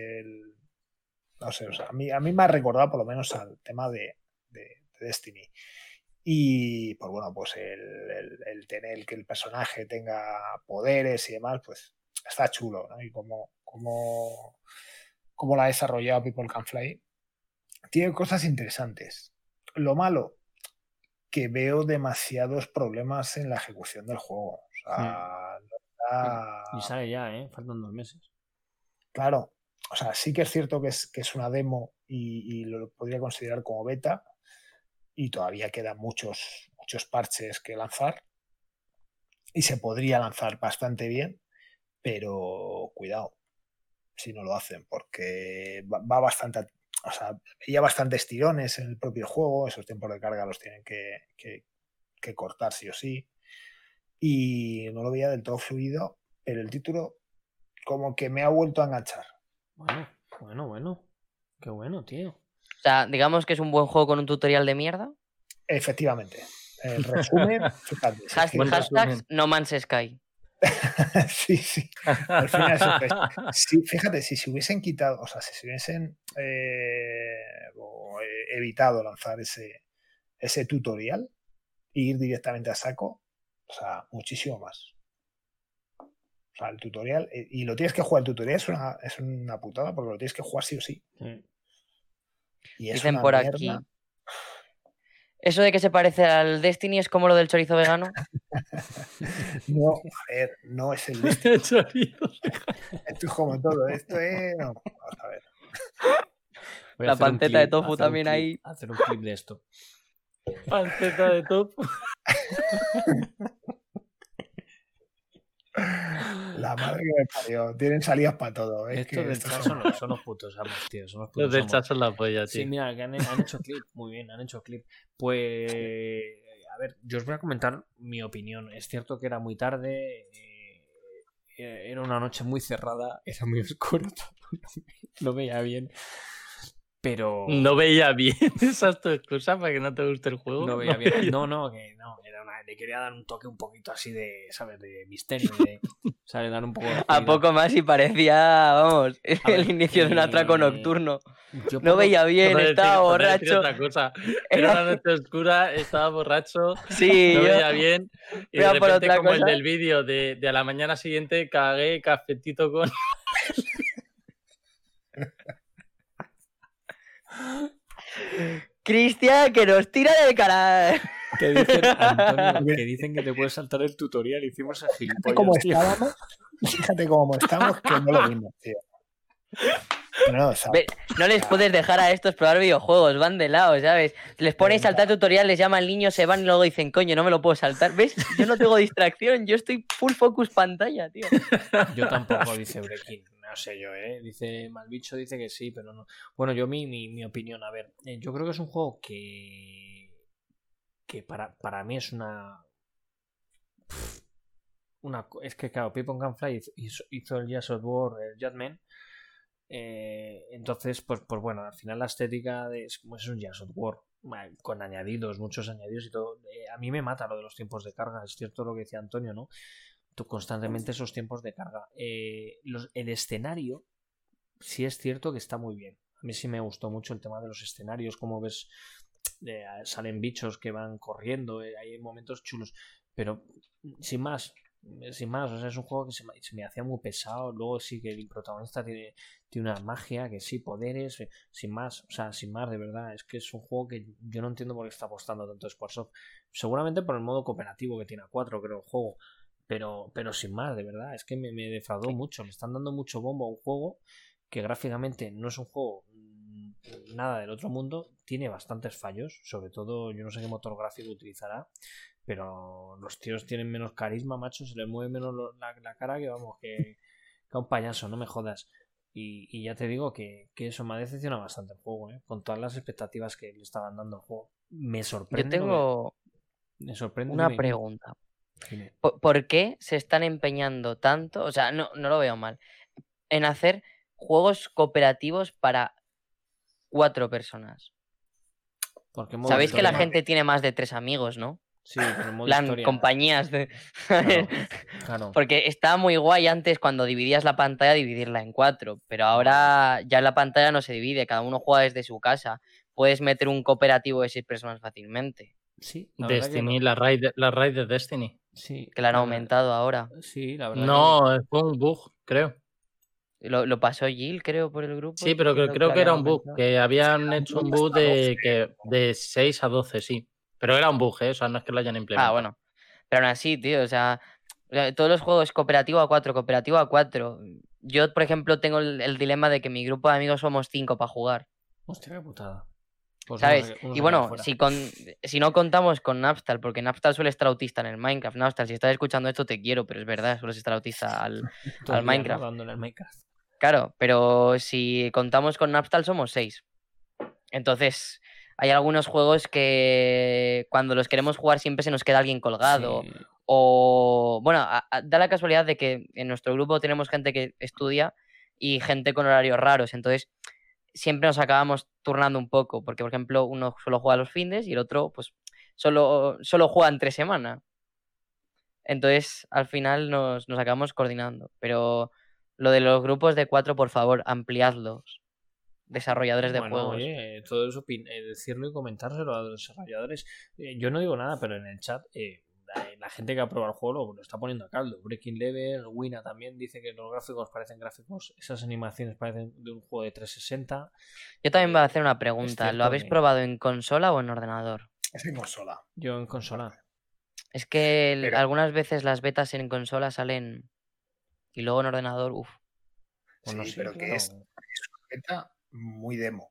no sé, o sea, a mí me ha recordado por lo menos al tema de Destiny. Y pues bueno, pues el tener que el personaje tenga poderes y demás, pues está chulo, ¿no? Y como la ha desarrollado People Can Fly, tiene cosas interesantes. Lo malo, que veo demasiados problemas en la ejecución del juego. O sea, no está... Y sale ya, faltan 2 meses. Claro, o sea, sí que es cierto que es una demo y lo podría considerar como beta, y todavía quedan muchos parches que lanzar y se podría lanzar bastante bien, pero cuidado si no lo hacen, porque va bastante, o sea, veía bastantes tirones en el propio juego. Esos tiempos de carga los tienen que cortar sí o sí, y no lo veía del todo fluido, pero el título como que me ha vuelto a enganchar. Bueno, qué bueno, tío. O sea, digamos que es un buen juego con un tutorial de mierda. Efectivamente. El resumen, fíjate. Hashtags No Man's Sky. Sí. Al final sí, fíjate, si se hubiesen quitado, o sea, si se hubiesen evitado lanzar ese tutorial e ir directamente a saco, o sea, muchísimo más. O sea, el tutorial, y lo tienes que jugar, el tutorial es una putada, porque lo tienes que jugar sí o sí. Y dicen por mierda. Aquí, ¿eso de que se parece al Destiny es como lo del chorizo vegano? No, a ver, no es el Destiny. Esto es como todo, esto es... No, vamos a ver. La panceta de tofu también ahí. Hacer un clip de esto. Panceta de tofu. La madre que me parió. Tienen salidas para todo. Estos del chat son los putos amos, tío. Los del chat son la polla, tío. Sí, mira, que han hecho clip. Muy bien, han hecho clip. Pues, a ver, yo os voy a comentar mi opinión. Es cierto que era muy tarde. Era una noche muy cerrada. Era muy oscuro. No veía bien. Pero... No veía bien. Esa es tu excusa para que no te guste el juego. No veía bien. No, que no. Le quería dar un toque un poquito así de, ¿sabes? De misterio. ¿Sabes? Dar un poco de... A poco más y parecía, vamos, el inicio de un atraco nocturno. No veía bien, estaba borracho. Otra cosa. Era una noche oscura, estaba borracho. Sí, no veía bien. Y de repente, por como cosa. El del vídeo de a la mañana siguiente, cagué cafetito con... Cristian, que nos tira del canal. Que dicen, Antonio, que dicen que te puedes saltar el tutorial. Hicimos el gilipollas, Fíjate cómo estamos, que no lo vimos, tío. No les puedes dejar a estos probar videojuegos, van de lado, ¿sabes? Les ponéis saltar tutorial, les llaman niños, se van y luego dicen, coño, no me lo puedo saltar. ¿Ves? Yo no tengo distracción, yo estoy full focus pantalla, tío. Yo tampoco, dice Breaking. no sé yo, dice Malbicho, dice que sí, pero no. Bueno, yo mi opinión, a ver, yo creo que es un juego que para mí es es que claro, People Can Fly hizo el Gears of War, el Judgment. Entonces, pues bueno, al final la estética es un Gears of War con añadidos, muchos añadidos y todo. A mí me mata lo de los tiempos de carga, es cierto lo que decía Antonio, ¿no? Tú constantemente esos tiempos de carga. El escenario, sí es cierto que está muy bien. A mí sí me gustó mucho el tema de los escenarios, como ves, salen bichos que van corriendo, hay momentos chulos, pero sin más, o sea, es un juego que se me hacía muy pesado. Luego sí que el protagonista tiene una magia, que sí, poderes, sin más, o sea, sin más, de verdad. Es que es un juego que yo no entiendo por qué está apostando tanto Squaresoft. Seguramente por el modo cooperativo que tiene a 4, creo, el juego. Pero sin más, de verdad, es que me defraudó mucho. Me están dando mucho bombo a un juego que gráficamente no es un juego nada del otro mundo, tiene bastantes fallos, sobre todo yo no sé qué motor gráfico utilizará, pero los tíos tienen menos carisma, macho, se les mueve menos la cara que vamos, que a un payaso, no me jodas. Y ya te digo que eso me ha decepcionado bastante el juego, con todas las expectativas que le estaban dando al juego. Me sorprende. Yo tengo me sorprende una pregunta. Dime. ¿Por qué se están empeñando tanto? O sea, no lo veo mal. En hacer juegos cooperativos para 4 personas. Sabéis que la gente tiene más de 3 amigos, ¿no? Sí, pero en modo historia. Compañías de... Claro. Porque estaba muy guay antes cuando dividías la pantalla, dividirla en 4. Pero ahora ya la pantalla no se divide, cada uno juega desde su casa. Puedes meter un cooperativo de 6 personas fácilmente. Sí, Destiny, la raid de Destiny. Sí. Que la han aumentado ahora. Sí, la verdad. No, fue un bug, creo. Lo pasó Jill, creo, por el grupo. Sí, pero creo que era un bug, que habían hecho un bug de 6 a 12, sí. Pero era un bug, o sea, no es que lo hayan implementado. Bueno. Pero aún así, tío, o sea, todos los juegos cooperativo a 4, cooperativo a 4. Yo, por ejemplo, tengo el dilema de que mi grupo de amigos somos 5 para jugar. Hostia, qué putada. Pues ¿sabes? Y bueno, si no contamos con Napstal, porque Napstal suele estar autista en el Minecraft. Napstal, si estás escuchando esto, te quiero, pero es verdad, sueles estar autista al Minecraft. Dándole al Minecraft. Claro, pero si contamos con Napstal somos 6. Entonces, hay algunos juegos que cuando los queremos jugar siempre se nos queda alguien colgado. Sí. O, bueno, da la casualidad de que en nuestro grupo tenemos gente que estudia y gente con horarios raros. Entonces, siempre nos acabamos turnando un poco, porque, por ejemplo, uno solo juega los fines y el otro, pues, solo juega entre semana. Entonces, al final nos acabamos coordinando. Pero lo de los grupos de 4, por favor, ampliadlos. Desarrolladores de juegos. Oye, todo eso decirlo y comentárselo a los desarrolladores. Yo no digo nada, pero en el chat la gente que ha probado el juego lo está poniendo a caldo. Breaking Level, Wina también dice que los gráficos parecen gráficos, esas animaciones parecen de un juego de 360. Yo también voy a hacer una pregunta. ¿Lo habéis probado en consola o en ordenador? Es en consola. Yo en consola. Es que algunas veces las betas en consola salen y luego en ordenador, uff. Pues sí, no sé, pero claro. Que es una beta muy demo.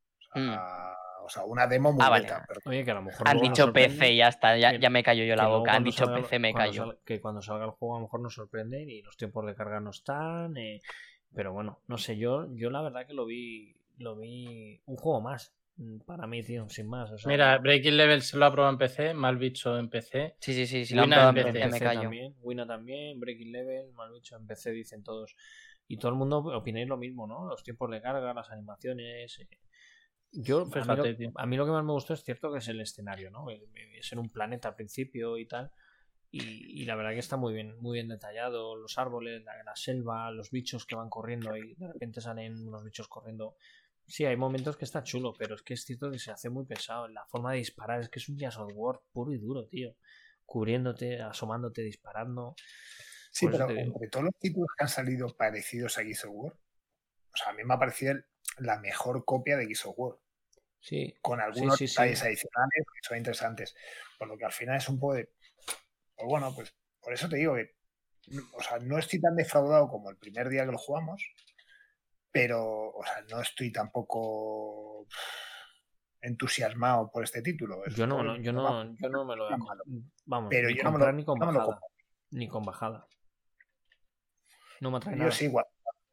O sea, una demo muy beta. Pero... Oye, que a lo mejor han dicho PC, ya está, ya me callo yo la boca. Han dicho PC, me callo. Que cuando salga el juego a lo mejor nos sorprenden y los tiempos de carga no están. Pero bueno, no sé, yo la verdad que lo vi un juego más. Para mí, tío, sin más. O sea, mira, Breaking Level se lo ha probado en PC, Malbicho en PC. Sí, lo han probado en PC, me callo. También, Wina también, Breaking Level, Malbicho en PC, dicen todos. Y todo el mundo opináis lo mismo, ¿no? Los tiempos de carga, las animaciones. Yo, fíjate, a mí lo que más me gustó es cierto que es el escenario, ¿no? Es en un planeta al principio y tal. Y la verdad que está muy bien detallado. Los árboles, la selva, los bichos que van corriendo y de repente salen unos bichos corriendo. Sí, hay momentos que está chulo, pero es que es cierto que se hace muy pesado. La forma de disparar es que es un Gears of War puro y duro, tío. Cubriéndote, asomándote, disparando. Sí, pero entre todos los títulos que han salido parecidos a Gears of War, o sea, a mí me ha parecido la mejor copia de Gears of War. Sí. Con algunos detalles adicionales que son interesantes. Por lo que al final es un poco de... Pues bueno, pues por eso te digo que... O sea, no estoy tan defraudado como el primer día que lo jugamos, pero, o sea, no estoy tampoco entusiasmado por este título. Yo no me lo he... Vamos, pero ni yo comprar ni con bajada. Ni con bajada. No me atrae nada. Yo sí,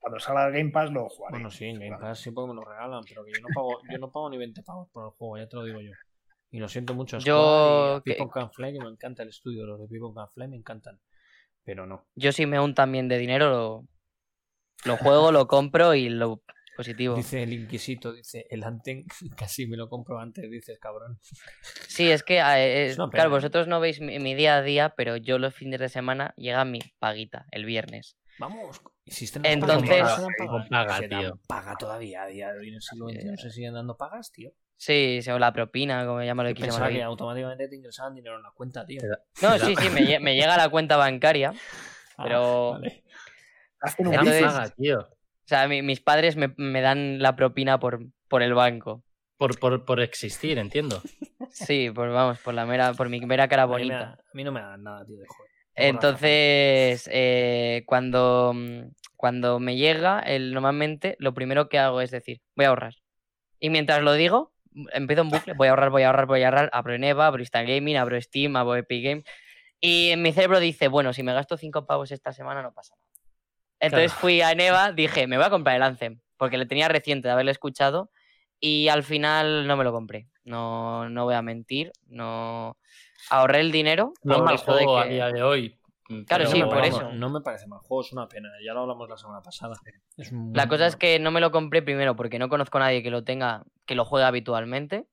Cuando salga el Game Pass lo jugaré. Bueno, sí, en Game Pass sí porque me lo regalan, pero que yo no pago ni 20 pavos por el juego, ya te lo digo yo. Y lo siento mucho, Square y a People Can Fly, que me encanta el estudio, los de People Can Fly me encantan, pero no. Yo si me untan bien de dinero, lo juego, lo compro y lo positivo. Dice el Inquisito, dice el Anthem, casi me lo compro antes, dices, cabrón. Sí, es que, Es una pena, claro, vosotros no veis mi día a día, pero yo los fines de semana llega mi paguita, el viernes. Vamos, entonces con paga, se tío. dan paga todavía a día de hoy en el siglo XXI, se siguen dando pagas, tío. Sí, o la propina, como llama lo Yo que pensaba que automáticamente te ingresaban dinero en la cuenta, tío. No, sí, me llega a la cuenta bancaria, pero... Vale. Entonces, paga, tío. O sea, mis padres me dan la propina por el banco. Por existir, entiendo. Sí, pues vamos, por mi mera cara bonita. A mí no me dan nada, tío, de joder. Entonces, cuando me llega, normalmente lo primero que hago es decir, voy a ahorrar. Y mientras lo digo, empiezo un bucle, voy a ahorrar, abro Eneva, abro Instant Gaming, abro Steam, abro Epic Games. Y en mi cerebro dice, bueno, si me gasto 5 pavos esta semana no pasa nada. Entonces fui a Eneva, dije, me voy a comprar el Anthem, porque le tenía reciente de haberle escuchado y al final no me lo compré. No voy a mentir, no ahorré el dinero. No es mal juego a día de hoy. Claro, sí, por eso. No me parece mal juego, es una pena. Ya lo hablamos la semana pasada. La cosa es que no me lo compré primero porque no conozco a nadie que lo tenga, que lo juegue habitualmente.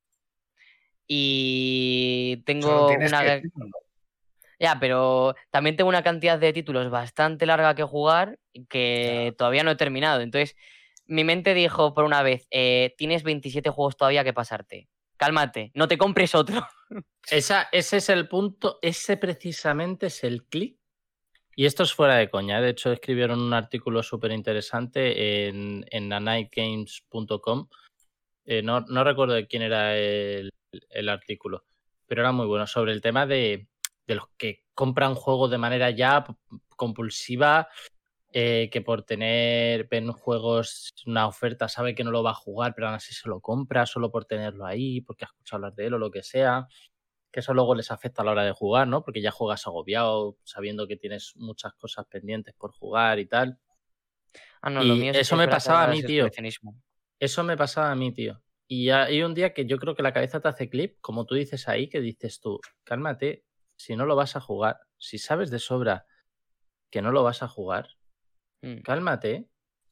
Y tengo una... Ya, pero también tengo una cantidad de títulos bastante larga que jugar que todavía no he terminado. Entonces, mi mente dijo por una vez, tienes 27 juegos todavía que pasarte. Cálmate, no te compres otro. Ese es el punto, ese precisamente es el clic. Y esto es fuera de coña. De hecho, escribieron un artículo súper interesante en anightgames.com. No recuerdo de quién era el artículo, pero era muy bueno sobre el tema de los que compran juegos de manera ya compulsiva, que por ven juegos, una oferta, sabe que no lo va a jugar, pero aún así se lo compra solo por tenerlo ahí, porque ha escuchado hablar de él o lo que sea, que eso luego les afecta a la hora de jugar, ¿no? Porque ya juegas agobiado, sabiendo que tienes muchas cosas pendientes por jugar y tal. No, lo mío eso me pasaba a mí, tío. Eso me pasaba a mí, tío. Y hay un día que yo creo que la cabeza te hace clip, como tú dices ahí, que dices tú, cálmate, si no lo vas a jugar, si sabes de sobra que no lo vas a jugar, cálmate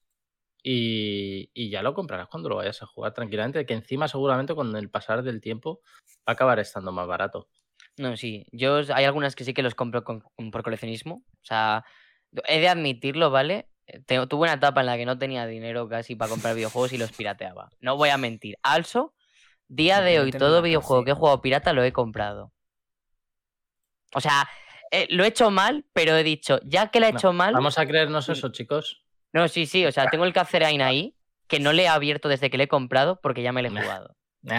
y ya lo comprarás cuando lo vayas a jugar tranquilamente, que encima seguramente con el pasar del tiempo va a acabar estando más barato. No, sí, hay algunas que sí que los compro por coleccionismo, o sea, he de admitirlo, ¿vale? Tuve una etapa en la que no tenía dinero casi para comprar videojuegos y los pirateaba. No voy a mentir. Also, día de hoy, todo videojuego que he jugado pirata lo he comprado. O sea, lo he hecho mal, pero he dicho, ya que lo he hecho mal... Vamos a creernos eso, chicos. No, sí, o sea, tengo el Catherine ahí, que no le he abierto desde que le he comprado porque ya me lo he jugado.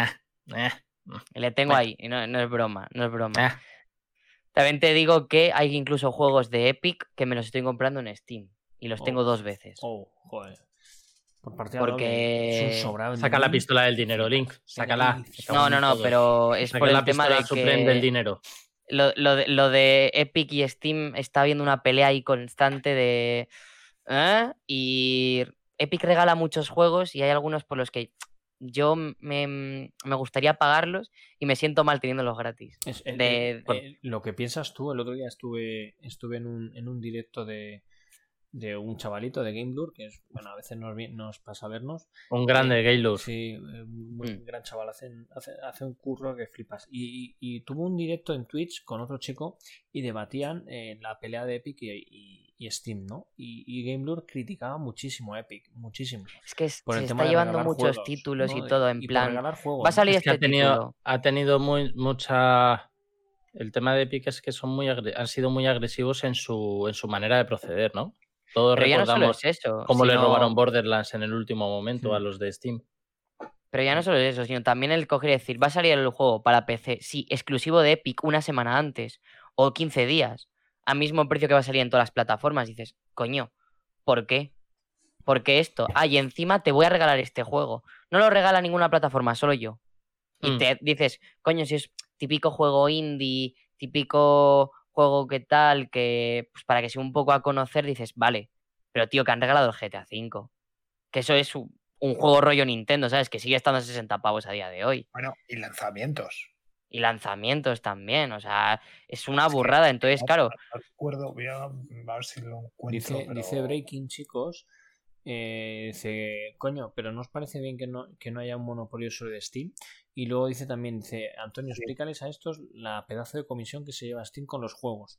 Le tengo ahí, y no es broma, no es broma. También te digo que hay incluso juegos de Epic que me los estoy comprando en Steam. Y los tengo 2 veces. Joder. Por partida porque es un sobrado. Saca la pistola del dinero, Link. Sácala. No, pero es por el tema de que del dinero. Lo de Epic y Steam está habiendo una pelea ahí constante de... Y Epic regala muchos juegos y hay algunos por los que yo me gustaría pagarlos y me siento mal teniéndolos gratis. Lo que piensas tú, el otro día estuve en un directo de un chavalito de GameLure, que es, bueno, a veces nos pasa a vernos. Un grande GameLure. Sí, un gran chaval, hace un curro que flipas. Y tuvo un directo en Twitch con otro chico y debatían la pelea de Epic y Steam, ¿no? Y GameLure criticaba muchísimo a Epic, muchísimo. Es que se está llevando muchos títulos, ¿no? Y todo, en plan, va a salir título. Ha tenido mucha... El tema de Epic es que han sido muy agresivos en su manera de proceder, ¿no? Todos pero recordamos ya no solo es eso, cómo le robaron Borderlands en el último momento a los de Steam. Pero ya no solo es eso, sino también el coger y decir, va a salir el juego para PC, sí, exclusivo de Epic una semana antes o 15 días, al mismo precio que va a salir en todas las plataformas. Dices, coño, ¿por qué? ¿Por qué esto? Y encima te voy a regalar este juego. No lo regala ninguna plataforma, solo yo. Y te dices, coño, si es típico juego indie, típico juego que tal, que pues para que sea un poco a conocer, dices, vale, Pero, tío, que han regalado el GTA V. Que eso es un juego rollo Nintendo, ¿sabes? Que sigue estando a 60 pavos a día de hoy. Bueno, y lanzamientos. Y lanzamientos también, o sea, es una Es que burrada. Entonces, claro, no recuerdo, voy a ver si lo encuentro. Dice Breaking, chicos, dice, coño, pero ¿no os parece bien que no haya un monopolio sobre Steam? Y luego dice también, dice, Antonio, explícales a estos la pedazo de comisión que se lleva Steam con los juegos.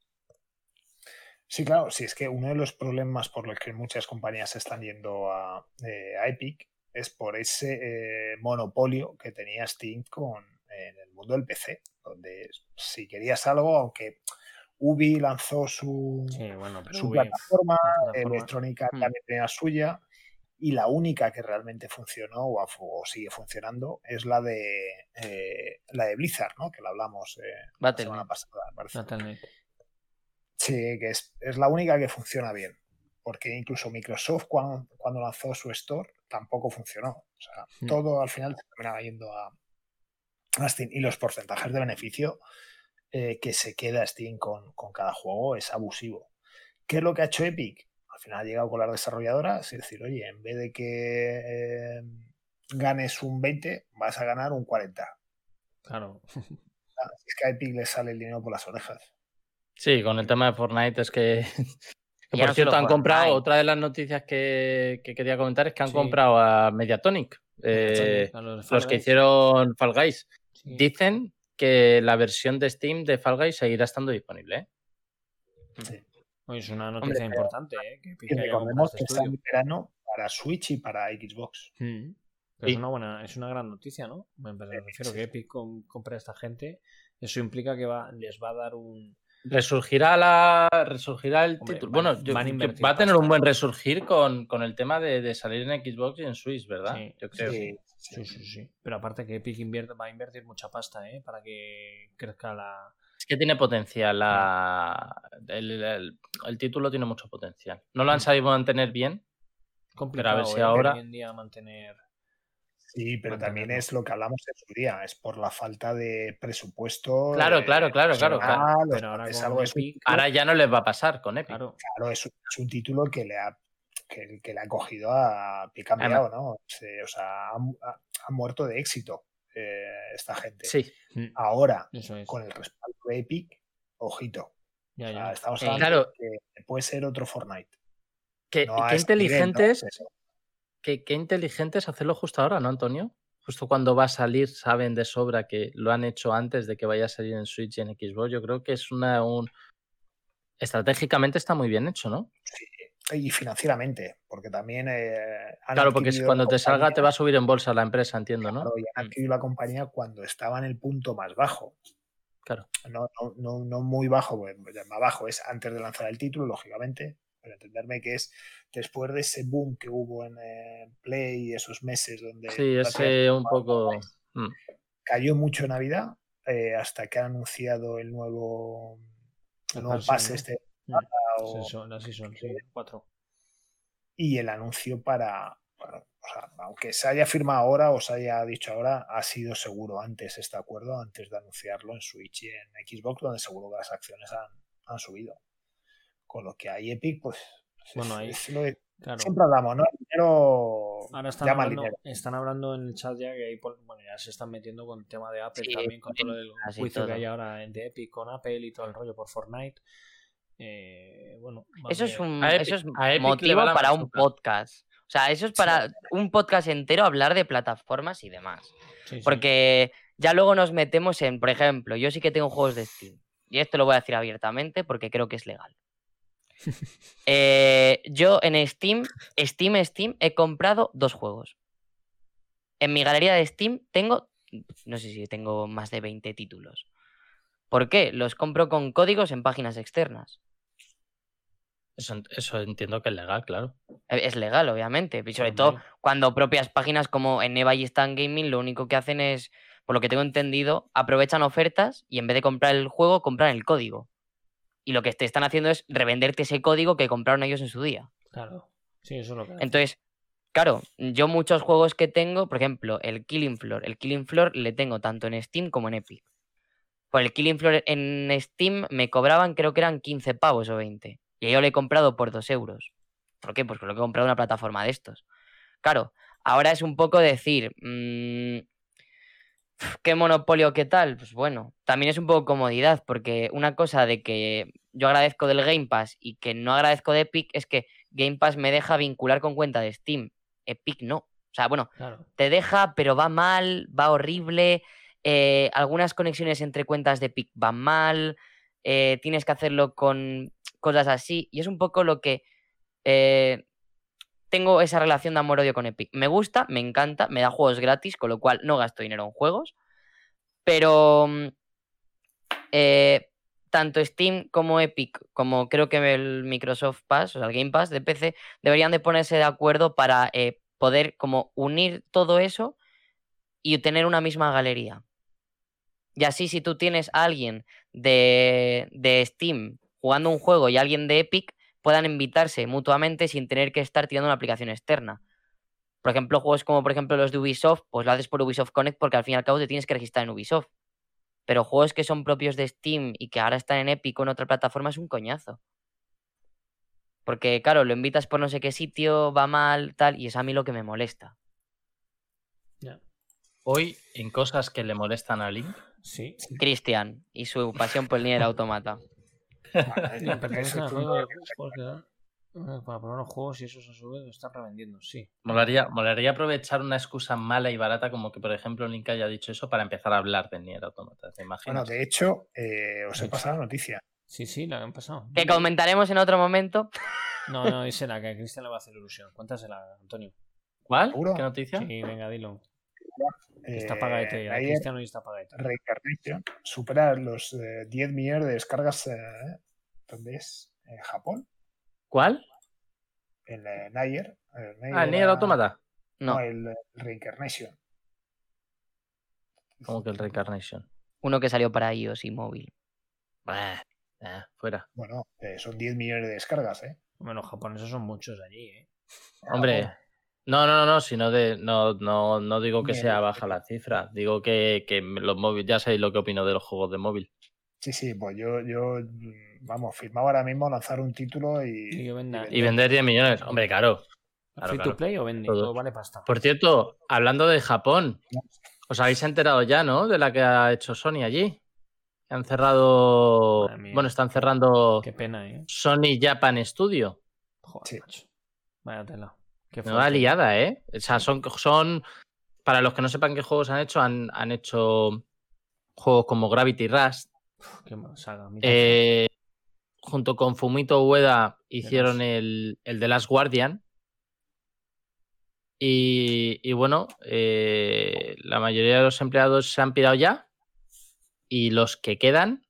Sí, claro, sí, es que uno de los problemas por los que muchas compañías están yendo a Epic es por ese monopolio que tenía Steam en el mundo del PC, donde si querías algo, aunque Ubi lanzó su plataforma, Electrónica también tenía suya, y la única que realmente funcionó o sigue funcionando es la de Blizzard, ¿no? Que la hablamos la semana pasada, me parece. Battle.net. Sí, que es la única que funciona bien. Porque incluso Microsoft cuando lanzó su store tampoco funcionó. O sea, todo al final se terminaba yendo a Steam. Y los porcentajes de beneficio que se queda Steam con cada juego es abusivo. ¿Qué es lo que ha hecho Epic? Al final ha llegado con las desarrolladoras y decir, oye, en vez de que ganes un 20, vas a ganar un 40. Claro. Es que a Epic le sale el dinero por las orejas. Sí, con el tema de Fortnite es que por cierto, han comprado, otra de las noticias que quería comentar es que han comprado a Mediatonic, los que hicieron Fall Guys. Sí. Dicen que la versión de Steam de Fall Guys seguirá estando disponible, ¿eh? Sí. Es una noticia importante, ¿eh? Que recordemos que está en verano para Switch y para Xbox. Pero es una gran noticia, ¿no? Me refiero que Epic compre a esta gente. Eso implica que les va a dar un... Resurgirá el título. Bueno, va a tener un buen resurgir con el tema de salir en Xbox y en Switch, ¿verdad? Sí, yo creo. Sí. Pero aparte que Epic va a invertir mucha pasta, ¿eh? Para que crezca la... Es que tiene potencial. El título tiene mucho potencial. No lo han sabido mantener bien. Complicado, pero a ver si ahora... hoy en día mantener... Sí, pero también es lo que hablamos en su día, es por la falta de presupuesto. Claro. Pero ahora, ahora ya no les va a pasar con Epic. Claro, es un título que le ha cogido a pie cambiado, ¿no? O sea, ha muerto de éxito esta gente. Sí. Ahora, con el respaldo de Epic, ojito. Ya. Estamos hablando de que puede ser otro Fortnite. Qué inteligentes. Qué inteligentes hacerlo justo ahora, ¿no, Antonio? Justo cuando va a salir, saben de sobra que lo han hecho antes de que vaya a salir en Switch y en Xbox. Yo creo que es estratégicamente está muy bien hecho, ¿no? Sí, y financieramente, porque también claro, porque cuando te salga te va a subir en bolsa la empresa, entiendo, ¿no? Claro, y han adquirido la compañía cuando estaba en el punto más bajo. Claro. No muy bajo, pues más bajo es antes de lanzar el título, lógicamente. Pero entenderme que es después de ese boom que hubo en Play y esos meses donde... Sí, ese un poco... Cayó mucho Navidad hasta que han anunciado el nuevo pase la Season 4. Y el anuncio para o sea, aunque se haya firmado ahora o se haya dicho ahora, ha sido seguro antes este acuerdo, antes de anunciarlo en Switch y en Xbox, donde seguro que las acciones han subido. Con lo que hay Epic, pues bueno, ahí siempre hablamos, ¿no? El dinero ahora están hablando en el chat ya que ya se están metiendo con el tema de Apple también, con todo el juicio que hay ahora de Epic con Apple y todo el rollo por Fortnite. Eso es motivo para un podcast. O sea, eso es para un podcast entero hablar de plataformas y demás. Porque ya luego nos metemos en, por ejemplo, yo sí que tengo juegos de Steam. Y esto lo voy a decir abiertamente porque creo que es legal. Yo en Steam he comprado 2 juegos. En mi galería de Steam tengo, no sé si tengo más de 20 títulos. ¿Por qué? Los compro con códigos en páginas externas. Eso entiendo que es legal, claro. Es legal, obviamente. Y sobre todo cuando propias páginas como Eneba y Stan Gaming lo único que hacen es, por lo que tengo entendido, aprovechan ofertas y en vez de comprar el juego, compran el código. Y lo que te están haciendo es revenderte ese código que compraron ellos en su día. Claro. Sí, eso es lo que hace. Entonces, claro, yo muchos juegos que tengo, por ejemplo, el Killing Floor le tengo tanto en Steam como en Epic. Por el Killing Floor en Steam me cobraban, creo que eran 15 pavos o 20. Y yo lo he comprado por 2 euros. ¿Por qué? Pues porque lo he comprado en una plataforma de estos. Claro, ahora es un poco decir, ¿qué monopolio, qué tal? Pues bueno, también es un poco comodidad, porque una cosa de que yo agradezco del Game Pass y que no agradezco de Epic es que Game Pass me deja vincular con cuenta de Steam. Epic no. O sea, bueno, Claro. te deja, pero va mal, va horrible. Algunas conexiones entre cuentas de Epic van mal. Tienes que hacerlo con cosas así. Y es un poco lo que tengo esa relación de amor-odio con Epic. Me gusta, me encanta, me da juegos gratis, con lo cual no gasto dinero en juegos. Pero tanto Steam como Epic, como creo que el Microsoft Pass, o sea, el Game Pass de PC, deberían de ponerse de acuerdo para poder como unir todo eso y tener una misma galería. Y así, si tú tienes a alguien de Steam jugando un juego y alguien de Epic, puedan invitarse mutuamente sin tener que estar tirando una aplicación externa. Por ejemplo, juegos como por ejemplo los de Ubisoft, pues lo haces por Ubisoft Connect porque al fin y al cabo te tienes que registrar en Ubisoft. Pero juegos que son propios de Steam y que ahora están en Epic o en otra plataforma es un coñazo. Porque, claro, lo invitas por no sé qué sitio, va mal, tal, y es a mí lo que me molesta. Ya. Hoy, en cosas que le molestan a Link, Sí. Cristian y su pasión por el Nier Automata. Y pertenecen a juegos de juegos que dan para probar los juegos y esos a su vez lo están revendiendo, sí. molaría aprovechar una excusa mala y barata como que, por ejemplo, Link haya dicho eso para empezar a hablar de Nier Automata. ¿Te imaginas? Bueno, de hecho, os he pasado la noticia. Sí, la han pasado. Que comentaremos en otro momento. No, dísela, que a Cristian le va a hacer ilusión. Cuéntasela, Antonio. ¿Cuál? ¿Seguro? ¿Qué noticia? Sí, venga, dilo. Está pagadete, a Nier Cristian no está pagadete. Reincarnation supera los 10 millones de descargas. ¿Dónde es? ¿En Japón? ¿Cuál? En Nier. ¿El Nier Automata? No, No, el Reincarnation. ¿Cómo que el Reincarnation? uno que salió para iOS y móvil. Fuera. Bueno, son 10 millones de descargas, ¿eh? Bueno, los japoneses son muchos allí, ¿eh? Hombre, no, sino no digo que sea baja la cifra. Digo que los móviles, ya sabéis lo que opino de los juegos de móvil. Sí, pues yo vamos, firmaba ahora mismo lanzar un título Y que venda. Y vender 10 millones. Hombre, claro. ¿Free to play o vende? Todo. O vale pasta. Por cierto, hablando de Japón, os habéis enterado ya, ¿no? De la que ha hecho Sony allí. Han cerrado. Madre mía. Bueno, están cerrando Qué pena, ¿eh? Sony Japan Studio. Joder, Sí. macho. Vaya tela. Qué Nueva fuerte. liada, ¿eh? O sea, son. Para los que no sepan qué juegos han hecho juegos como Gravity Rush. Qué saga. Junto con Fumito Ueda hicieron el The Last Guardian. Y bueno, la mayoría de los empleados se han pirado ya. Y los que quedan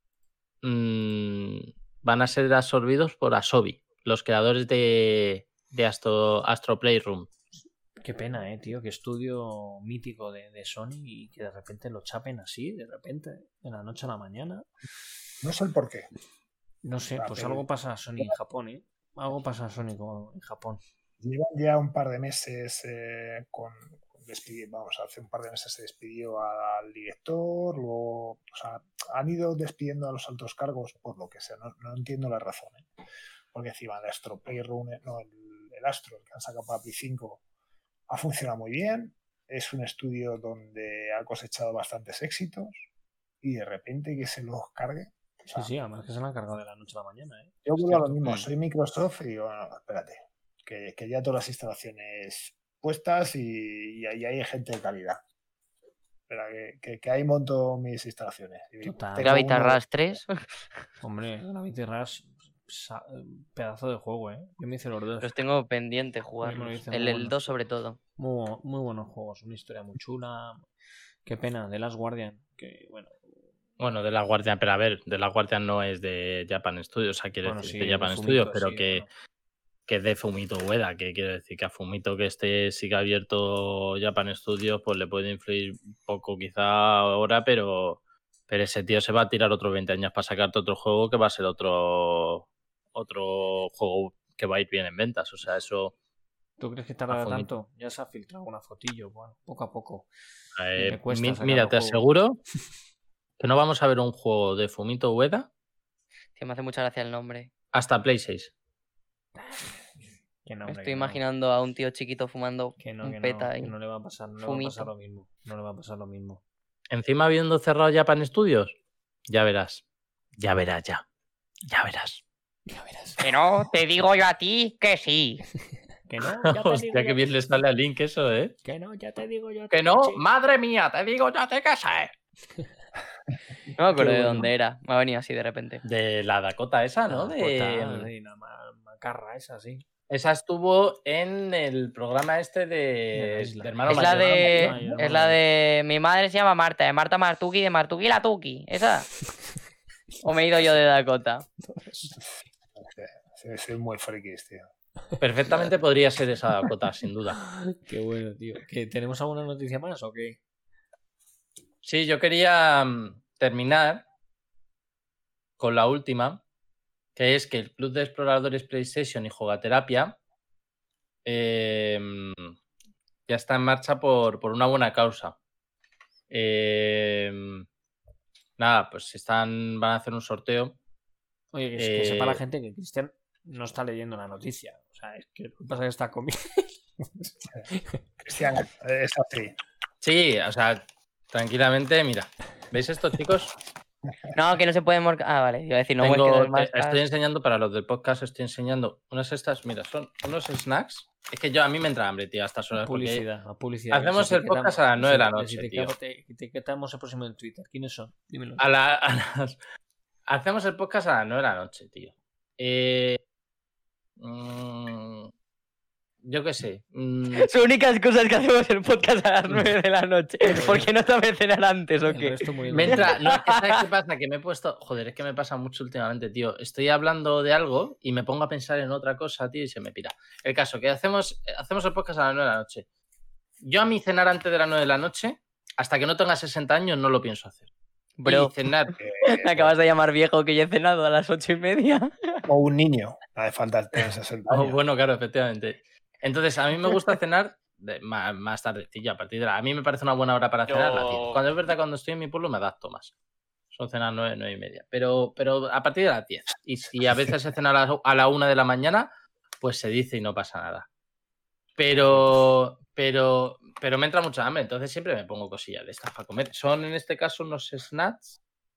van a ser absorbidos por Asobi, los creadores de Astro Playroom. Qué pena, tío. Qué estudio mítico de Sony y que de repente lo chapen así, de repente, de la noche a la mañana. No sé el por qué. No sé, pues algo pasa a Sony en Japón, ¿eh? Algo pasa a Sony en Japón. Llevan ya un par de meses vamos, hace un par de meses se despidió al director, luego, o sea, han ido despidiendo a los altos cargos por lo que sea, no entiendo la razón, ¿eh? Porque encima el Astro Playroom, no, el Astro, el que han sacado para Play 5, ha funcionado muy bien, es un estudio donde ha cosechado bastantes éxitos y de repente que se los cargue. O sea, Sí, además que se lo han cargado de la noche a la mañana, ¿eh? Yo vuelvo a lo mismo, soy Microsoft y digo, no, espérate, que ya todas las instalaciones puestas y ahí hay gente de calidad. Espera, que ahí monto mis instalaciones. Total. Gravity Rush 3. Hombre, Gravity Rush, pedazo de juego, ¿eh? Yo me hice los dos. Los tengo pendiente jugar. El 2 sobre todo. Muy buenos juegos, una historia muy chula. Qué pena, The Last Guardian, que bueno. Bueno, de la Guardian, pero a ver, de la Guardian no es de Japan Studios, o sea, quiere decir de Japan Studios, pero sí, que es de Fumito Ueda, que quiere decir que a Fumito que siga abierto Japan Studios, pues le puede influir un poco quizá ahora, pero ese tío se va a tirar otros 20 años para sacarte otro juego que va a ser otro juego que va a ir bien en ventas, o sea, eso... ¿Tú crees que tardará tanto? Ya se ha filtrado una fotillo, bueno, poco a poco. Mira, te aseguro que no vamos a ver un juego de Fumito Ueda. Que me hace mucha gracia el nombre. Hasta Play 6. Que no, Me hombre, estoy que no. imaginando a un tío chiquito fumando Que no, un que peta no, ahí. que no le va a pasar, no le va a pasar Fumito. lo mismo. No le va a pasar lo mismo. Encima habiendo cerrado Japan Studios, ya verás. Ya verás, ya. Ya verás. Ya verás. Que no, te digo yo a ti que sí. Que no, ya te digo Hostia, yo que bien le sale a Link eso, ¿eh? Que no, ya te digo yo. Que no, sí. madre mía, te digo ya te casé. No me acuerdo Qué de bueno. dónde era. Me ha venido así de repente. De la Dakota esa, ¿no? La De... Dakota, sí, la macarra esa, sí. Esa estuvo en el programa este De la isla. Hermano Es la Mayor. de. Ay, hermano Es la mayor. de. Mi madre se llama Marta, de Marta Martuki, de Martuki la Tuki. ¿Esa? ¿O me he ido yo de Dakota? Soy muy frikis, tío. Perfectamente podría ser esa Dakota, sin duda. Qué bueno, tío. ¿Que ¿Tenemos alguna noticia más o qué? Sí, yo quería terminar con la última, que es que el Club de Exploradores PlayStation y Jugaterapia ya está en marcha por una buena causa. Nada, pues van a hacer un sorteo. Oye, que sepa la gente que Cristian no está leyendo la noticia. O sea, es que lo que pasa es que está comiendo. Cristian, es así. Sí, o sea, tranquilamente, mira. ¿Veis esto, chicos? No, que no se puede morcar. Ah, vale. Iba a decir, no Tengo- muesques los más. estoy enseñando, para los del podcast, estoy enseñando unas estas, mira, son unos snacks. Es que a mí me entra hambre, tío, a estas horas. porque Publicidad, a publicidad. hacemos el podcast a las 9 de la noche, tío. Etiquetamos el próximo en Twitter. ¿Quiénes son? Dímelo. Hacemos el podcast a las 9 de la noche, tío. Yo qué sé. Son únicas cosas que hacemos el podcast a las 9 de la noche. ¿Por qué no te cenar antes o El qué? resto muriendo Me de entra, hambre. no, es que ¿sabes qué pasa? Que me he puesto. Joder, es que me pasa mucho últimamente, tío. Estoy hablando de algo y me pongo a pensar en otra cosa, tío, y se me pira. El caso, que hacemos el podcast a las 9 de la noche. Yo a mí cenar antes de las 9 de la noche, hasta que no tenga 60 años, no lo pienso hacer. Bro, Y cenar. me acabas de llamar viejo que yo he cenado a las 8:30. O un niño. No hace falta tener 60 Oh, años. bueno, claro, efectivamente. Entonces, a mí me gusta cenar más tardecilla, a partir de a mí me parece una buena hora para cenar, las 10. Cuando es verdad, cuando estoy en mi pueblo me adapto más. Son cenas 9, 9 y media. Pero a partir de las 10. Y si a veces se cena a la 1 de la mañana, pues se dice y no pasa nada. Pero me entra mucha hambre, entonces siempre me pongo cosillas de estas para comer. Son en este caso unos snacks,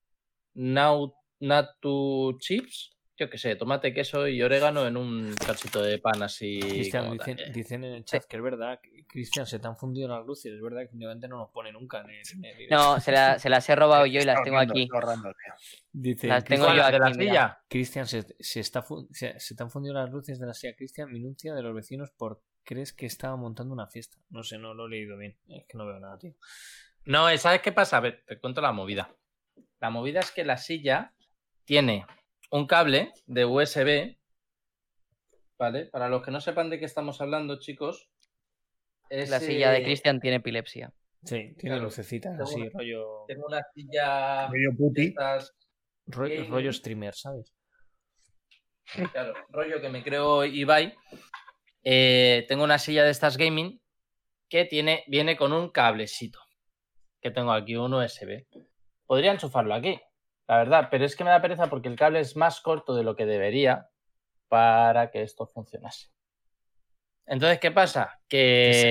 natu chips, yo qué sé, tomate, queso y orégano en un cachito de pan así. Cristian, como tal. dicen en el chat que es verdad. Cristian, se te han fundido las luces. Es verdad que últimamente no nos pone nunca en el directo. No, se las he robado yo y las tengo aquí. Está ahorrando, tío. Dice, Las tengo ¿Cuál, yo la de la aquí, mira. silla? Cristian, se te han fundido las luces de la silla. Cristian, minucia de los vecinos por crees que estaba montando una fiesta. No sé, no lo he leído bien. Es que no veo nada, tío. No, ¿sabes qué pasa? A ver, te cuento la movida. La movida es que la silla tiene un cable de USB, ¿vale? Para los que no sepan de qué estamos hablando, chicos. La silla de Cristian tiene epilepsia. Sí, tiene Claro. lucecitas Tengo así, una- rollo, Tengo una silla Medio de puti. estas, rollo streamer, ¿sabes? claro, rollo que me creo Ibai. Tengo una silla de estas gaming que viene con un cablecito. Que tengo aquí, un USB. Podría enchufarlo aquí, la verdad, pero es que me da pereza porque el cable es más corto de lo que debería para que esto funcionase. Entonces, ¿qué pasa? Que...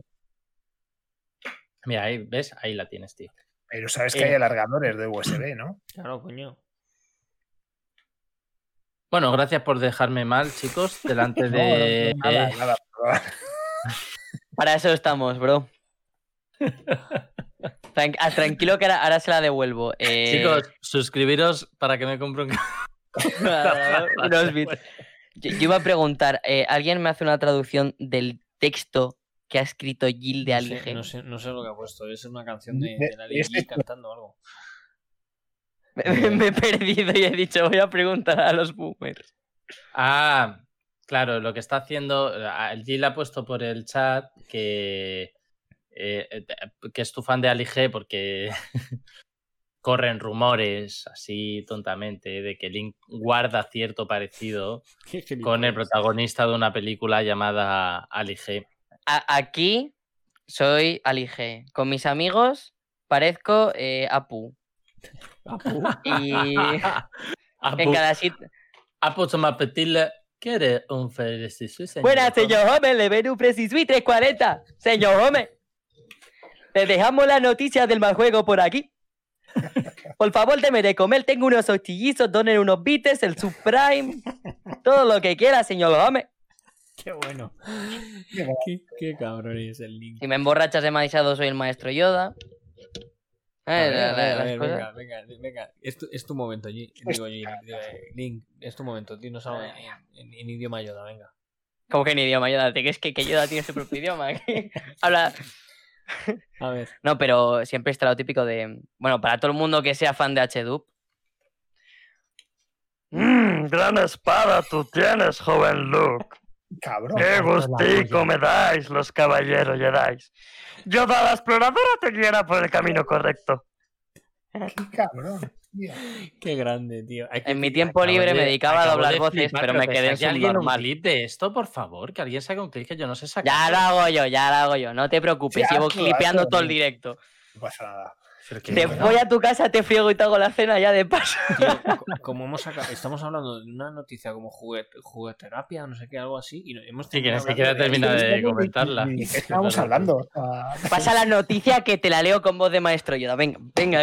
Mira, ahí, ¿ves? Ahí la tienes, tío. Pero sabes que hay alargadores de USB, ¿no? Claro, coño. Bueno, gracias por dejarme mal, chicos, delante No, de... nada. Para eso estamos, bro. Tranquilo que ahora se la devuelvo. Chicos, suscribiros para que me compre un... unos bits. Yo iba a preguntar, ¿alguien me hace una traducción del texto que ha escrito Gil de Alige? No sé lo que ha puesto. Debe ser una canción de la Es Lili cantando algo. Me he perdido y he dicho, voy a preguntar a los boomers. Ah, claro, lo que está haciendo... El Gil ha puesto por el chat que es tu fan de Ali G porque corren rumores así tontamente de que Link guarda cierto parecido con el protagonista de una película llamada Ali G. Aquí soy Alige. Con mis amigos parezco Apu. Apu. Y Apu, en cada sitio... Apu se me apetile. ¿Quiere un Fresi Sui, señor? Buenas, señor Homer, le ven un Fresi Sui 340. Señor Homer, le dejamos las noticias del mal juego por aquí. Por favor, deme de comer. Tengo unos hostillizos, donen unos bites, el Subprime, todo lo que quiera, señor Homer. Qué bueno. Qué cabrón es el Link. Si me emborrachas demasiado, soy el maestro Yoda. A ver, Las cosas. venga. Es tu momento, Link, es tu momento. Dinos algo en idioma Yoda, venga. ¿Cómo que en idioma Yoda? Es que Yoda tiene su propio idioma. Habla... A ver. No, pero siempre está lo típico de... Bueno, para todo el mundo que sea fan de HDub. Gran espada tú tienes, joven Luke. Cabrón. Qué gustico me dais, los caballeros Jedi. Yoda la exploradora te guiará por el camino correcto. Qué cabrón, tío. Qué grande, tío. En mi tiempo libre me dedicaba a doblar voces, pero me quedé en subnormal. Un clip de esto, por favor, que alguien saque un clip que yo no sé sacar. Ya lo hago yo, no te preocupes, llevo clipeando todo el directo. No pasa nada. Te voy a tu casa, te friego y te hago la cena ya de paso. Tío, como estamos hablando de una noticia como jugueterapia, no sé qué, algo así, y hemos sí, que ni siquiera termina de comentarla. ¿De qué estamos hablando? Pasa la noticia que te la leo con voz de maestro Yoda. Venga.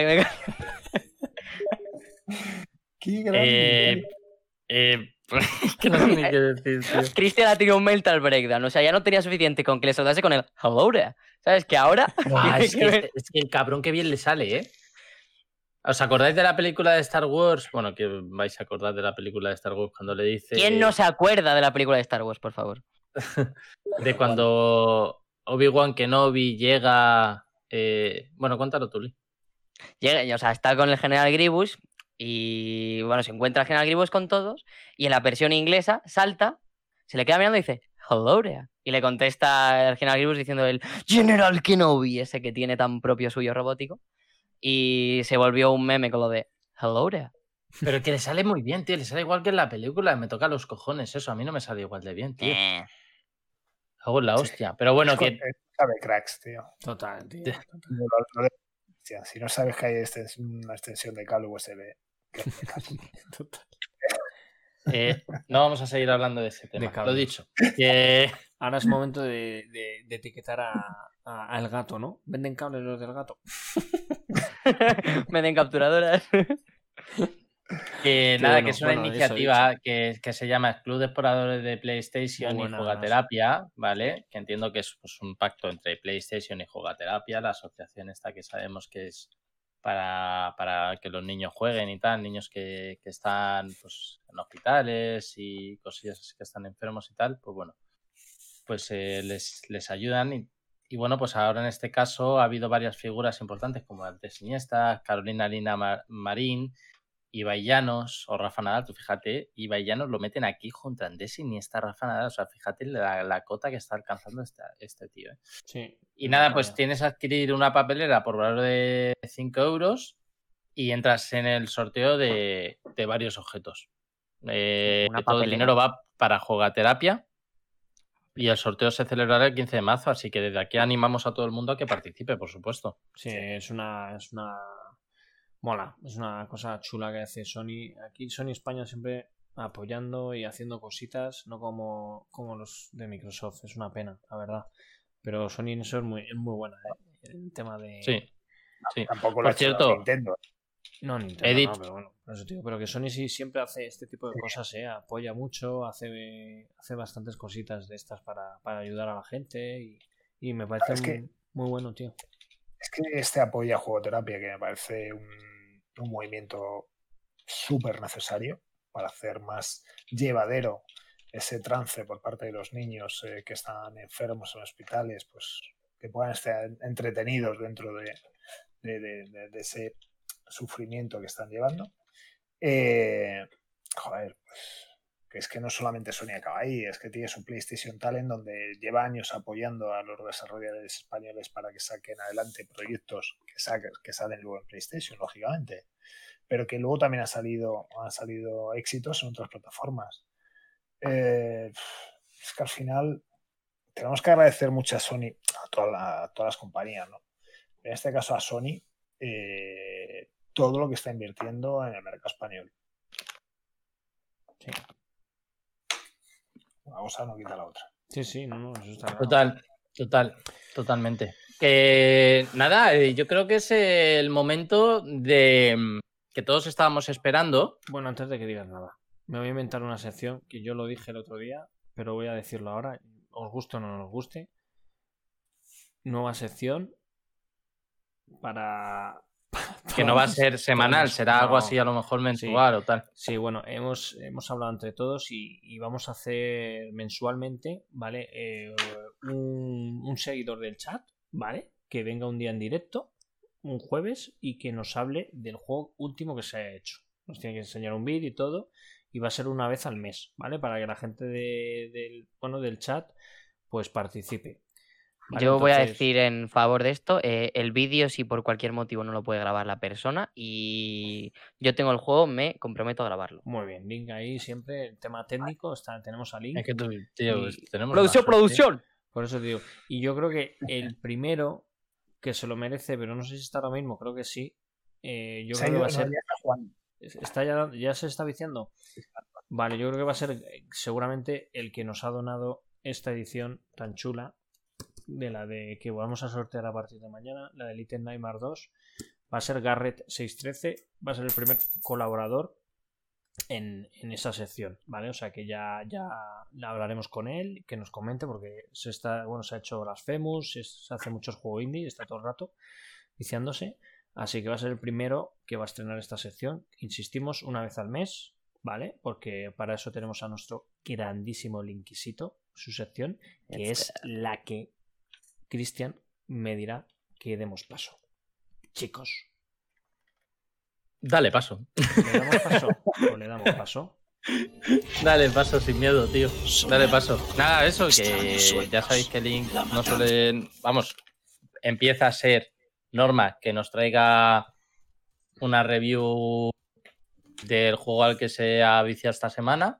Qué grande. Que no tiene que decir, tío. Cristian ha tenido un mental breakdown. O sea, ya no tenía suficiente con que le saludase con el hello there. ¿Sabes? Que ahora... es que el cabrón que bien le sale, ¿eh? ¿Os acordáis de la película de Star Wars? Bueno, que vais a acordar de la película de Star Wars cuando le dice... ¿Quién no se acuerda de la película de Star Wars, por favor? De cuando Obi-Wan Kenobi llega... Bueno, cuéntalo tú, Lee. Llega, o sea, está con el General Grievous y, bueno, se encuentra el General Grievous con todos y en la versión inglesa salta, se le queda mirando y dice hello there. Y le contesta el General Grievous diciendo el General Kenobi, ese que tiene tan propio suyo robótico. Y se volvió un meme con lo de hello there. Pero que le sale muy bien, tío. Le sale igual que en la película. Me toca los cojones eso. A mí no me sale igual de bien, tío. Hago la hostia. Sí. Pero bueno, que... Sabe cracks, tío. Total, tío. Si no sabes que hay una extensión de cable USB. Total. No vamos a seguir hablando de ese tema. Lo dicho. Que... Ahora es momento de etiquetar al gato, ¿no? ¿Venden cables los del gato? Venden capturadoras. Que nada, bueno, que es una iniciativa que se llama Club de Exploradores de PlayStation y Jugaterapia, ¿vale? Que entiendo que es pues, un pacto entre PlayStation y Jugaterapia, la asociación esta que sabemos que es para que los niños jueguen y tal, niños que están pues, en hospitales y cosillas que están enfermos y tal, pues bueno, pues les ayudan y bueno, pues ahora en este caso ha habido varias figuras importantes como Andrés Iniesta, Carolina Lina Marín, Ibai Llanos o Rafa Nadal. Tú fíjate, Ibai Llanos lo meten aquí junto a Andrés Iniesta, Rafa Nadal, o sea, fíjate la cota que está alcanzando este tío, ¿eh? Sí. Y nada, pues tienes que adquirir una papelera por valor de 5 euros y entras en el sorteo de varios objetos. Todo el dinero va para Jugaterapia y el sorteo se celebrará el 15 de marzo, así que desde aquí animamos a todo el mundo a que participe, por supuesto. Sí, es una mola, es una cosa chula que hace Sony. Aquí Sony España siempre apoyando y haciendo cositas, no como los de Microsoft, es una pena, la verdad. Pero Sony en eso es muy buena, ¿eh? El tema de... Sí. Tampoco lo ha hecho Nintendo. No, Nintendo no, pero bueno, por eso, tío. Pero que Sony sí siempre hace este tipo de cosas, ¿eh? Apoya mucho, hace bastantes cositas de estas para ayudar a la gente y me parece muy bueno, tío. Es que este apoyo a Jugaterapia, que me parece un movimiento súper necesario para hacer más llevadero ese trance por parte de los niños que están enfermos en hospitales, pues que puedan estar entretenidos dentro de ese sufrimiento que están llevando. Joder, pues que es que no solamente Sony acaba ahí, es que tiene su PlayStation Talent donde lleva años apoyando a los desarrolladores españoles para que saquen adelante proyectos que salen luego en PlayStation, lógicamente, pero que luego también han salido éxitos en otras plataformas. Es que al final tenemos que agradecer mucho a Sony, a todas las compañías, ¿no? En este caso a Sony, todo lo que está invirtiendo en el mercado español. Sí. una cosa no quita la otra. Sí, no, eso está claro. Totalmente. Que nada, yo creo que es el momento de que todos estábamos esperando. Bueno, antes de que digas nada, me voy a inventar una sección que yo lo dije el otro día, pero voy a decirlo ahora, os guste o no nos guste. Nueva sección para... Que no va a ser semanal, será algo así a lo mejor mensual o tal. Sí, bueno, hemos hablado entre todos y vamos a hacer mensualmente, ¿vale? Un seguidor del chat, ¿vale? Que venga un día en directo, un jueves, y que nos hable del juego último que se ha hecho. Nos tiene que enseñar un vídeo y todo, y va a ser una vez al mes, ¿vale? Para que la gente del chat pues participe. Vale, yo voy a decir en favor de esto, el vídeo si por cualquier motivo no lo puede grabar la persona y yo tengo el juego, me comprometo a grabarlo. Muy bien, Link ahí siempre, el tema técnico, tenemos a Link. Es que tú, tío, tenemos ¡Producción! Por eso te digo, y yo creo que el primero que se lo merece, pero no sé si está ahora mismo, creo que sí. Yo creo que va a ser... ¿Ya se está viciando? Vale, yo creo que va a ser seguramente el que nos ha donado esta edición tan chula, de la de que vamos a sortear a partir de mañana, la de Little Nightmares 2, va a ser Garrett613, va a ser el primer colaborador en esa sección, ¿vale? O sea que ya hablaremos con él, que nos comente, porque se ha hecho Blasphemous, se hace muchos juegos indie, está todo el rato viciándose, así que va a ser el primero que va a estrenar esta sección, insistimos, una vez al mes, ¿vale? Porque para eso tenemos a nuestro grandísimo Linkisito, su sección, que es la que Cristian me dirá que demos paso. Chicos. Dale paso. ¿Le damos paso o le damos paso? Dale paso sin miedo, tío. Dale paso. Nada, eso, que ya sabéis que Link no suele... Vamos, empieza a ser norma que nos traiga una review del juego al que se ha viciado esta semana.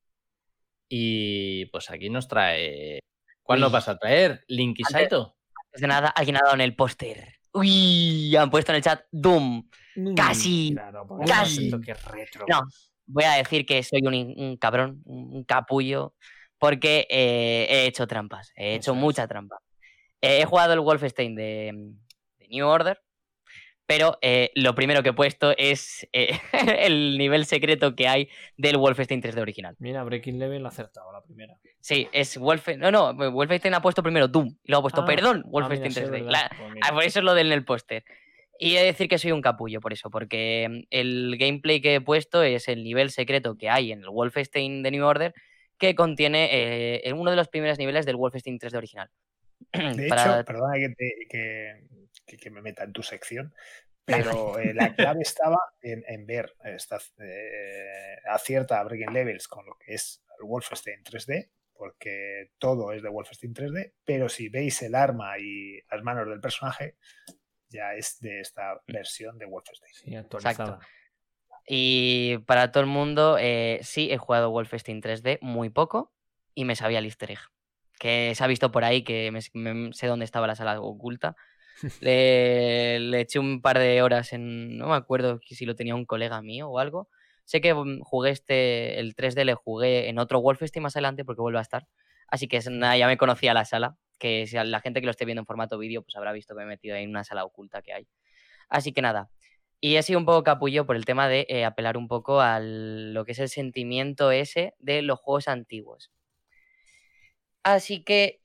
Y pues aquí nos trae... ¿Cuál nos vas a traer? ¿Link y Saito? Antes de nada, alguien ha dado en el póster. ¡Uy! Han puesto en el chat Doom. ¡Casi! Claro, ¡Casi! Que es retro. No, voy a decir que soy un cabrón, un capullo, porque he hecho trampas. He hecho mucha trampa. He jugado el Wolfenstein de New Order, pero lo primero que he puesto es el nivel secreto que hay del Wolfenstein 3D original. Mira, Breaking Level ha acertado la primera. Sí, es Wolfenstein. No, Wolfenstein ha puesto primero Doom. Y luego ha puesto, Wolfenstein 3D. Por eso es lo del en el póster. Y he de decir que soy un capullo por eso, porque el gameplay que he puesto es el nivel secreto que hay en el Wolfenstein de New Order, que contiene uno de los primeros niveles del Wolfenstein 3D original. De hecho, perdona que me meta en tu sección, pero la clave estaba en ver acierta a Breaking Levels con lo que es el Wolfenstein 3D, porque todo es de Wolfenstein 3D, pero si veis el arma y las manos del personaje, ya es de esta versión de Wolfenstein. Sí, actualizada. Exacto. Y para todo el mundo, sí, he jugado Wolfenstein 3D muy poco y me sabía el easter egg. Que se ha visto por ahí, que sé dónde estaba la sala oculta. Le eché un par de horas no me acuerdo si lo tenía un colega mío o algo. Sé que jugué el 3D, le jugué en otro Wolfenstein más adelante porque vuelve a estar. Así que nada, ya me conocía la sala, que si la gente que lo esté viendo en formato vídeo pues habrá visto que me he metido ahí en una sala oculta que hay. Así que nada. Y he sido un poco capullo por el tema de apelar un poco a lo que es el sentimiento ese de los juegos antiguos. Así que,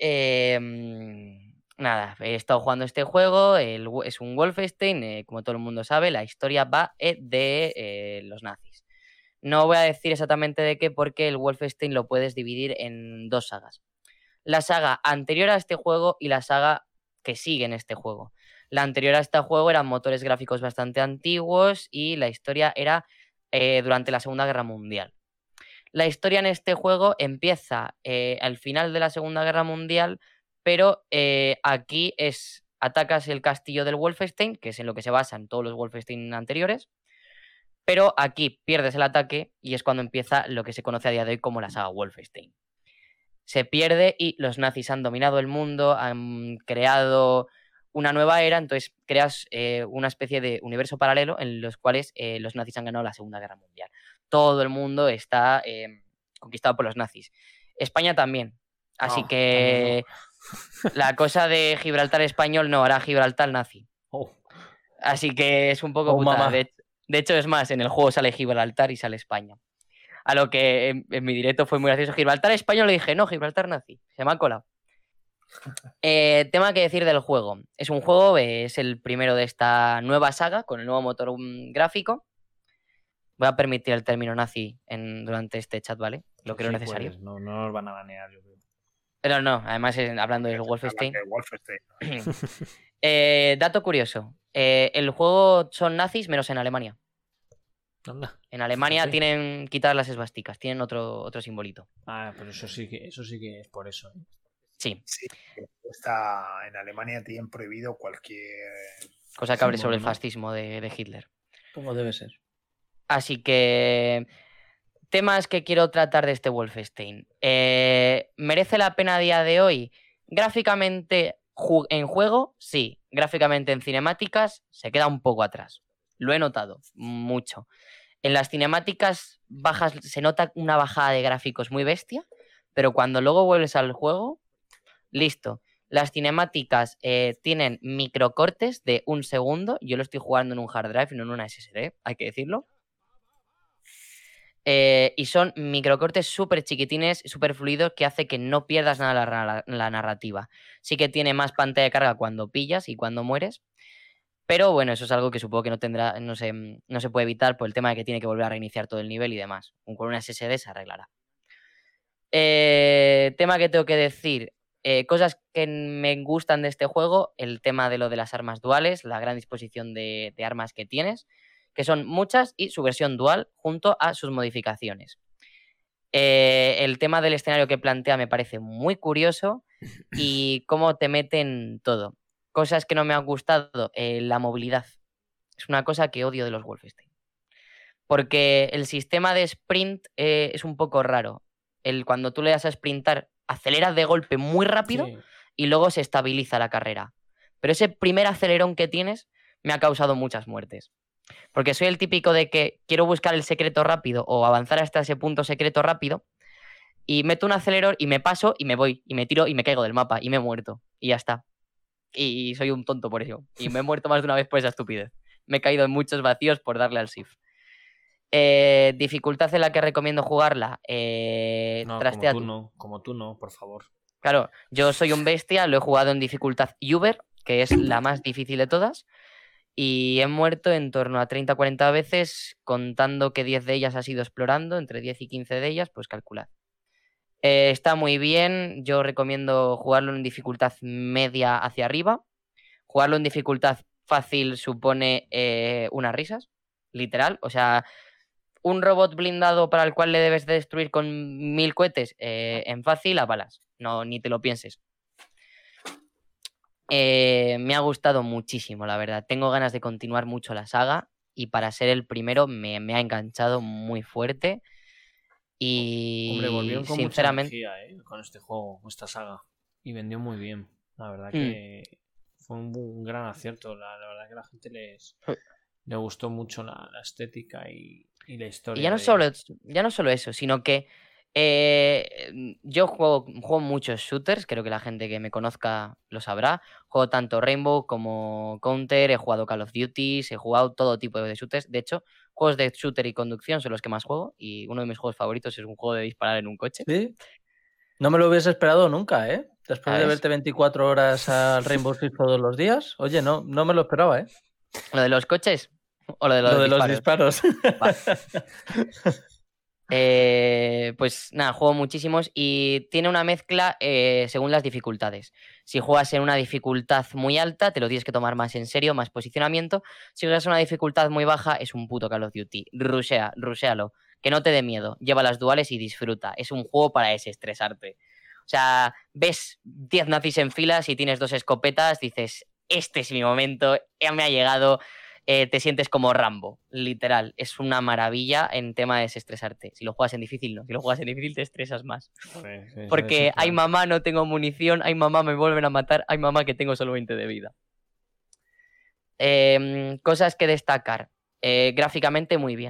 nada, he estado jugando este juego, es un Wolfenstein, como todo el mundo sabe, la historia va de los nazis. No voy a decir exactamente de qué, porque el Wolfenstein lo puedes dividir en dos sagas. La saga anterior a este juego y la saga que sigue en este juego. La anterior a este juego eran motores gráficos bastante antiguos y la historia era durante la Segunda Guerra Mundial. La historia en este juego empieza al final de la Segunda Guerra Mundial, pero aquí atacas el castillo del Wolfenstein, que es en lo que se basan todos los Wolfenstein anteriores, pero aquí pierdes el ataque y es cuando empieza lo que se conoce a día de hoy como la saga Wolfenstein. Se pierde y los nazis han dominado el mundo, han creado una nueva era, entonces creas una especie de universo paralelo en los cuales los nazis han ganado la Segunda Guerra Mundial. Todo el mundo está conquistado por los nazis. España también. Así No, que la cosa de Gibraltar español no, hará Gibraltar nazi. Oh. Así que es un poco Oh, putada. mamá. De hecho, es más, en el juego sale Gibraltar y sale España. A lo que en mi directo fue muy gracioso. Gibraltar español, le dije, no, Gibraltar nazi. Se me ha colado. Tema que decir del juego. Es un juego, es el primero de esta nueva saga, con el nuevo motor gráfico. Voy a permitir el término nazi durante este chat, ¿vale? Lo creo Sí, necesario. puedes, no nos van a banear, yo creo. Pero no, además hablando del Wolfenstein. De Wolfenstein. Dato curioso. El juego son nazis menos en Alemania. Anda. En Alemania Sí. tienen quitadas las esvásticas, tienen otro simbolito. Ah, pero eso sí que es por eso. Sí, Sí, está en Alemania tienen prohibido cualquier. cosa que hable sobre el Símbolo, ¿no? fascismo de Hitler. Como debe ser. Así que temas que quiero tratar de este Wolfenstein. ¿Merece la pena a día de hoy? Gráficamente en juego, sí. Gráficamente en cinemáticas se queda un poco atrás. Lo he notado mucho. En las cinemáticas bajas se nota una bajada de gráficos muy bestia, pero cuando luego vuelves al juego, listo. Las cinemáticas tienen microcortes de 1 segundo. Yo lo estoy jugando en un hard drive, no en una SSD, hay que decirlo. Y son microcortes súper chiquitines, súper fluidos, que hace que no pierdas nada la narrativa. Sí que tiene más pantalla de carga cuando pillas y cuando mueres. Pero bueno, eso es algo que supongo que no se puede evitar por el tema de que tiene que volver a reiniciar todo el nivel y demás. Con una SSD se arreglará. Tema que tengo que decir. Cosas que me gustan de este juego, el tema de lo de las armas duales, la gran disposición de armas que tienes, que son muchas, y su versión dual junto a sus modificaciones. El tema del escenario que plantea me parece muy curioso y cómo te meten todo. Cosas que no me han gustado, la movilidad. Es una cosa que odio de los Wolfenstein. Porque el sistema de sprint es un poco raro. Cuando tú le das a sprintar, aceleras de golpe muy rápido Sí. y luego se estabiliza la carrera. Pero ese primer acelerón que tienes me ha causado muchas muertes. Porque soy el típico de que quiero buscar el secreto rápido o avanzar hasta ese punto secreto rápido y meto un acelerador y me paso y me voy y me tiro y me caigo del mapa y me he muerto y ya está. Y soy un tonto por eso. Y me he muerto más de una vez por esa estupidez. Me he caído en muchos vacíos por darle al shift. Dificultad en la que recomiendo jugarla. No, Trastea como tú no, por favor. Claro, yo soy un bestia, lo he jugado en dificultad Uber, que es la más difícil de todas, y he muerto en torno a 30-40 veces, contando que 10 de ellas ha sido explorando, entre 10 y 15 de ellas, pues calculad. Está muy bien, yo recomiendo jugarlo en dificultad media hacia arriba. Jugarlo en dificultad fácil supone unas risas, literal, o sea, un robot blindado para el cual le debes de destruir con 1000 cohetes en fácil a balas. No, ni te lo pienses. Me ha gustado muchísimo, la verdad. Tengo ganas de continuar mucho la saga y para ser el primero me ha enganchado muy fuerte. Y Hombre, volvieron con sinceramente, mucha energía, con este juego, con esta saga. Y vendió muy bien. La verdad que fue un gran acierto. La verdad que a la gente le gustó mucho la estética y la historia. Y ya no solo eso, sino que yo juego muchos shooters, creo que la gente que me conozca lo sabrá. Juego tanto Rainbow como Counter, he jugado Call of Duty, he jugado todo tipo de shooters. De hecho, juegos de shooter y conducción son los que más juego y uno de mis juegos favoritos es un juego de disparar en un coche. Sí. No me lo hubiese esperado nunca, ¿eh? Después de ¿Sabes? verte 24 horas al Rainbow Six todos los días. Oye, no me lo esperaba, ¿eh? ¿Lo de los coches? ¿O lo de los Lo de disparos? los disparos. Pues nada, juego muchísimos y tiene una mezcla según las dificultades. Si juegas en una dificultad muy alta, te lo tienes que tomar más en serio, más posicionamiento. Si juegas en una dificultad muy baja, es un puto Call of Duty. Ruséalo. Que no te dé miedo. Lleva las duales y disfruta. Es un juego para desestresarte. O sea, ves 10 nazis en filas y tienes 2 escopetas, dices, este es mi momento, ya me ha llegado. Te sientes como Rambo, literal. Es una maravilla en tema de desestresarte. Si lo juegas en difícil, no. Si lo juegas en difícil, te estresas más. Porque ay mamá, no tengo munición, ay mamá, me vuelven a matar, ay mamá, que tengo solo 20 de vida. Cosas que destacar. Gráficamente muy bien.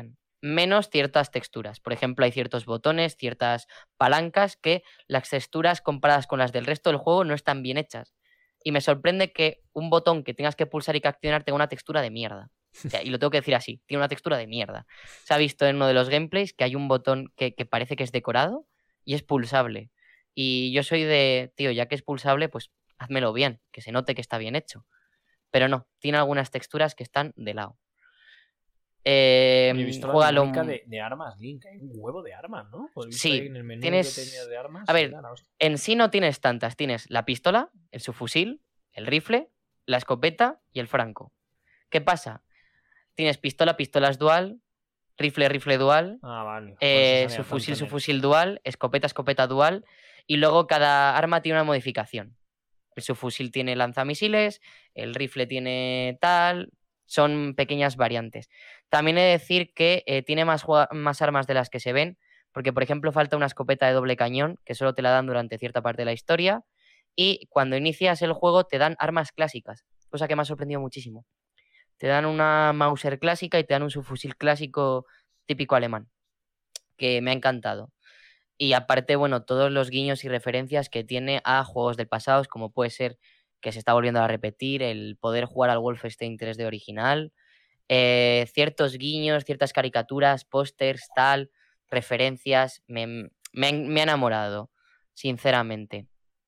menos ciertas texturas. Por ejemplo, hay ciertos botones, ciertas palancas que las texturas comparadas con las del resto del juego no están bien hechas. Y me sorprende que un botón que tengas que pulsar y que accionar tenga una textura de mierda. O sea, y lo tengo que decir así, tiene una textura de mierda. Se ha visto en uno de los gameplays que hay un botón que parece que es decorado y es pulsable. Y yo soy de, tío, ya que es pulsable, pues házmelo bien, que se note que está bien hecho. Pero no, tiene algunas texturas que están de lado. He visto la Juégalo. dinámica de armas, Link. Hay un huevo de armas, ¿no? Pues he visto Sí, ahí en el menú tienes- que tenía de armas. a ver, y la hostia. En sí no tienes tantas. Tienes la pistola, el subfusil, el rifle, la escopeta y el franco. ¿Qué pasa? Tienes pistola, pistolas dual, rifle, rifle dual, Ah, vale. Por eso salía subfusil, tanto en el- subfusil dual, escopeta, escopeta dual. Y luego cada arma tiene una modificación. El subfusil tiene lanzamisiles, el rifle tiene tal. Son pequeñas variantes. También he de decir que tiene más armas de las que se ven, porque por ejemplo falta una escopeta de doble cañón, que solo te la dan durante cierta parte de la historia, y cuando inicias el juego te dan armas clásicas, cosa que me ha sorprendido muchísimo. Te dan una Mauser clásica y te dan un subfusil clásico típico alemán, que me ha encantado. Y aparte, bueno, todos los guiños y referencias que tiene a juegos del pasado, como puede ser que se está volviendo a repetir, el poder jugar al Wolfenstein 3D original, ciertos guiños, ciertas caricaturas, pósters, tal, referencias, me ha enamorado, sinceramente.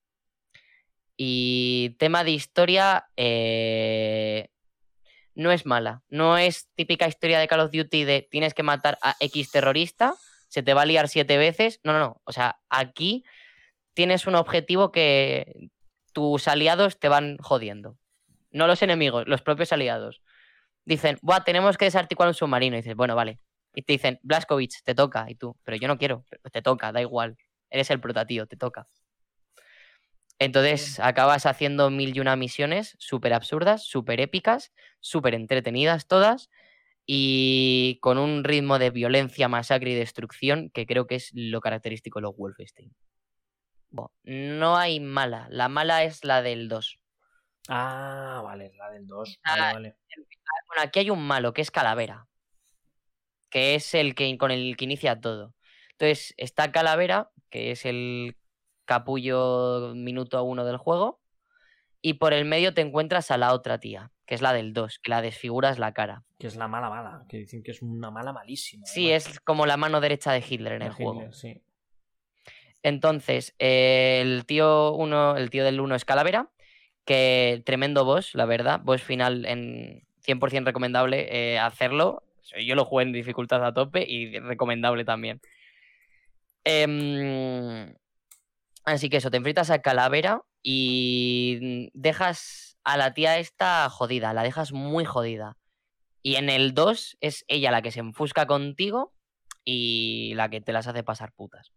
Y tema de historia, no es mala, no es típica historia de Call of Duty de tienes que matar a X terrorista, se te va a liar 7 veces, no, o sea, aquí tienes un objetivo que tus aliados te van jodiendo, no los enemigos, los propios aliados. Dicen, buah, tenemos que desarticular un submarino. Y dices, bueno, vale. Y te dicen, Blazkowicz, te toca. Y tú, pero yo no quiero. Te toca, da igual. Eres el prota, tío, te toca. Entonces acabas haciendo 1001 misiones súper absurdas, súper épicas, súper entretenidas todas y con un ritmo de violencia, masacre y destrucción que creo que es lo característico de los Wolfenstein. Bueno, no hay mala. La mala es la del 2. Ah, vale, la del 2. Vale, vale. Bueno, aquí hay un malo que es Calavera, que es el que con el que inicia todo. Entonces está Calavera, que es el capullo minuto 1 del juego, y por el medio te encuentras a la otra tía, que es la del 2, que la desfiguras la cara. Que es la mala mala, que dicen que es una mala malísima. Sí, es como la mano derecha de Hitler en el juego. Sí. Entonces, el tío del 1 es Calavera, que tremendo boss, la verdad, boss final en 100% recomendable hacerlo. Yo lo jugué en dificultad a tope y recomendable también. Así que eso, te enfrentas a Calavera y dejas a la tía esta jodida, la dejas muy jodida. Y en el 2 es ella la que se enfusca contigo y la que te las hace pasar putas.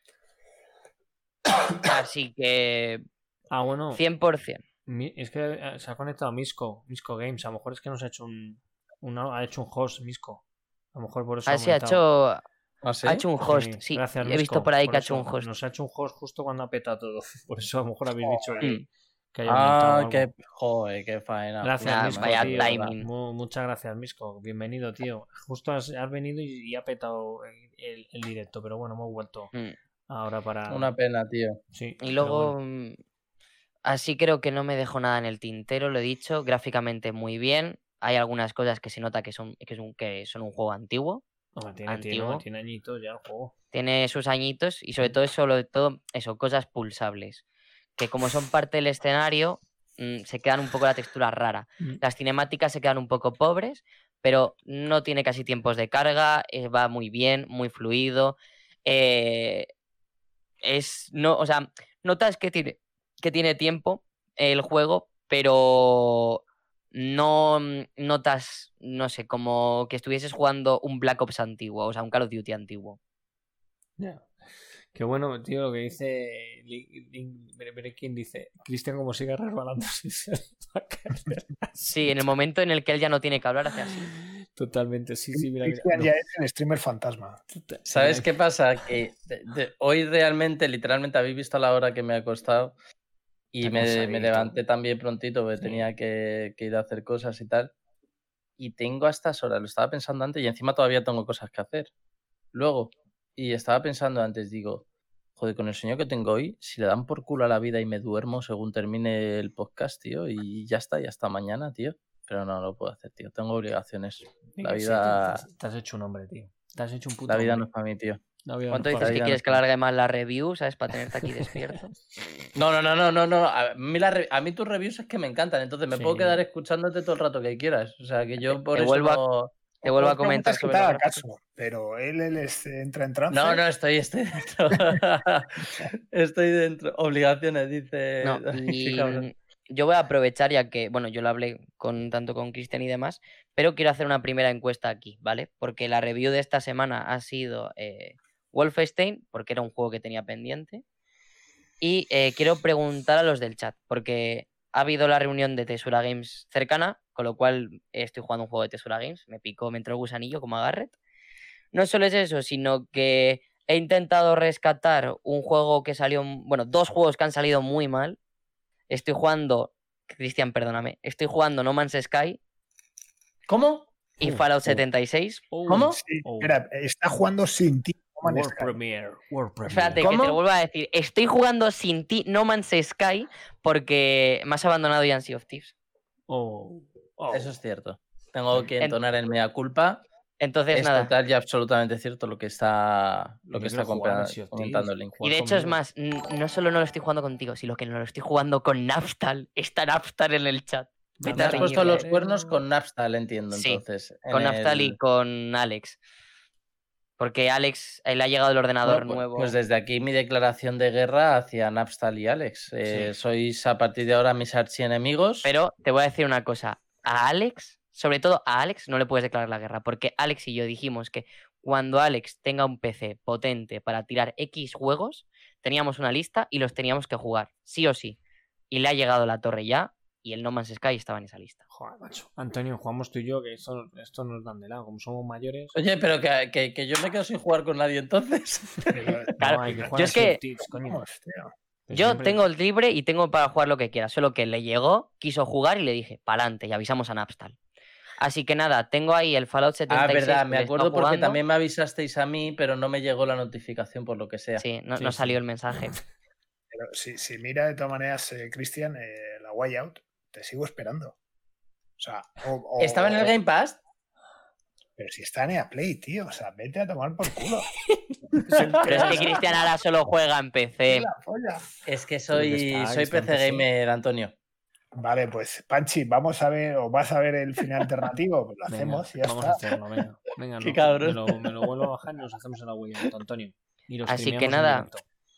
Así que Ah, bueno. 100%. Es que se ha conectado Misco Games. A lo mejor es que nos ha hecho un host Misco. A lo mejor por eso Así ha ha aumentado. hecho. ¿Ah, sí? Ha hecho un host, sí. Gracias, He visto Misco, por ahí por que ha hecho eso. un host. Nos ha hecho un host justo cuando ha petado todo. Por eso a lo mejor habéis dicho que haya aumentado Ah, algo. qué faena. Gracias, Nah, Misco, vaya tío. timing. Muchas gracias, Misco. Bienvenido, tío. Justo has venido y ha petado el directo, pero bueno, hemos vuelto ahora para... Una pena, tío. Sí, Y luego, bueno. así creo que no me dejo nada en el tintero, lo he dicho. Gráficamente muy bien. Hay algunas cosas que se nota que son un juego antiguo. Tiene añitos ya el juego. Tiene sus añitos y sobre todo eso, cosas pulsables. Que como son parte del escenario, se quedan un poco la textura rara. Las cinemáticas se quedan un poco pobres, pero no tiene casi tiempos de carga, va muy bien, muy fluido. Notas que tiene tiempo el juego, pero no notas, no sé, como que estuvieses jugando un Black Ops antiguo, o sea, un Call of Duty antiguo. Yeah. Qué bueno, tío, lo que dice. Veré quién dice. Cristian, como sigue resbalándose. Sí, en el momento en el que él ya no tiene que hablar, hace así. Totalmente, sí, mira. Cristian ya es el streamer fantasma. ¿Sabes qué pasa? Que hoy realmente, literalmente, habéis visto la hora que me ha costado y me levanté también prontito porque tenía que ir a hacer cosas y tal. y tengo a estas horas, lo estaba pensando antes y encima todavía tengo cosas que hacer. Luego, y estaba pensando antes, digo, joder, con el sueño que tengo hoy, si le dan por culo a la vida y me duermo según termine el podcast, tío, y ya está, y hasta mañana, tío. Pero no lo puedo hacer, tío. Tengo obligaciones. La vida... Te has hecho un hombre, tío. Te has hecho un puto La vida no hombre. es para mí, tío. ¿Cuánto dices que quieres que alargue más la review, ¿sabes? Para tenerte aquí despierto. No. A mí tus reviews es que me encantan, entonces me puedo quedar escuchándote todo el rato que quieras. O sea, que yo por eso no... Te vuelvo a comentar sobre lo que caso, pero él entra en trance. No, estoy dentro. Estoy dentro. Obligaciones, dice. No, y yo voy a aprovechar ya que, bueno, yo lo hablé tanto con Cristian y demás, pero quiero hacer una primera encuesta aquí, ¿vale? Porque la review de esta semana ha sido Wolfenstein, porque era un juego que tenía pendiente. Y quiero preguntar a los del chat, porque ha habido la reunión de Tesura Games cercana, con lo cual estoy jugando un juego de Tesura Games, me entró el gusanillo como a Garrett. No solo es eso, sino que he intentado rescatar un juego que salió, bueno, 2 juegos que han salido muy mal. Estoy jugando, Cristian, perdóname, estoy jugando No Man's Sky. ¿Cómo? Y Fallout 76. ¿Cómo? Sí, espera, está jugando sin ti. World Premiere. Espérate, que te lo vuelvo a decir. Estoy jugando sin ti No Man's Sky porque me has abandonado ya en Sea of Thieves. Eso es cierto. Tengo que entonar el mea culpa. Entonces, es nada. total y absolutamente cierto lo que está comentando el link. Y de hecho es más, no solo no lo estoy jugando contigo, sino que no lo estoy jugando con Napstal. Está Napstal en el chat. Te has puesto los cuernos con Napstal, entiendo, sí, entonces. Con Napstal y con Alex. Porque Alex, le ha llegado el ordenador nuevo. Pues desde aquí mi declaración de guerra hacia Napstal y Alex. Sois a partir de ahora mis archienemigos. Pero te voy a decir una cosa. A Alex, sobre todo a Alex, no le puedes declarar la guerra. Porque Alex y yo dijimos que cuando Alex tenga un PC potente para tirar X juegos, teníamos una lista y los teníamos que jugar, sí o sí. Y le ha llegado la torre ya. Y el No Man's Sky estaba en esa lista. Joder, macho. Antonio, jugamos tú y yo, que esto nos dan de lado. Como somos mayores. Oye, pero que yo me quedo sin jugar con nadie entonces. Claro, yo es que yo tengo el libre y tengo para jugar lo que quiera. Solo que le llegó, quiso jugar y le dije, pa'lante, y avisamos a Napstal. Así que nada, tengo ahí el Fallout 76. Verdad, me acuerdo porque también me avisasteis a mí, pero no me llegó la notificación por lo que sea. Sí, no salió el mensaje. Pero si mira de todas maneras, Cristian, la Way Out, te sigo esperando. O sea, ¿estaba en el Game Pass? Pero si está en EA Play, tío. O sea, vete a tomar por culo. Pero es que Cristian ahora solo juega en PC. Es que soy PC gamer, Antonio. Vale, pues Panchi, vamos a ver, o vas a ver el final alternativo, pues lo hacemos y ya vamos está. a hacerlo, venga. Qué cabrón. Me lo vuelvo a bajar y nos hacemos en la huella, Antonio. Así que nada.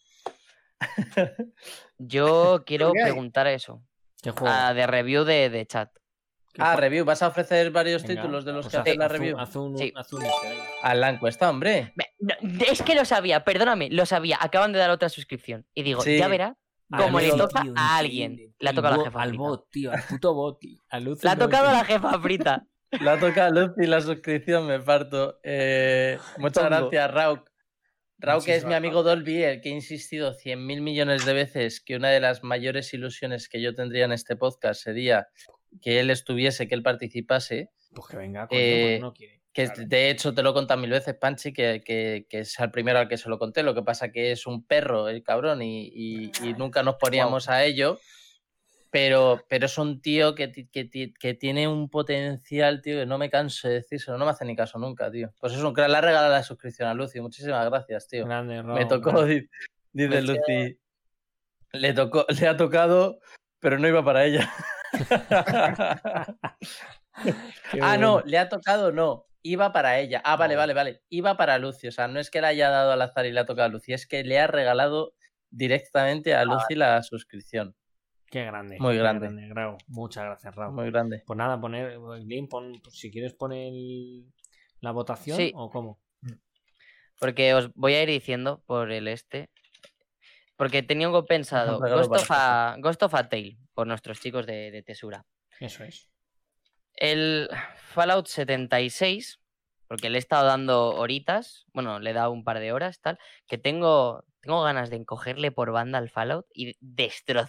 Yo quiero preguntar eso. ¿Qué juego? De review de chat. Review. ¿Vas a ofrecer varios títulos de los que haces la review? Sí. A la encuesta, hombre. No, es que lo sabía, perdóname, lo sabía. Acaban de dar otra suscripción. Y digo, ya verá cómo le toca a alguien. Le ha tocado a la jefa frita. Al bot, tío, al puto bot. Le ha tocado a la jefa frita. Le ha tocado a Lucy la suscripción, me parto. Muchas gracias, Rauk. Rauk es mi amigo Dolby, el que ha insistido 100.000 millones de veces que una de las mayores ilusiones que yo tendría en este podcast sería que él estuviese, que él participase. Pues que venga, coño, no quiere. Que de hecho te lo he contado 1000 veces, Panchi, que es el primero al que se lo conté. Lo que pasa que es un perro, el cabrón, y nunca nos poníamos a ello. Pero es un tío que tiene un potencial, tío, que no me canso de decírselo, no me hace ni caso nunca, tío. Pues es un crack, le ha regalado la suscripción a Lucy, muchísimas gracias, tío. Grande, Raúl, me tocó, dice Lucy, le ha tocado, pero no iba para ella. No, le ha tocado, no, iba para ella. Vale, iba para Lucy, o sea, no es que le haya dado al azar y le ha tocado a Lucy, es que le ha regalado directamente a Lucy la suscripción. Qué grande. Muy grande. Raúl. Muchas gracias, Raúl. Muy grande. Pues nada, si quieres poner la votación o cómo. Porque os voy a ir diciendo por el porque tenía pensado Ghost of a Tale, por nuestros chicos de Tesura. Eso es. El Fallout 76, porque le he estado dando horitas, bueno, le he dado un par de horas, tal, que tengo ganas de encogerle por banda al Fallout y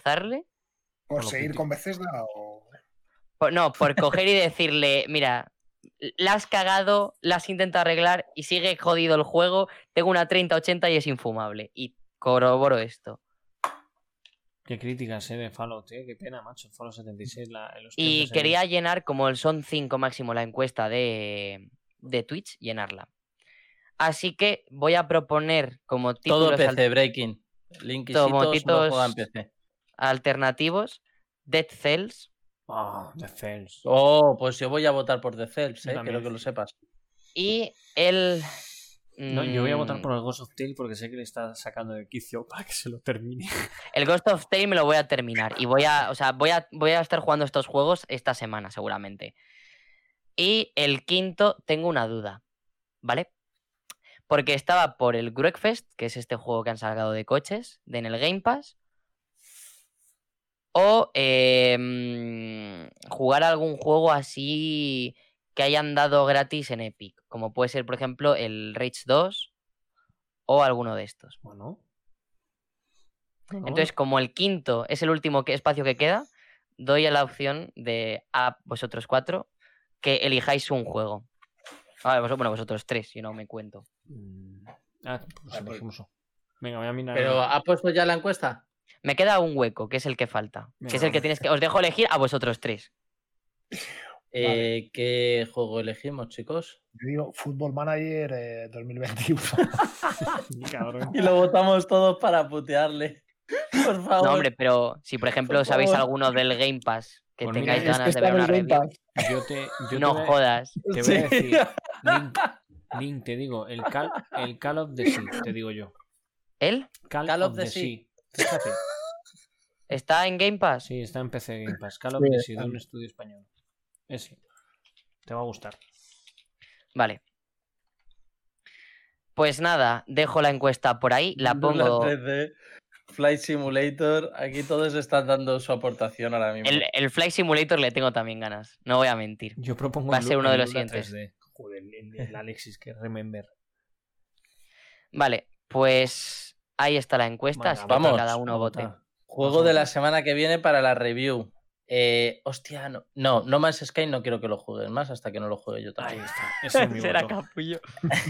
destrozarle. ¿Por seguir con Bethesda o...? Por coger y decirle, mira, la has cagado, la has intentado arreglar y sigue jodido el juego. Tengo una 3080 y es infumable. Y corroboro esto. Qué críticas, de Fallout, qué pena, macho. Fallout 76. Los Y tiempos quería en- llenar, como son 5 máximo la encuesta de Twitch, llenarla. Así que voy a proponer como Todo títulos PC, Breaking. Linkycitos no juega en PC. alternativos Dead Cells The Cells. Oh, pues yo voy a votar por The Cells, Yo también. quiero que lo sepas. y el... No, yo voy a votar por el Ghost of Tale porque sé que le está sacando de quicio para que se lo termine. El Ghost of Tale me lo voy a terminar y voy a estar jugando estos juegos esta semana seguramente. Y el quinto tengo una duda, ¿vale? Porque estaba por el Wreckfest, que es este juego que han sacado de coches, en el Game Pass, o jugar algún juego así que hayan dado gratis en Epic, como puede ser, por ejemplo, el Rage 2 o alguno de estos. Bueno. Entonces, como el quinto es el último espacio que queda, doy a la opción a vosotros 4 que elijáis un juego. Vosotros 3, yo no me cuento. Pues elegimos uno. Venga, voy a mirar. ¿Pero ha puesto ya la encuesta? Me queda un hueco, que es el que falta. Que es el que tienes que... Os dejo elegir a vosotros 3. ¿Qué juego elegimos, chicos? Yo digo Football Manager 2021. Cabrón. Y lo votamos todos para putearle. Por favor. No, hombre, pero si por ejemplo Por sabéis favor. alguno del Game Pass que Pues tengáis mira, ganas de ver una review, Yo no te, jodas. te voy a decir, Link, te digo, el Call of the Sea, te digo yo. ¿Él? Call of the Sea. Fíjate. ¿Está en Game Pass? Sí, está en PC Game Pass. Call of the Sea, de un estudio español. Ese. Te va a gustar. Vale. Pues nada, dejo la encuesta por ahí, la pongo... 13, Flight Simulator, aquí todos están dando su aportación ahora mismo. El Flight Simulator le tengo también ganas, no voy a mentir. Yo propongo Va a ser uno de los Lula siguientes. 3D. Joder, el Alexis, que remember. Vale, pues ahí está la encuesta, Venga, así que vamos, cada uno vote. Juego de la semana que viene para la review. Hostia, no Man's Sky no quiero que lo jueguen más hasta que no lo juegue yo Ahí también. está. Ese es mi Será voto. capullo.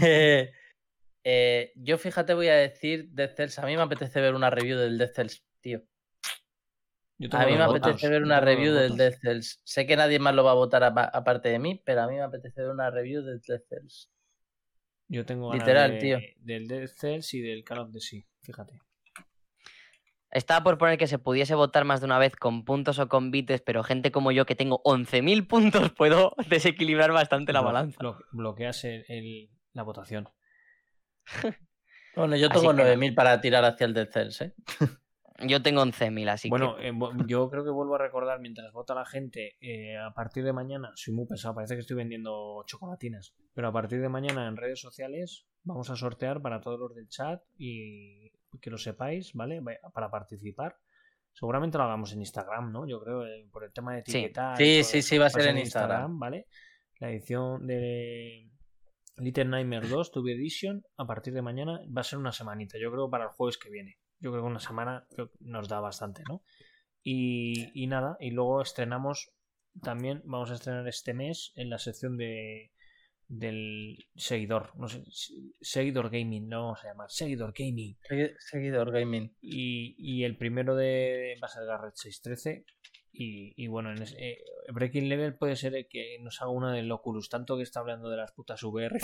Yo fíjate voy a decir Dead Cells. A mí me apetece ver una review del Dead Cells, tío. Yo tengo A mí los me votos. apetece ver Yo una tengo los review del votos. Dead Cells. Sé que nadie más lo va a votar aparte de mí, pero a mí me apetece ver una review del Dead Cells. Yo tengo ganas Literal, tío. del Dead Cells y del Call of the Sea. Fíjate. Estaba por poner que se pudiese votar más de una vez con puntos o con bites, pero gente como yo que tengo 11.000 puntos puedo desequilibrar bastante la balanza. Bloqueas la votación. Bueno, yo Así tengo que 9.000 para tirar hacia el Dead Cells, ¿eh? Yo tengo 11.000, así Bueno, que... yo creo que vuelvo a recordar mientras vota la gente, a partir de mañana, soy muy pesado, parece que estoy vendiendo chocolatinas, pero a partir de mañana en redes sociales vamos a sortear para todos los del chat y que lo sepáis, ¿vale? Para participar. Seguramente lo hagamos en Instagram, ¿no? Yo creo, por el tema de Sí. etiquetar. Sí, y todo sí, eso. sí, va a ser en Instagram. ¿Vale? La edición de Little Nightmares 2, Tube Edition, a partir de mañana va a ser una semanita, yo creo, para el jueves que viene. Yo creo que una semana nos da bastante, ¿no? Y nada, y luego estrenamos también, vamos a estrenar este mes en la sección del seguidor, no sé, seguidor gaming, no vamos a llamar, seguidor gaming. Seguidor gaming. Y el primero va a ser Garrett 613. Y bueno, Breaking Level puede ser el que nos haga una del Oculus, tanto que está hablando de las putas VR.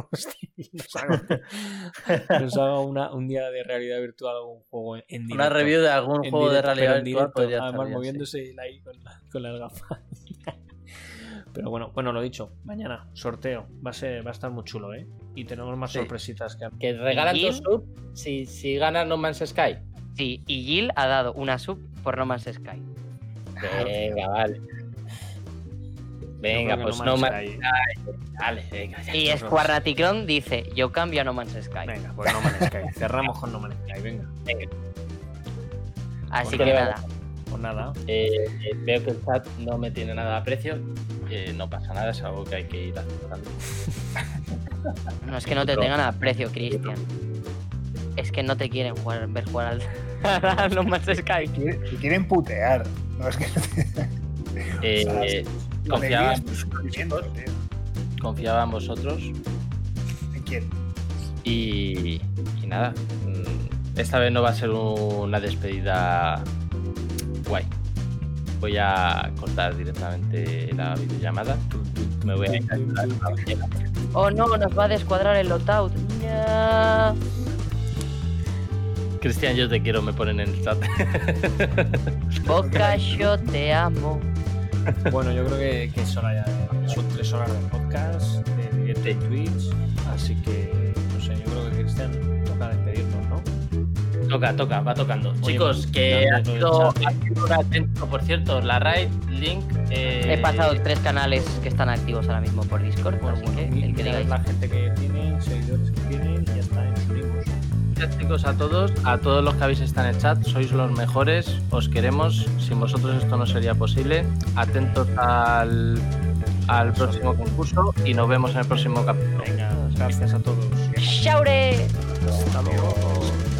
nos haga un día de realidad virtual, algún juego en directo. Una review de algún En juego de directo, realidad pero en virtual directo, podría además estar bien, moviéndose él ahí con las gafas. Pero bueno, lo dicho, mañana sorteo, va a estar muy chulo, ¿eh? Y tenemos más Sí. sorpresitas que Que regalan ¿Y? tu sub si ganas No Man's Sky. Sí, y Jill ha dado una sub por No Man's Sky. Venga, vale. Venga, pues No Man's Sky. Vale, venga, ya. Y nos Squarnaticron dice, yo cambio a No Man's Sky. Venga, pues No Man's Sky. Cerramos con No Man's Sky, venga. Así Pues que vale. nada. Pues nada. Veo que el chat no me tiene nada de aprecio. No pasa nada, es algo que hay que ir aceptando. No es que no te tengan aprecio, Cristian. Es que no te quieren ver jugar al No Man's Sky. Te quieren putear. No es que. Confiabas sufrimiento, tío. confiaba en vosotros. ¿En quién? Y nada, esta vez no va a ser una despedida guay. Voy a cortar directamente la videollamada. Me voy a encantar. Oh no, nos va a descuadrar el loadout. No. Cristian, yo te quiero, me ponen en el chat. Boca, yo te amo. Bueno, yo creo que es hora ya. Son 3 horas de podcast, de directo en Twitch. Así que, no sé, yo creo que Cristian toca despedirnos, ¿no? Va tocando. Oye, Chicos, que ha dando sido el chat, un atento, por cierto, la raid, link. He pasado 3 canales que están activos ahora mismo por Discord, así que el que mirad digáis. la gente que tienen, seguidores que tienen, y ya está, nos unimos. Gracias, chicos, a todos los que habéis estado en el chat, sois los mejores, os queremos. Sin vosotros esto no sería posible. Atentos al próximo concurso y nos vemos en el próximo capítulo. Venga, gracias a todos. ¡Shaure! Hasta luego.